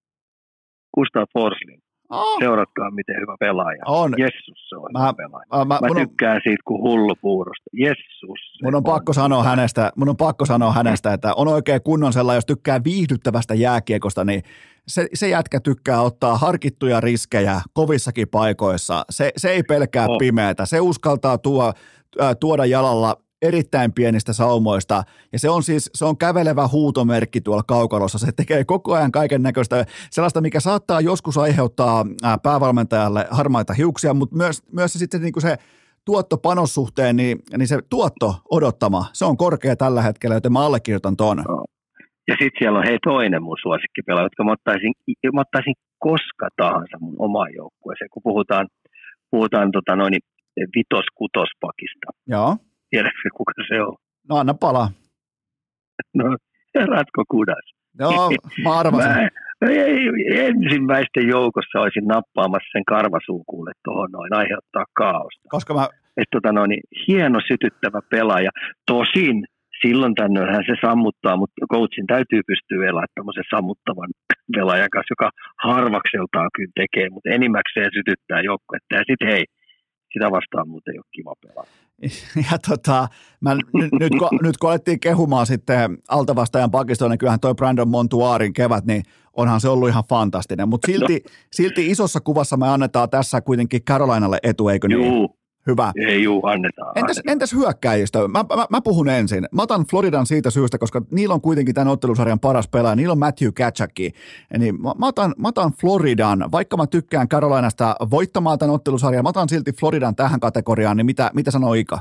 Gustav Forsling. Oh. Seuratkaa, miten hyvä pelaaja. On. Jessus, se on mä, hyvä pelaaja. Mä, mä, mä tykkään on... siitä kuin hullu puurosta. Jessus. Mun on, on pakko sanoa hänestä, mun on pakko sanoa hänestä, että on oikein kunnon sellainen, jos tykkää viihdyttävästä jääkiekosta, niin se, se jätkä tykkää ottaa harkittuja riskejä kovissakin paikoissa. Se, se ei pelkää oh. pimeätä. Se uskaltaa tuo, äh, tuoda jalalla erittäin pienistä saumoista, ja se on siis, se on kävelevä huutomerkki tuolla kaukalossa, se tekee koko ajan kaiken näköistä, sellaista, mikä saattaa joskus aiheuttaa päävalmentajalle harmaita hiuksia, mutta myös, myös se sitten niin kuin se tuotto-panossuhteen, niin, niin se tuotto odottama, se on korkea tällä hetkellä, joten mä allekirjoitan ton. No. Ja sitten siellä on hei toinen mun suosikkipelaaja, jotka mä ottaisin, mä ottaisin koska tahansa mun omaan joukkueeseen, kun puhutaan, puhutaan tota noin vitos-kutospakista. Joo. Tiedätkö, kuka se on? No anna palaa. No, Ratko Kudas. Joo, mä arvasin. Mä ensimmäisten joukossa olisin nappaamassa sen karvasuukuulle tuohon noin, aiheuttaa kaaosta. Koska mä... Et, tota noin, hieno sytyttävä pelaaja. Tosin silloin tännöinhän se sammuttaa, mutta coachin täytyy pystyä pelaamaan tämmöisen sammuttavan pelaajan kanssa, joka harvakseltaan kyllä tekee, mutta enimmäkseen sytyttää joukkuetta. Ja sitten hei, sitä vastaan muuten ei ole kiva pelaa. Ja tota, mä, nyt, nyt, kun, nyt kun alettiin kehumaan sitten altavastajan pakistoon, niin kyllähän toi Brandon Montuarin kevät, niin onhan se ollut ihan fantastinen. Mutta silti, no. silti isossa kuvassa me annetaan tässä kuitenkin Carolinalle etu, eikö niin? Juu. Hyvä. Ei juu, annetaan. Entäs, entäs hyökkäjistä? Mä, mä, mä puhun ensin. Mä otan Floridan siitä syystä, koska niillä on kuitenkin tämän ottelusarjan paras pelaaja. Niillä on Matthew Tkachukki. Niin mä, mä, otan, mä otan Floridan. Vaikka mä tykkään Carolinasta voittamaan tämän ottelusarjan, mä otan silti Floridan tähän kategoriaan. Niin mitä, mitä sanoo Ika?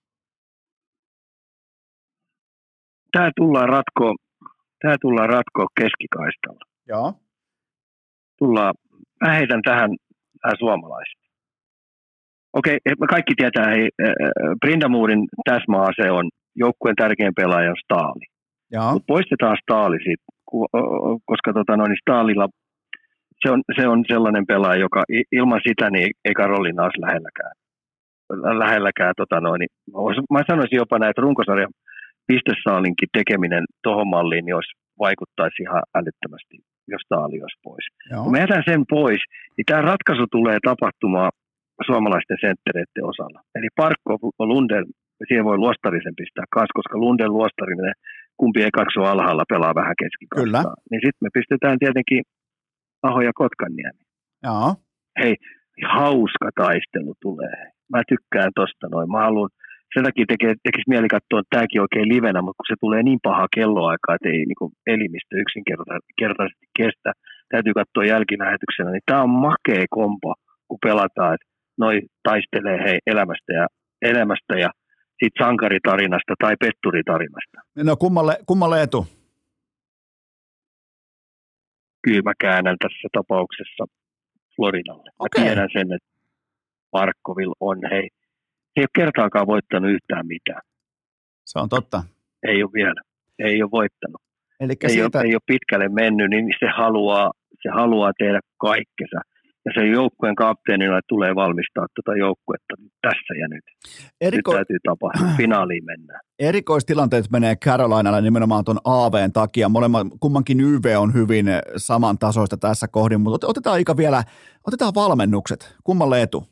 Tää tullaan ratkoa, tää tullaan ratkoa keskikaistalla. Joo. Tullaan, mä heitän tähän nämä suomalaiset. Okei, kaikki tietää, hei, Brindamourin täsmäase on joukkueen tärkein pelaaja on Staali. Mutta poistetaan Staali siitä, koska tota, no, niin Staalilla se on, se on sellainen pelaaja, joka ilman sitä niin ei Karolina olisi lähelläkään. lähelläkään tota, no, niin, mä sanoisin jopa näin, että runkosarjan pistesaalinkin tekeminen tuohon malliin niin olisi, vaikuttaisi ihan älyttömästi, jos Staali olisi pois. Kun mä jätän sen pois, niin tämä ratkaisu tulee tapahtumaan suomalaisten senttereiden osalla. Eli Parkko Lundell, siihen voi luostarisen pistää kanssa, koska Lundell luostarinen, kumpi ei kakso alhaalla, pelaa vähän keskikaistaa. Niin sitten me pistetään tietenkin Aho ja Kotkaniemi. Joo. Hei, hauska taistelu tulee. Mä tykkään tosta noin. Mä haluan, sen takia tekee, tekisi mieli katsoa tämäkin oikein livenä, mutta kun se tulee niin paha kelloaikaa, että ei niin kuin elimistö yksinkertaisesti kestä, täytyy katsoa jälkilähetyksenä, niin tää on makea kompo, kun pelataan, että noi taistelee hei elämästä ja, elämästä ja siitä sankaritarinasta tai petturitarinasta. No kummalle, kummalle etu? Kyllä mä käännän tässä tapauksessa Floridalle. Mä Okei. tiedän sen, että Markkoville on, hei, he ei ole kertaakaan voittanut yhtään mitään. Se on totta. Ei ole vielä. Ei ole voittanut. Elikkä Ei, siitä... ole, ei ole pitkälle mennyt, niin se haluaa, se haluaa tehdä kaikkensa. Ja sen joukkueen kapteenilla tulee valmistaa tuota joukkuetta tässä ja nyt. Eriko... Nyt täytyy tapahtua. Finaaliin mennään. Erikoistilanteet menee Carolinalle nimenomaan tuon A V:n takia. Molemmat, kummankin Y V on hyvin samantasoista tässä kohdin, mutta otetaan Ika vielä, otetaan valmennukset. Kummalle etu?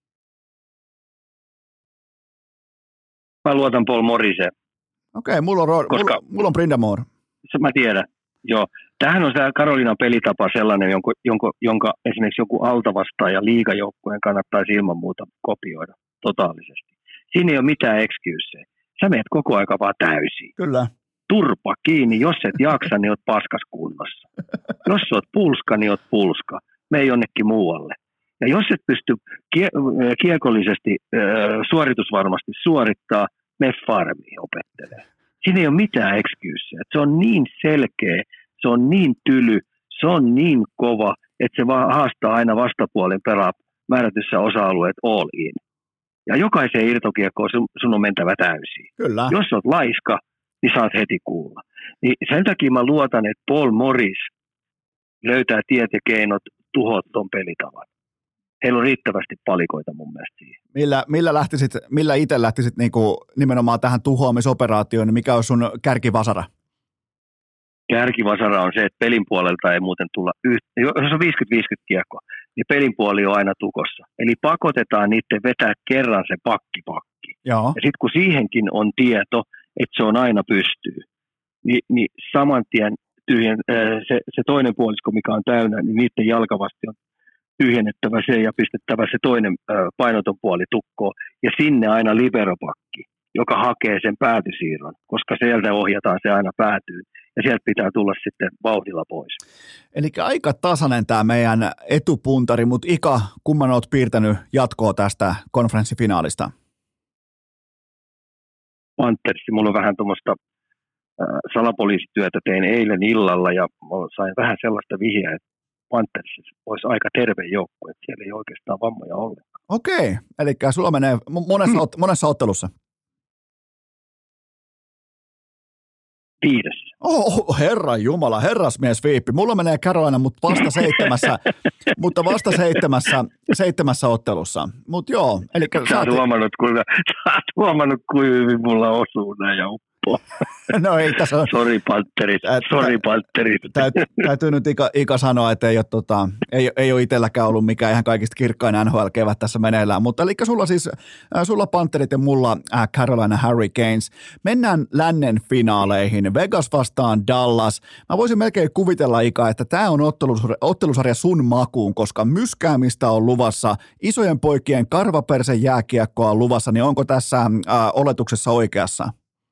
Mä luotan Paul Morriseen. Okei, mulla on, Koska... mulla, mulla on Brindamore. Se mä tiedän, joo. Tämähän on tämä Carolinan pelitapa sellainen, jonka, jonka, jonka esimerkiksi joku altavastaaja liigajoukkueen kannattaisi ilman muuta kopioida totaalisesti. Siinä ei ole mitään excuseja. Sä menet koko aika vaan täysiin. Kyllä. Turpa kiinni, jos et jaksa, niin oot paskas kunnossa. Jos oot pulska, niin oot pulska. Mene jonnekin muualle. Ja jos et pysty kie- kiekollisesti, äh, suoritusvarmasti suorittaa, mene farmiin opettelemaan. Siinä ei ole mitään excuseja. Se on niin selkeä, se on niin tyly, se on niin kova, että se vaan haastaa aina vastapuolen pelaa määrätyssä osa-alueet all in. Ja jokaiseen irtokiekkoon sun, sun on mentävä täysiin. Kyllä. Jos olet laiska, niin saat heti kuulla. Niin sen takia mä luotan, että Paul Morris löytää tiet ja keinot tuhot ton pelitavan. Heillä on riittävästi palikoita mun mielestä siihen. Millä, millä, lähtisit, millä itse lähtisit niinku nimenomaan tähän tuhoamisoperaatioon, niin mikä on sun kärkivasara? Kärkivasara on se, että pelin puolelta ei muuten tulla yhtä. Jos on viisikymmentä viisikymmentä kiekko, niin pelin puoli on aina tukossa. Eli pakotetaan niiden vetää kerran se pakki pakki. Joo. Ja sitten kun siihenkin on tieto, että se on aina pystyy, niin, niin saman tien tyhjen, se, se toinen puolisko, mikä on täynnä, niin niiden jalkavasti on tyhjennettävä se ja pistettävä se toinen painoton puoli tukkoon. Ja sinne aina liberopakki, joka hakee sen päätysiirron, koska sieltä ohjataan se aina päätyyn. Ja sieltä pitää tulla sitten vauhdilla pois. Eli aika tasainen tämä meidän etupuntari, mutta Ika, kumman olet piirtänyt jatkoa tästä konferenssifinaalista? Panthersi, mulla on vähän tuommoista äh, salapoliisityötä tein eilen illalla ja sain vähän sellaista vihjeä, että Panthersi olisi aika terve joukkue, että siellä ei oikeastaan vammoja ollenkaan. Okei, eli sulla menee monessa, ot- monessa ottelussa. Viides. Oh, herran jumala, herrasmies Viippi. Mulla menee Carolina, mutta vasta seitsemässä, mutta vasta seitsemässä, seitsemässä ottelussa. Mutta joo, eli sä, saati... oot huomannut, kuinka, sä oot huomannut, kuinka hyvin mulla osuu nää ja uppoo. No ei tässä on. Sori Panterit, sori Panterit. Täytyy, täytyy nyt Ika, Ika sanoa, että ei ole, tota, ei, ei ole itselläkään ollut mikään ihan kaikista kirkkain N H L-kevät tässä meneillään. Mutta eli sulla siis, sulla Panterit ja mulla Carolina Hurricanes. Mennään lännen finaaleihin. Vegas vastaan Dallas. Mä voisin melkein kuvitella, Ika, että tämä on ottelusarja, ottelusarja sun makuun, koska myskäämistä on luvassa, isojen poikien karvapersen jääkiekkoa on luvassa, niin onko tässä äh, oletuksessa oikeassa?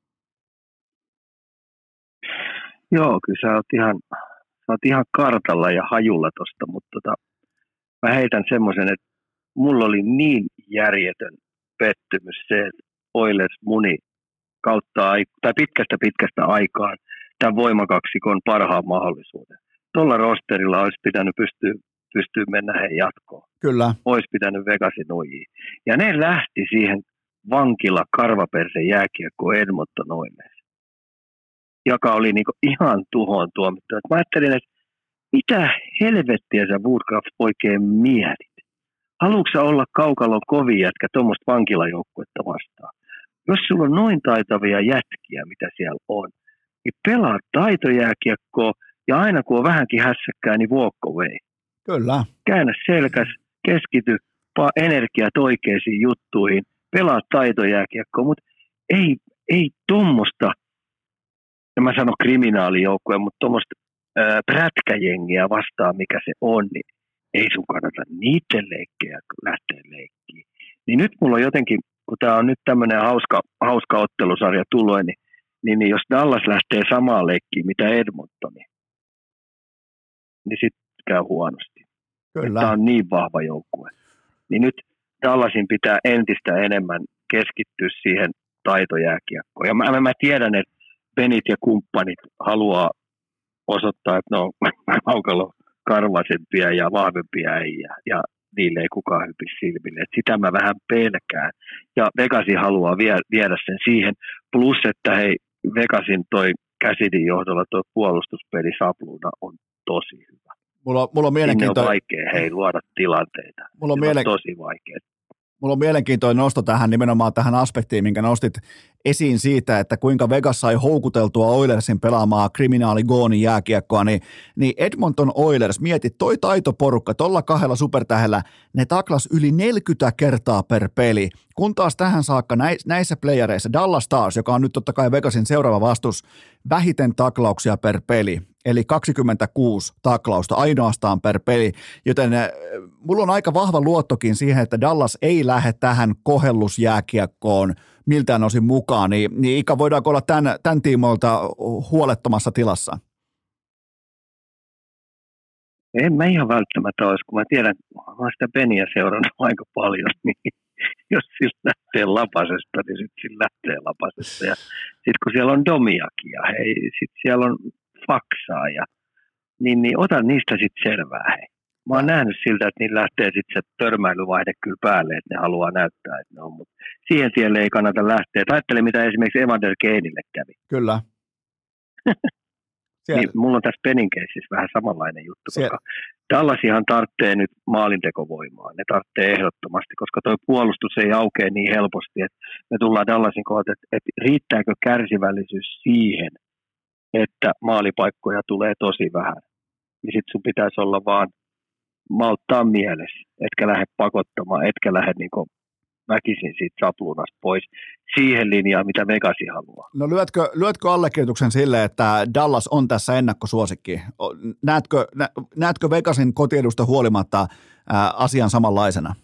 Joo, kyllä sä oot ihan, sä oot ihan kartalla ja hajulla tosta, mutta tota, mä heitän semmoisen, että mulla oli niin järjetön pettymys se, että Oilers muni kautta, tai pitkästä pitkästä aikaan tämän voimakaksikon parhaan mahdollisuuden. Tuolla rosterilla olisi pitänyt pystyä, pystyä mennä heidän jatkoon. Kyllä. Olisi pitänyt Vegasin nujiin. Ja ne lähti siihen vankila karvapersen jääkiekkoon Edmonton Oilers, joka oli niinku ihan tuhoon tuomittu. Mä ajattelin, että mitä helvettiä sä Woodcraft oikein mietit? Haluatko sä olla kaukalon kovin jätkä tuommoista vankilajoukkuetta vastaan? Jos sulla on noin taitavia jätkiä, mitä siellä on, niin pelaa taitojääkiekkoa ja aina kun on vähänkin hässäkkää, niin walk away. Kyllä. Käännä selkäs, keskity, paa energiat oikeisiin juttuihin, pelaa taitojääkiekkoa, mutta ei, ei tuommoista, ja mä sanon kriminaalijoukkoja, mutta tuommoista ää, prätkäjengiä vastaan, mikä se on, niin ei sun kannata niiden leikkejä lähteä leikkiin. Niin nyt mulla on jotenkin, kun tää on nyt tämmöinen hauska, hauska ottelusarja tullut, niin, niin, niin jos Dallas lähtee samaan leikkiin, mitä Edmontoni, niin sitten käy huonosti. Kyllä. Tämä on niin vahva joukkue. Niin nyt Dallasin pitää entistä enemmän keskittyä siihen taitojääkiekkoon. Ja mä, mä tiedän, että Benit ja kumppanit haluaa osoittaa, että no kaukalo karvaisempia ja vahvempia äijä, ja niille ei kukaan hypi silmille. Et sitä mä vähän pelkään. Ja Vegasi haluaa vie, viedä sen siihen, plus että hei, Vegasin toi Cassidyn johdolla toi puolustuspeli sapluuna on tosi hyvä. Mulla, mulla on mielenkiintoinen. on vaikea hei luoda tilanteita. Mulla on, mielen... on tosi vaikea. Mulla on mielenkiintoinen nosto tähän nimenomaan tähän aspektiin, minkä nostit esiin siitä, että kuinka Vegas sai houkuteltua Oilersin pelaamaan kriminaali Goonin jääkiekkoa, niin, niin Edmonton Oilers, mieti toi taitoporukka, tolla kahdella supertähdellä, ne taklas yli neljäkymmentä kertaa per peli, kun taas tähän saakka näissä playereissa Dallas Stars, joka on nyt totta kai Vegasin seuraava vastus, vähiten taklauksia per peli, eli kaksikymmentäkuusi taklausta ainoastaan per peli, joten mulla on aika vahva luottokin siihen, että Dallas ei lähde tähän kohellusjääkiekkoon miltään osin mukaan, niin, niin Ika, voidaanko olla tämän, tämän tiimoilta huolettomassa tilassa? En mä ihan välttämättä olisi, kun mä tiedän, mä oon sitä Beniä seurannut aika paljon, niin jos sillä lähtee lapasesta, niin sitten sillä lähtee lapasesta. Ja sitten kun siellä on Domiakia, hei, sitten siellä on Faksaa, ja, niin, niin otan niistä sitten selvää, hei. Mä oon nähnyt siltä, että niillä lähtee sitten se törmäilyvaihde kyllä päälle, että ne haluaa näyttää, että ne on, mutta siihen siellä ei kannata lähteä. Ajattele, mitä esimerkiksi Evander Kaneille kävi. Kyllä. Niin, mulla on tässä Penin keississä vähän samanlainen juttu, siellä. Koska Dallasihan tarvitsee nyt maalintekovoimaa. Ne tarvitsee ehdottomasti, koska tuo puolustus ei aukea niin helposti, että me tullaan Dallasin kohdalta, että, että riittääkö kärsivällisyys siihen, että maalipaikkoja tulee tosi vähän. Niin sit sun pitäisi olla vaan malttaa mielessä, etkä lähde pakottamaan, etkä lähde niinku väkisin siitä sapluunasta pois siihen linjaan, mitä Vegasi haluaa. No lyötkö, lyötkö allekirjoituksen sille, että Dallas on tässä ennakkosuosikki? Näetkö, nä, näetkö Vegasin kotiedusta huolimatta ää, asian samanlaisena?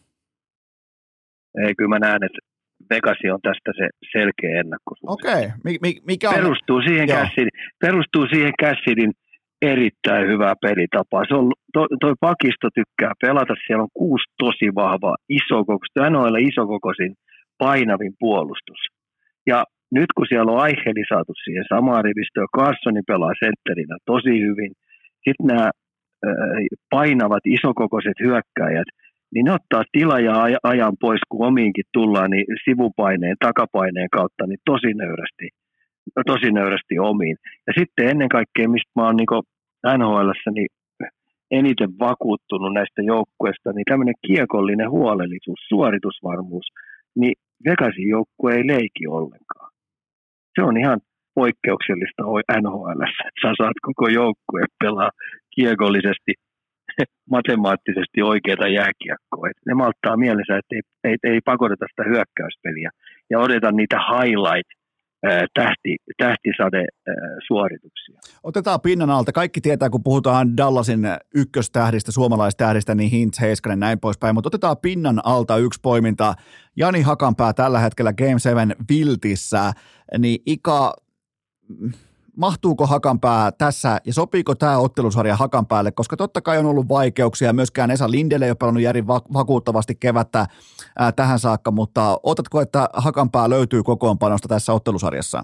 Ei, kyllä mä näen, että Vegasi on tästä se selkeä ennakkosuosikki. Okei. Okay. Mikä on? Perustuu siihen Cassidyn, perustuu siihen Cassidyn erittäin hyvää pelitapaa. Se on, toi, toi pakisto tykkää pelata, siellä on kuusi tosi vahvaa, isokokoista, N H L isokokoisin painavin puolustus. Ja nyt kun siellä on Eicheli saatu siihen samaan rivistöön, Carlsoni pelaa sentterinä tosi hyvin, sitten nämä äh, painavat isokokoiset hyökkäjät, niin ne ottaa tilaa ja ajan pois, kun omiinkin tullaan, niin sivupaineen, takapaineen kautta, niin tosi nöyrästi. tosi nöyrästi omiin. Ja sitten ennen kaikkea, mistä mä oon niin N H L:ssä niin eniten vakuuttunut näistä joukkueista, niin tämmöinen kiekollinen huolellisuus, suoritusvarmuus, niin Vegasin joukkue ei leiki ollenkaan. Se on ihan poikkeuksellista N H L:ssä, että sä saat koko joukkue pelaa kiekollisesti, matemaattisesti oikeata jääkiekkoa. Et ne malttaa mielessä, että ei, ei, ei pakoteta sitä hyökkäyspeliä ja odeta niitä highlight Tähti, tähtisade suorituksia. Otetaan pinnan alta. Kaikki tietää, kun puhutaan Dallasin ykköstähdistä, suomalaistähdistä, niin Hintz, Heiskanen, näin poispäin, mutta otetaan pinnan alta yksi poiminta. Jani Hakanpää tällä hetkellä Game seitsemän Viltissä, niin Ika, mahtuuko Hakanpää tässä ja sopiiko tämä ottelusarja Hakanpäälle, koska totta kai on ollut vaikeuksia, myöskään Esa Lindelle ei ole pelannut järin vakuuttavasti kevättä ää, tähän saakka, mutta otatko, että Hakanpää löytyy kokoonpanosta tässä ottelusarjassa?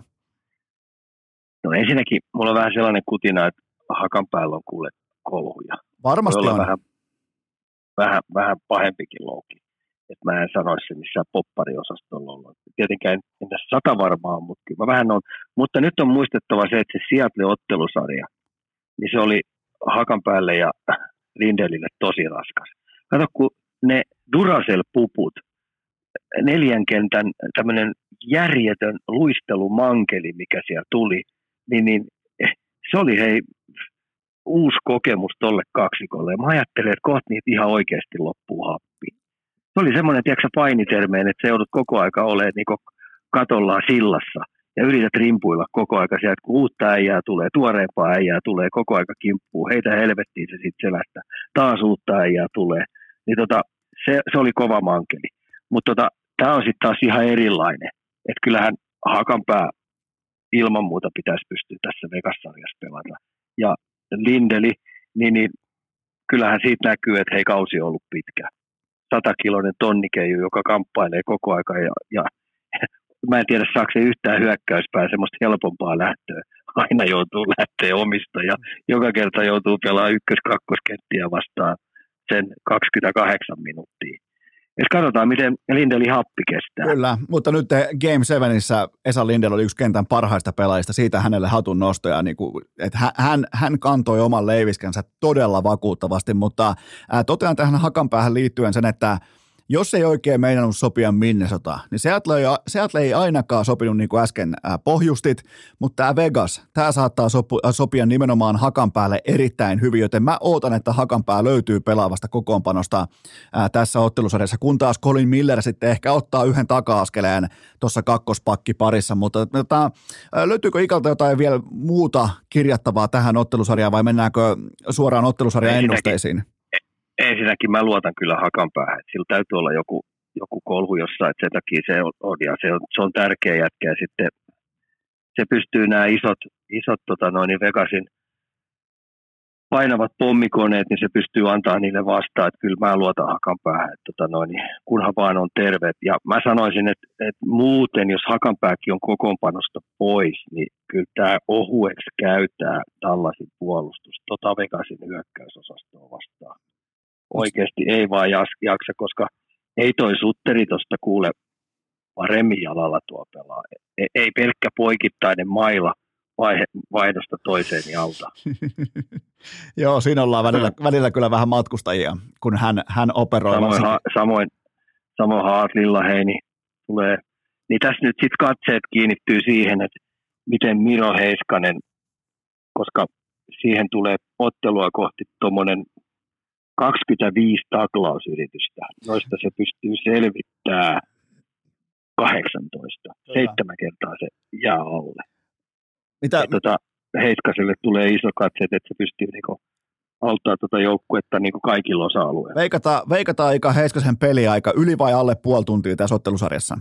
No ensinnäkin mulla on vähän sellainen kutina, että Hakanpäällä on kuule kolhuja. Varmasti on. Vähän, vähän, vähän pahempikin louki. Että mä en sanoisi se missään poppariosastolla ollut. Tietenkään en tässä sata varmaan, mutta kyllä mä vähän on. Mutta nyt on muistettava se, että se Seattle-ottelusarja, niin se oli Hakanpäälle ja Lindelille tosi raskas. Kato, kun ne Duracell-puput, neljän kentän tämmöinen järjetön luistelumankeli, mikä siellä tuli, niin, niin se oli hei uusi kokemus tolle kaksikolle. Ja mä ajattelen, että kohta niitä ihan oikeasti loppuu happi. Se oli semmoinen, tiedätkö painitermeen, että se joudut koko aika olemaan niin katollaan sillassa ja yrität rimpuilla koko aika sieltä, kun uutta äijää tulee, tuoreempaa äijää tulee, koko aika kimppuu, heitä helvettiin se sitten selästä, taas uutta äijää tulee. Niin tota, se, se oli kova mankeli. Mutta tota, tämä on sitten taas ihan erilainen. Että kyllähän Hakanpää ilman muuta pitäisi pystyä tässä Vegas-sarjassa pelata. Ja Lindeli, niin, niin kyllähän siitä näkyy, että hei, kausi on ollut pitkä. Satakiloinen tonnikeiju, joka kamppailee koko aika ja, ja mä en tiedä, saako se yhtään hyökkäyspää semmoista helpompaa lähtöä aina joutuu lähteä omista ja joka kerta joutuu pelaamaan ykkös-kakkoskettiä vastaan sen kaksikymmentäkahdeksan minuuttia. Ja katsotaan, miten Lindellin happi kestää. Kyllä, mutta nyt Game seitsemässä Esa Lindell oli yksi kentän parhaista pelaajista, siitä hänelle hatun nostoja, niin kuin, että hän, hän kantoi oman leiviskänsä todella vakuuttavasti, mutta ää, totean tähän Hakanpäähän liittyen sen, että jos ei oikein meinannut sopia Minnesota, niin Seattle ei, Seattle ei ainakaan sopinut niin kuin äsken ää, pohjustit, mutta tämä Vegas, tämä saattaa sopu, sopia nimenomaan Hakanpäälle erittäin hyvin, joten mä ootan, että Hakanpää löytyy pelaavasta kokoonpanosta ää, tässä ottelusarjassa, kun taas Colin Miller sitten ehkä ottaa yhden taka-askeleen tuossa kakkospakkiparissa, mutta tota, löytyykö Ikalta jotain vielä muuta kirjattavaa tähän ottelusarjaan vai mennäänkö suoraan ottelusarjan ennusteisiin? Ensinnäkin mä luotan kyllä Hakanpäähän, että sillä täytyy olla joku, joku kolhu jossain, että sen takia se on, ja se on, se on tärkeä jätkä, ja sitten se pystyy nämä isot, isot tota noin, Vegasin painavat pommikoneet, niin se pystyy antaa niille vastaan, että kyllä mä luotan Hakanpäähän, että tota noin, kunhan vaan on terveet, ja mä sanoisin, että, että muuten, jos Hakanpääkin on kokoonpanosta pois, niin kyllä tämä ohueksi käytää Dallasin puolustus, tota Vegasin hyökkäysosastoa vastaan. Oikeasti ei vaan jaksa, koska ei toi Sutteri tuosta kuule paremmin jalalla tuo pelaa. Ei, ei pelkkä poikittainen maila vaihdosta toiseen niin auta. Joo, siinä ollaan välillä, välillä kyllä vähän matkustajia, kun hän, hän operoi. Samoin, ha, samoin, samoin Haat Lillaheini tulee. Niin tässä nyt sitten katseet kiinnittyy siihen, että miten Miro Heiskanen, koska siihen tulee ottelua kohti tuommoinen kaksikymmentäviisi taklausyritystä, joista se pystyy selvittämään kahdeksantoista. Kyllä. Seitsemän kertaa se jää alle. Mitä? Ja tuota, Heiskaselle tulee iso katseet, että se pystyy niinku auttaa tuota joukkuetta niinku kaikilla osa-alueilla. Veikataan, veikataan aika Heiskasen peliaika yli vai alle puoli tuntia tässä ottelusarjassa?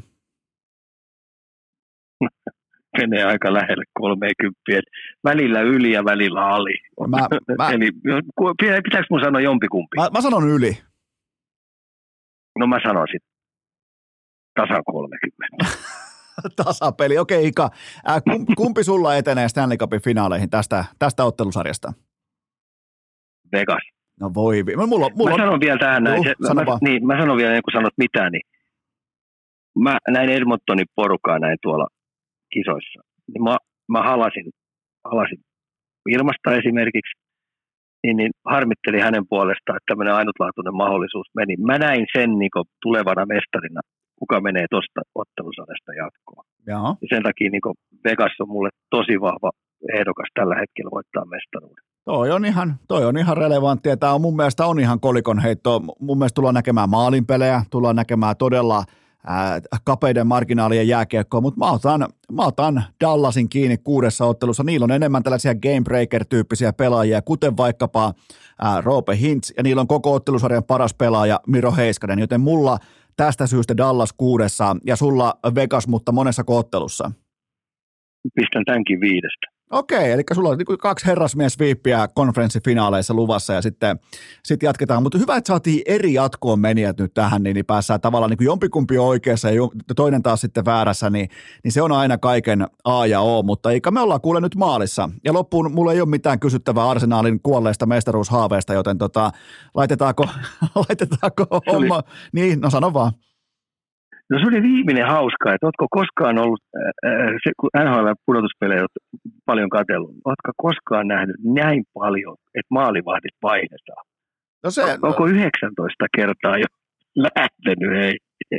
Menee aika lähelle kolmekymmentä. Välillä yli ja välillä ali. Mä, mä, Eli pitääkö mun sanoa jompikumpi? Mä, mä sanon yli. No mä sanoisin tasan kolmekymmentä. Tasapeli. Okei, Ika. Äh, kumpi sulla etenee Stanley Cupin finaaleihin tästä, tästä ottelusarjasta? Vegas. No voi. Mulla, mulla mä sanon on... vielä tähän näin. Uh, se, sano mä, niin, mä sanon vielä, ennen kuin sanot mitään, niin mä näin Edmontonin porukaa näin tuolla kisoissa. Niin mä, mä halasin, halasin ilmasta esimerkiksi, niin, niin harmittelin hänen puolestaan, että tämmöinen ainutlaatuinen mahdollisuus meni. Mä näin sen niin kuin tulevana mestarina, kuka menee tuosta ottelusarjasta jatkoon. Joo. Ja sen takia niin kuin Vegas on mulle tosi vahva ehdokas tällä hetkellä voittaa mestaruuden. Toi on ihan, toi on ihan relevanttia. Tämä on mun mielestä on ihan kolikon heitto. Mun mielestä tullaan näkemään maalinpelejä, tullaan näkemään todella ää, kapeiden marginaalien jääkiekkoa, mutta mä otan, mä otan Dallasin kiinni kuudessa ottelussa. Niillä on enemmän tällaisia game breaker-tyyppisiä pelaajia, kuten vaikkapa ää, Roope Hintz, ja niillä on koko ottelusarjan paras pelaaja Miro Heiskanen, joten mulla tästä syystä Dallas kuudessa ja sulla Vegas, mutta monessa ottelussa. Pistän tämänkin viidestä. Okei, eli sulla on kaksi herrasmiesviippiä konferenssifinaaleissa luvassa ja sitten sit jatketaan. Mutta hyvä, että saatiin eri jatkoon menijät nyt tähän, niin, niin päässään tavallaan niin kuin jompikumpi oikeassa ja toinen taas sitten väärässä, niin, niin se on aina kaiken A ja O. Mutta eikä me ollaan kuule nyt maalissa. Ja loppuun mulla ei ole mitään kysyttävää Arsenaalin kuolleesta mestaruushaaveesta, joten tota, laitetaanko, laitetaanko homma? Niin, no sano vaan. No se oli viimeinen hauska, että ootko koskaan ollut, äh, se, kun N H L-pudotuspelejä oot paljon katsellut, ootko koskaan nähnyt näin paljon, että maalivahdit vaihdetaan? No se, Onko yhdeksäntoista kertaa jo lähtenyt, hei?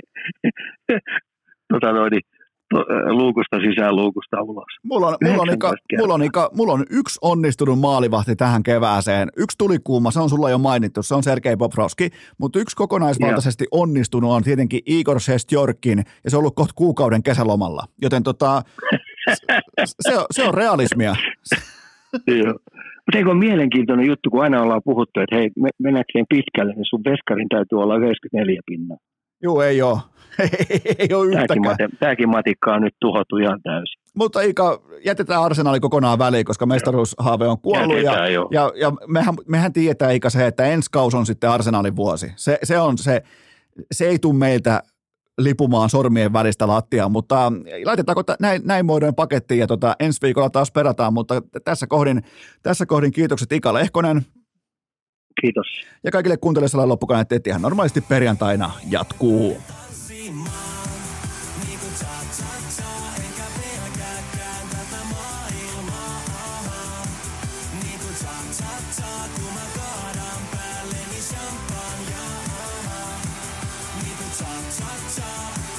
tota noin, to, luukusta sisään, luukusta ulos. Mulla on, mulla, on ika, mulla, on ika, mulla on yksi onnistunut maalivahti tähän kevääseen. Yksi tulikuuma, se on sulla jo mainittu, se on Sergei Bobrovski, mutta yksi kokonaisvaltaisesti ja. onnistunut on tietenkin Igor Shesterkin, ja se on ollut kohta kuukauden kesälomalla. Joten tota, se, on, se on realismia. Joo. Mutta eikö ole mielenkiintoinen juttu, kun aina ollaan puhuttu, että hei, mennäkseen pitkälle, niin sun veskarin täytyy olla yhdeksänkymmentäneljä pinnaa. Joo, ei ole. ei ole yhtäkään. Tämäkin, tämäkin matikka on nyt tuhottu ihan täysin. Mutta Ika, jätetään Arsenaali kokonaan väliin, koska mestaruushaave on kuollut. Ja, ja, ja mehän, mehän tiedetään, Ika, se, että ensi kaus on sitten Arsenaalin vuosi. Se, se on se, se ei tule meiltä lipumaan sormien välistä lattiaan, mutta laitetaanko t- näin, näin muodoin pakettiin ja tota, ensi viikolla taas perataan, mutta tässä kohdin, tässä kohdin kiitokset Ika Lehkonen. Kiitos. Ja kaikille kuuntelijoille loppukaneet, että ihan normaalisti perjantaina jatkuu.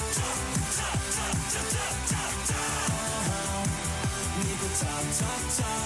Cha cha cha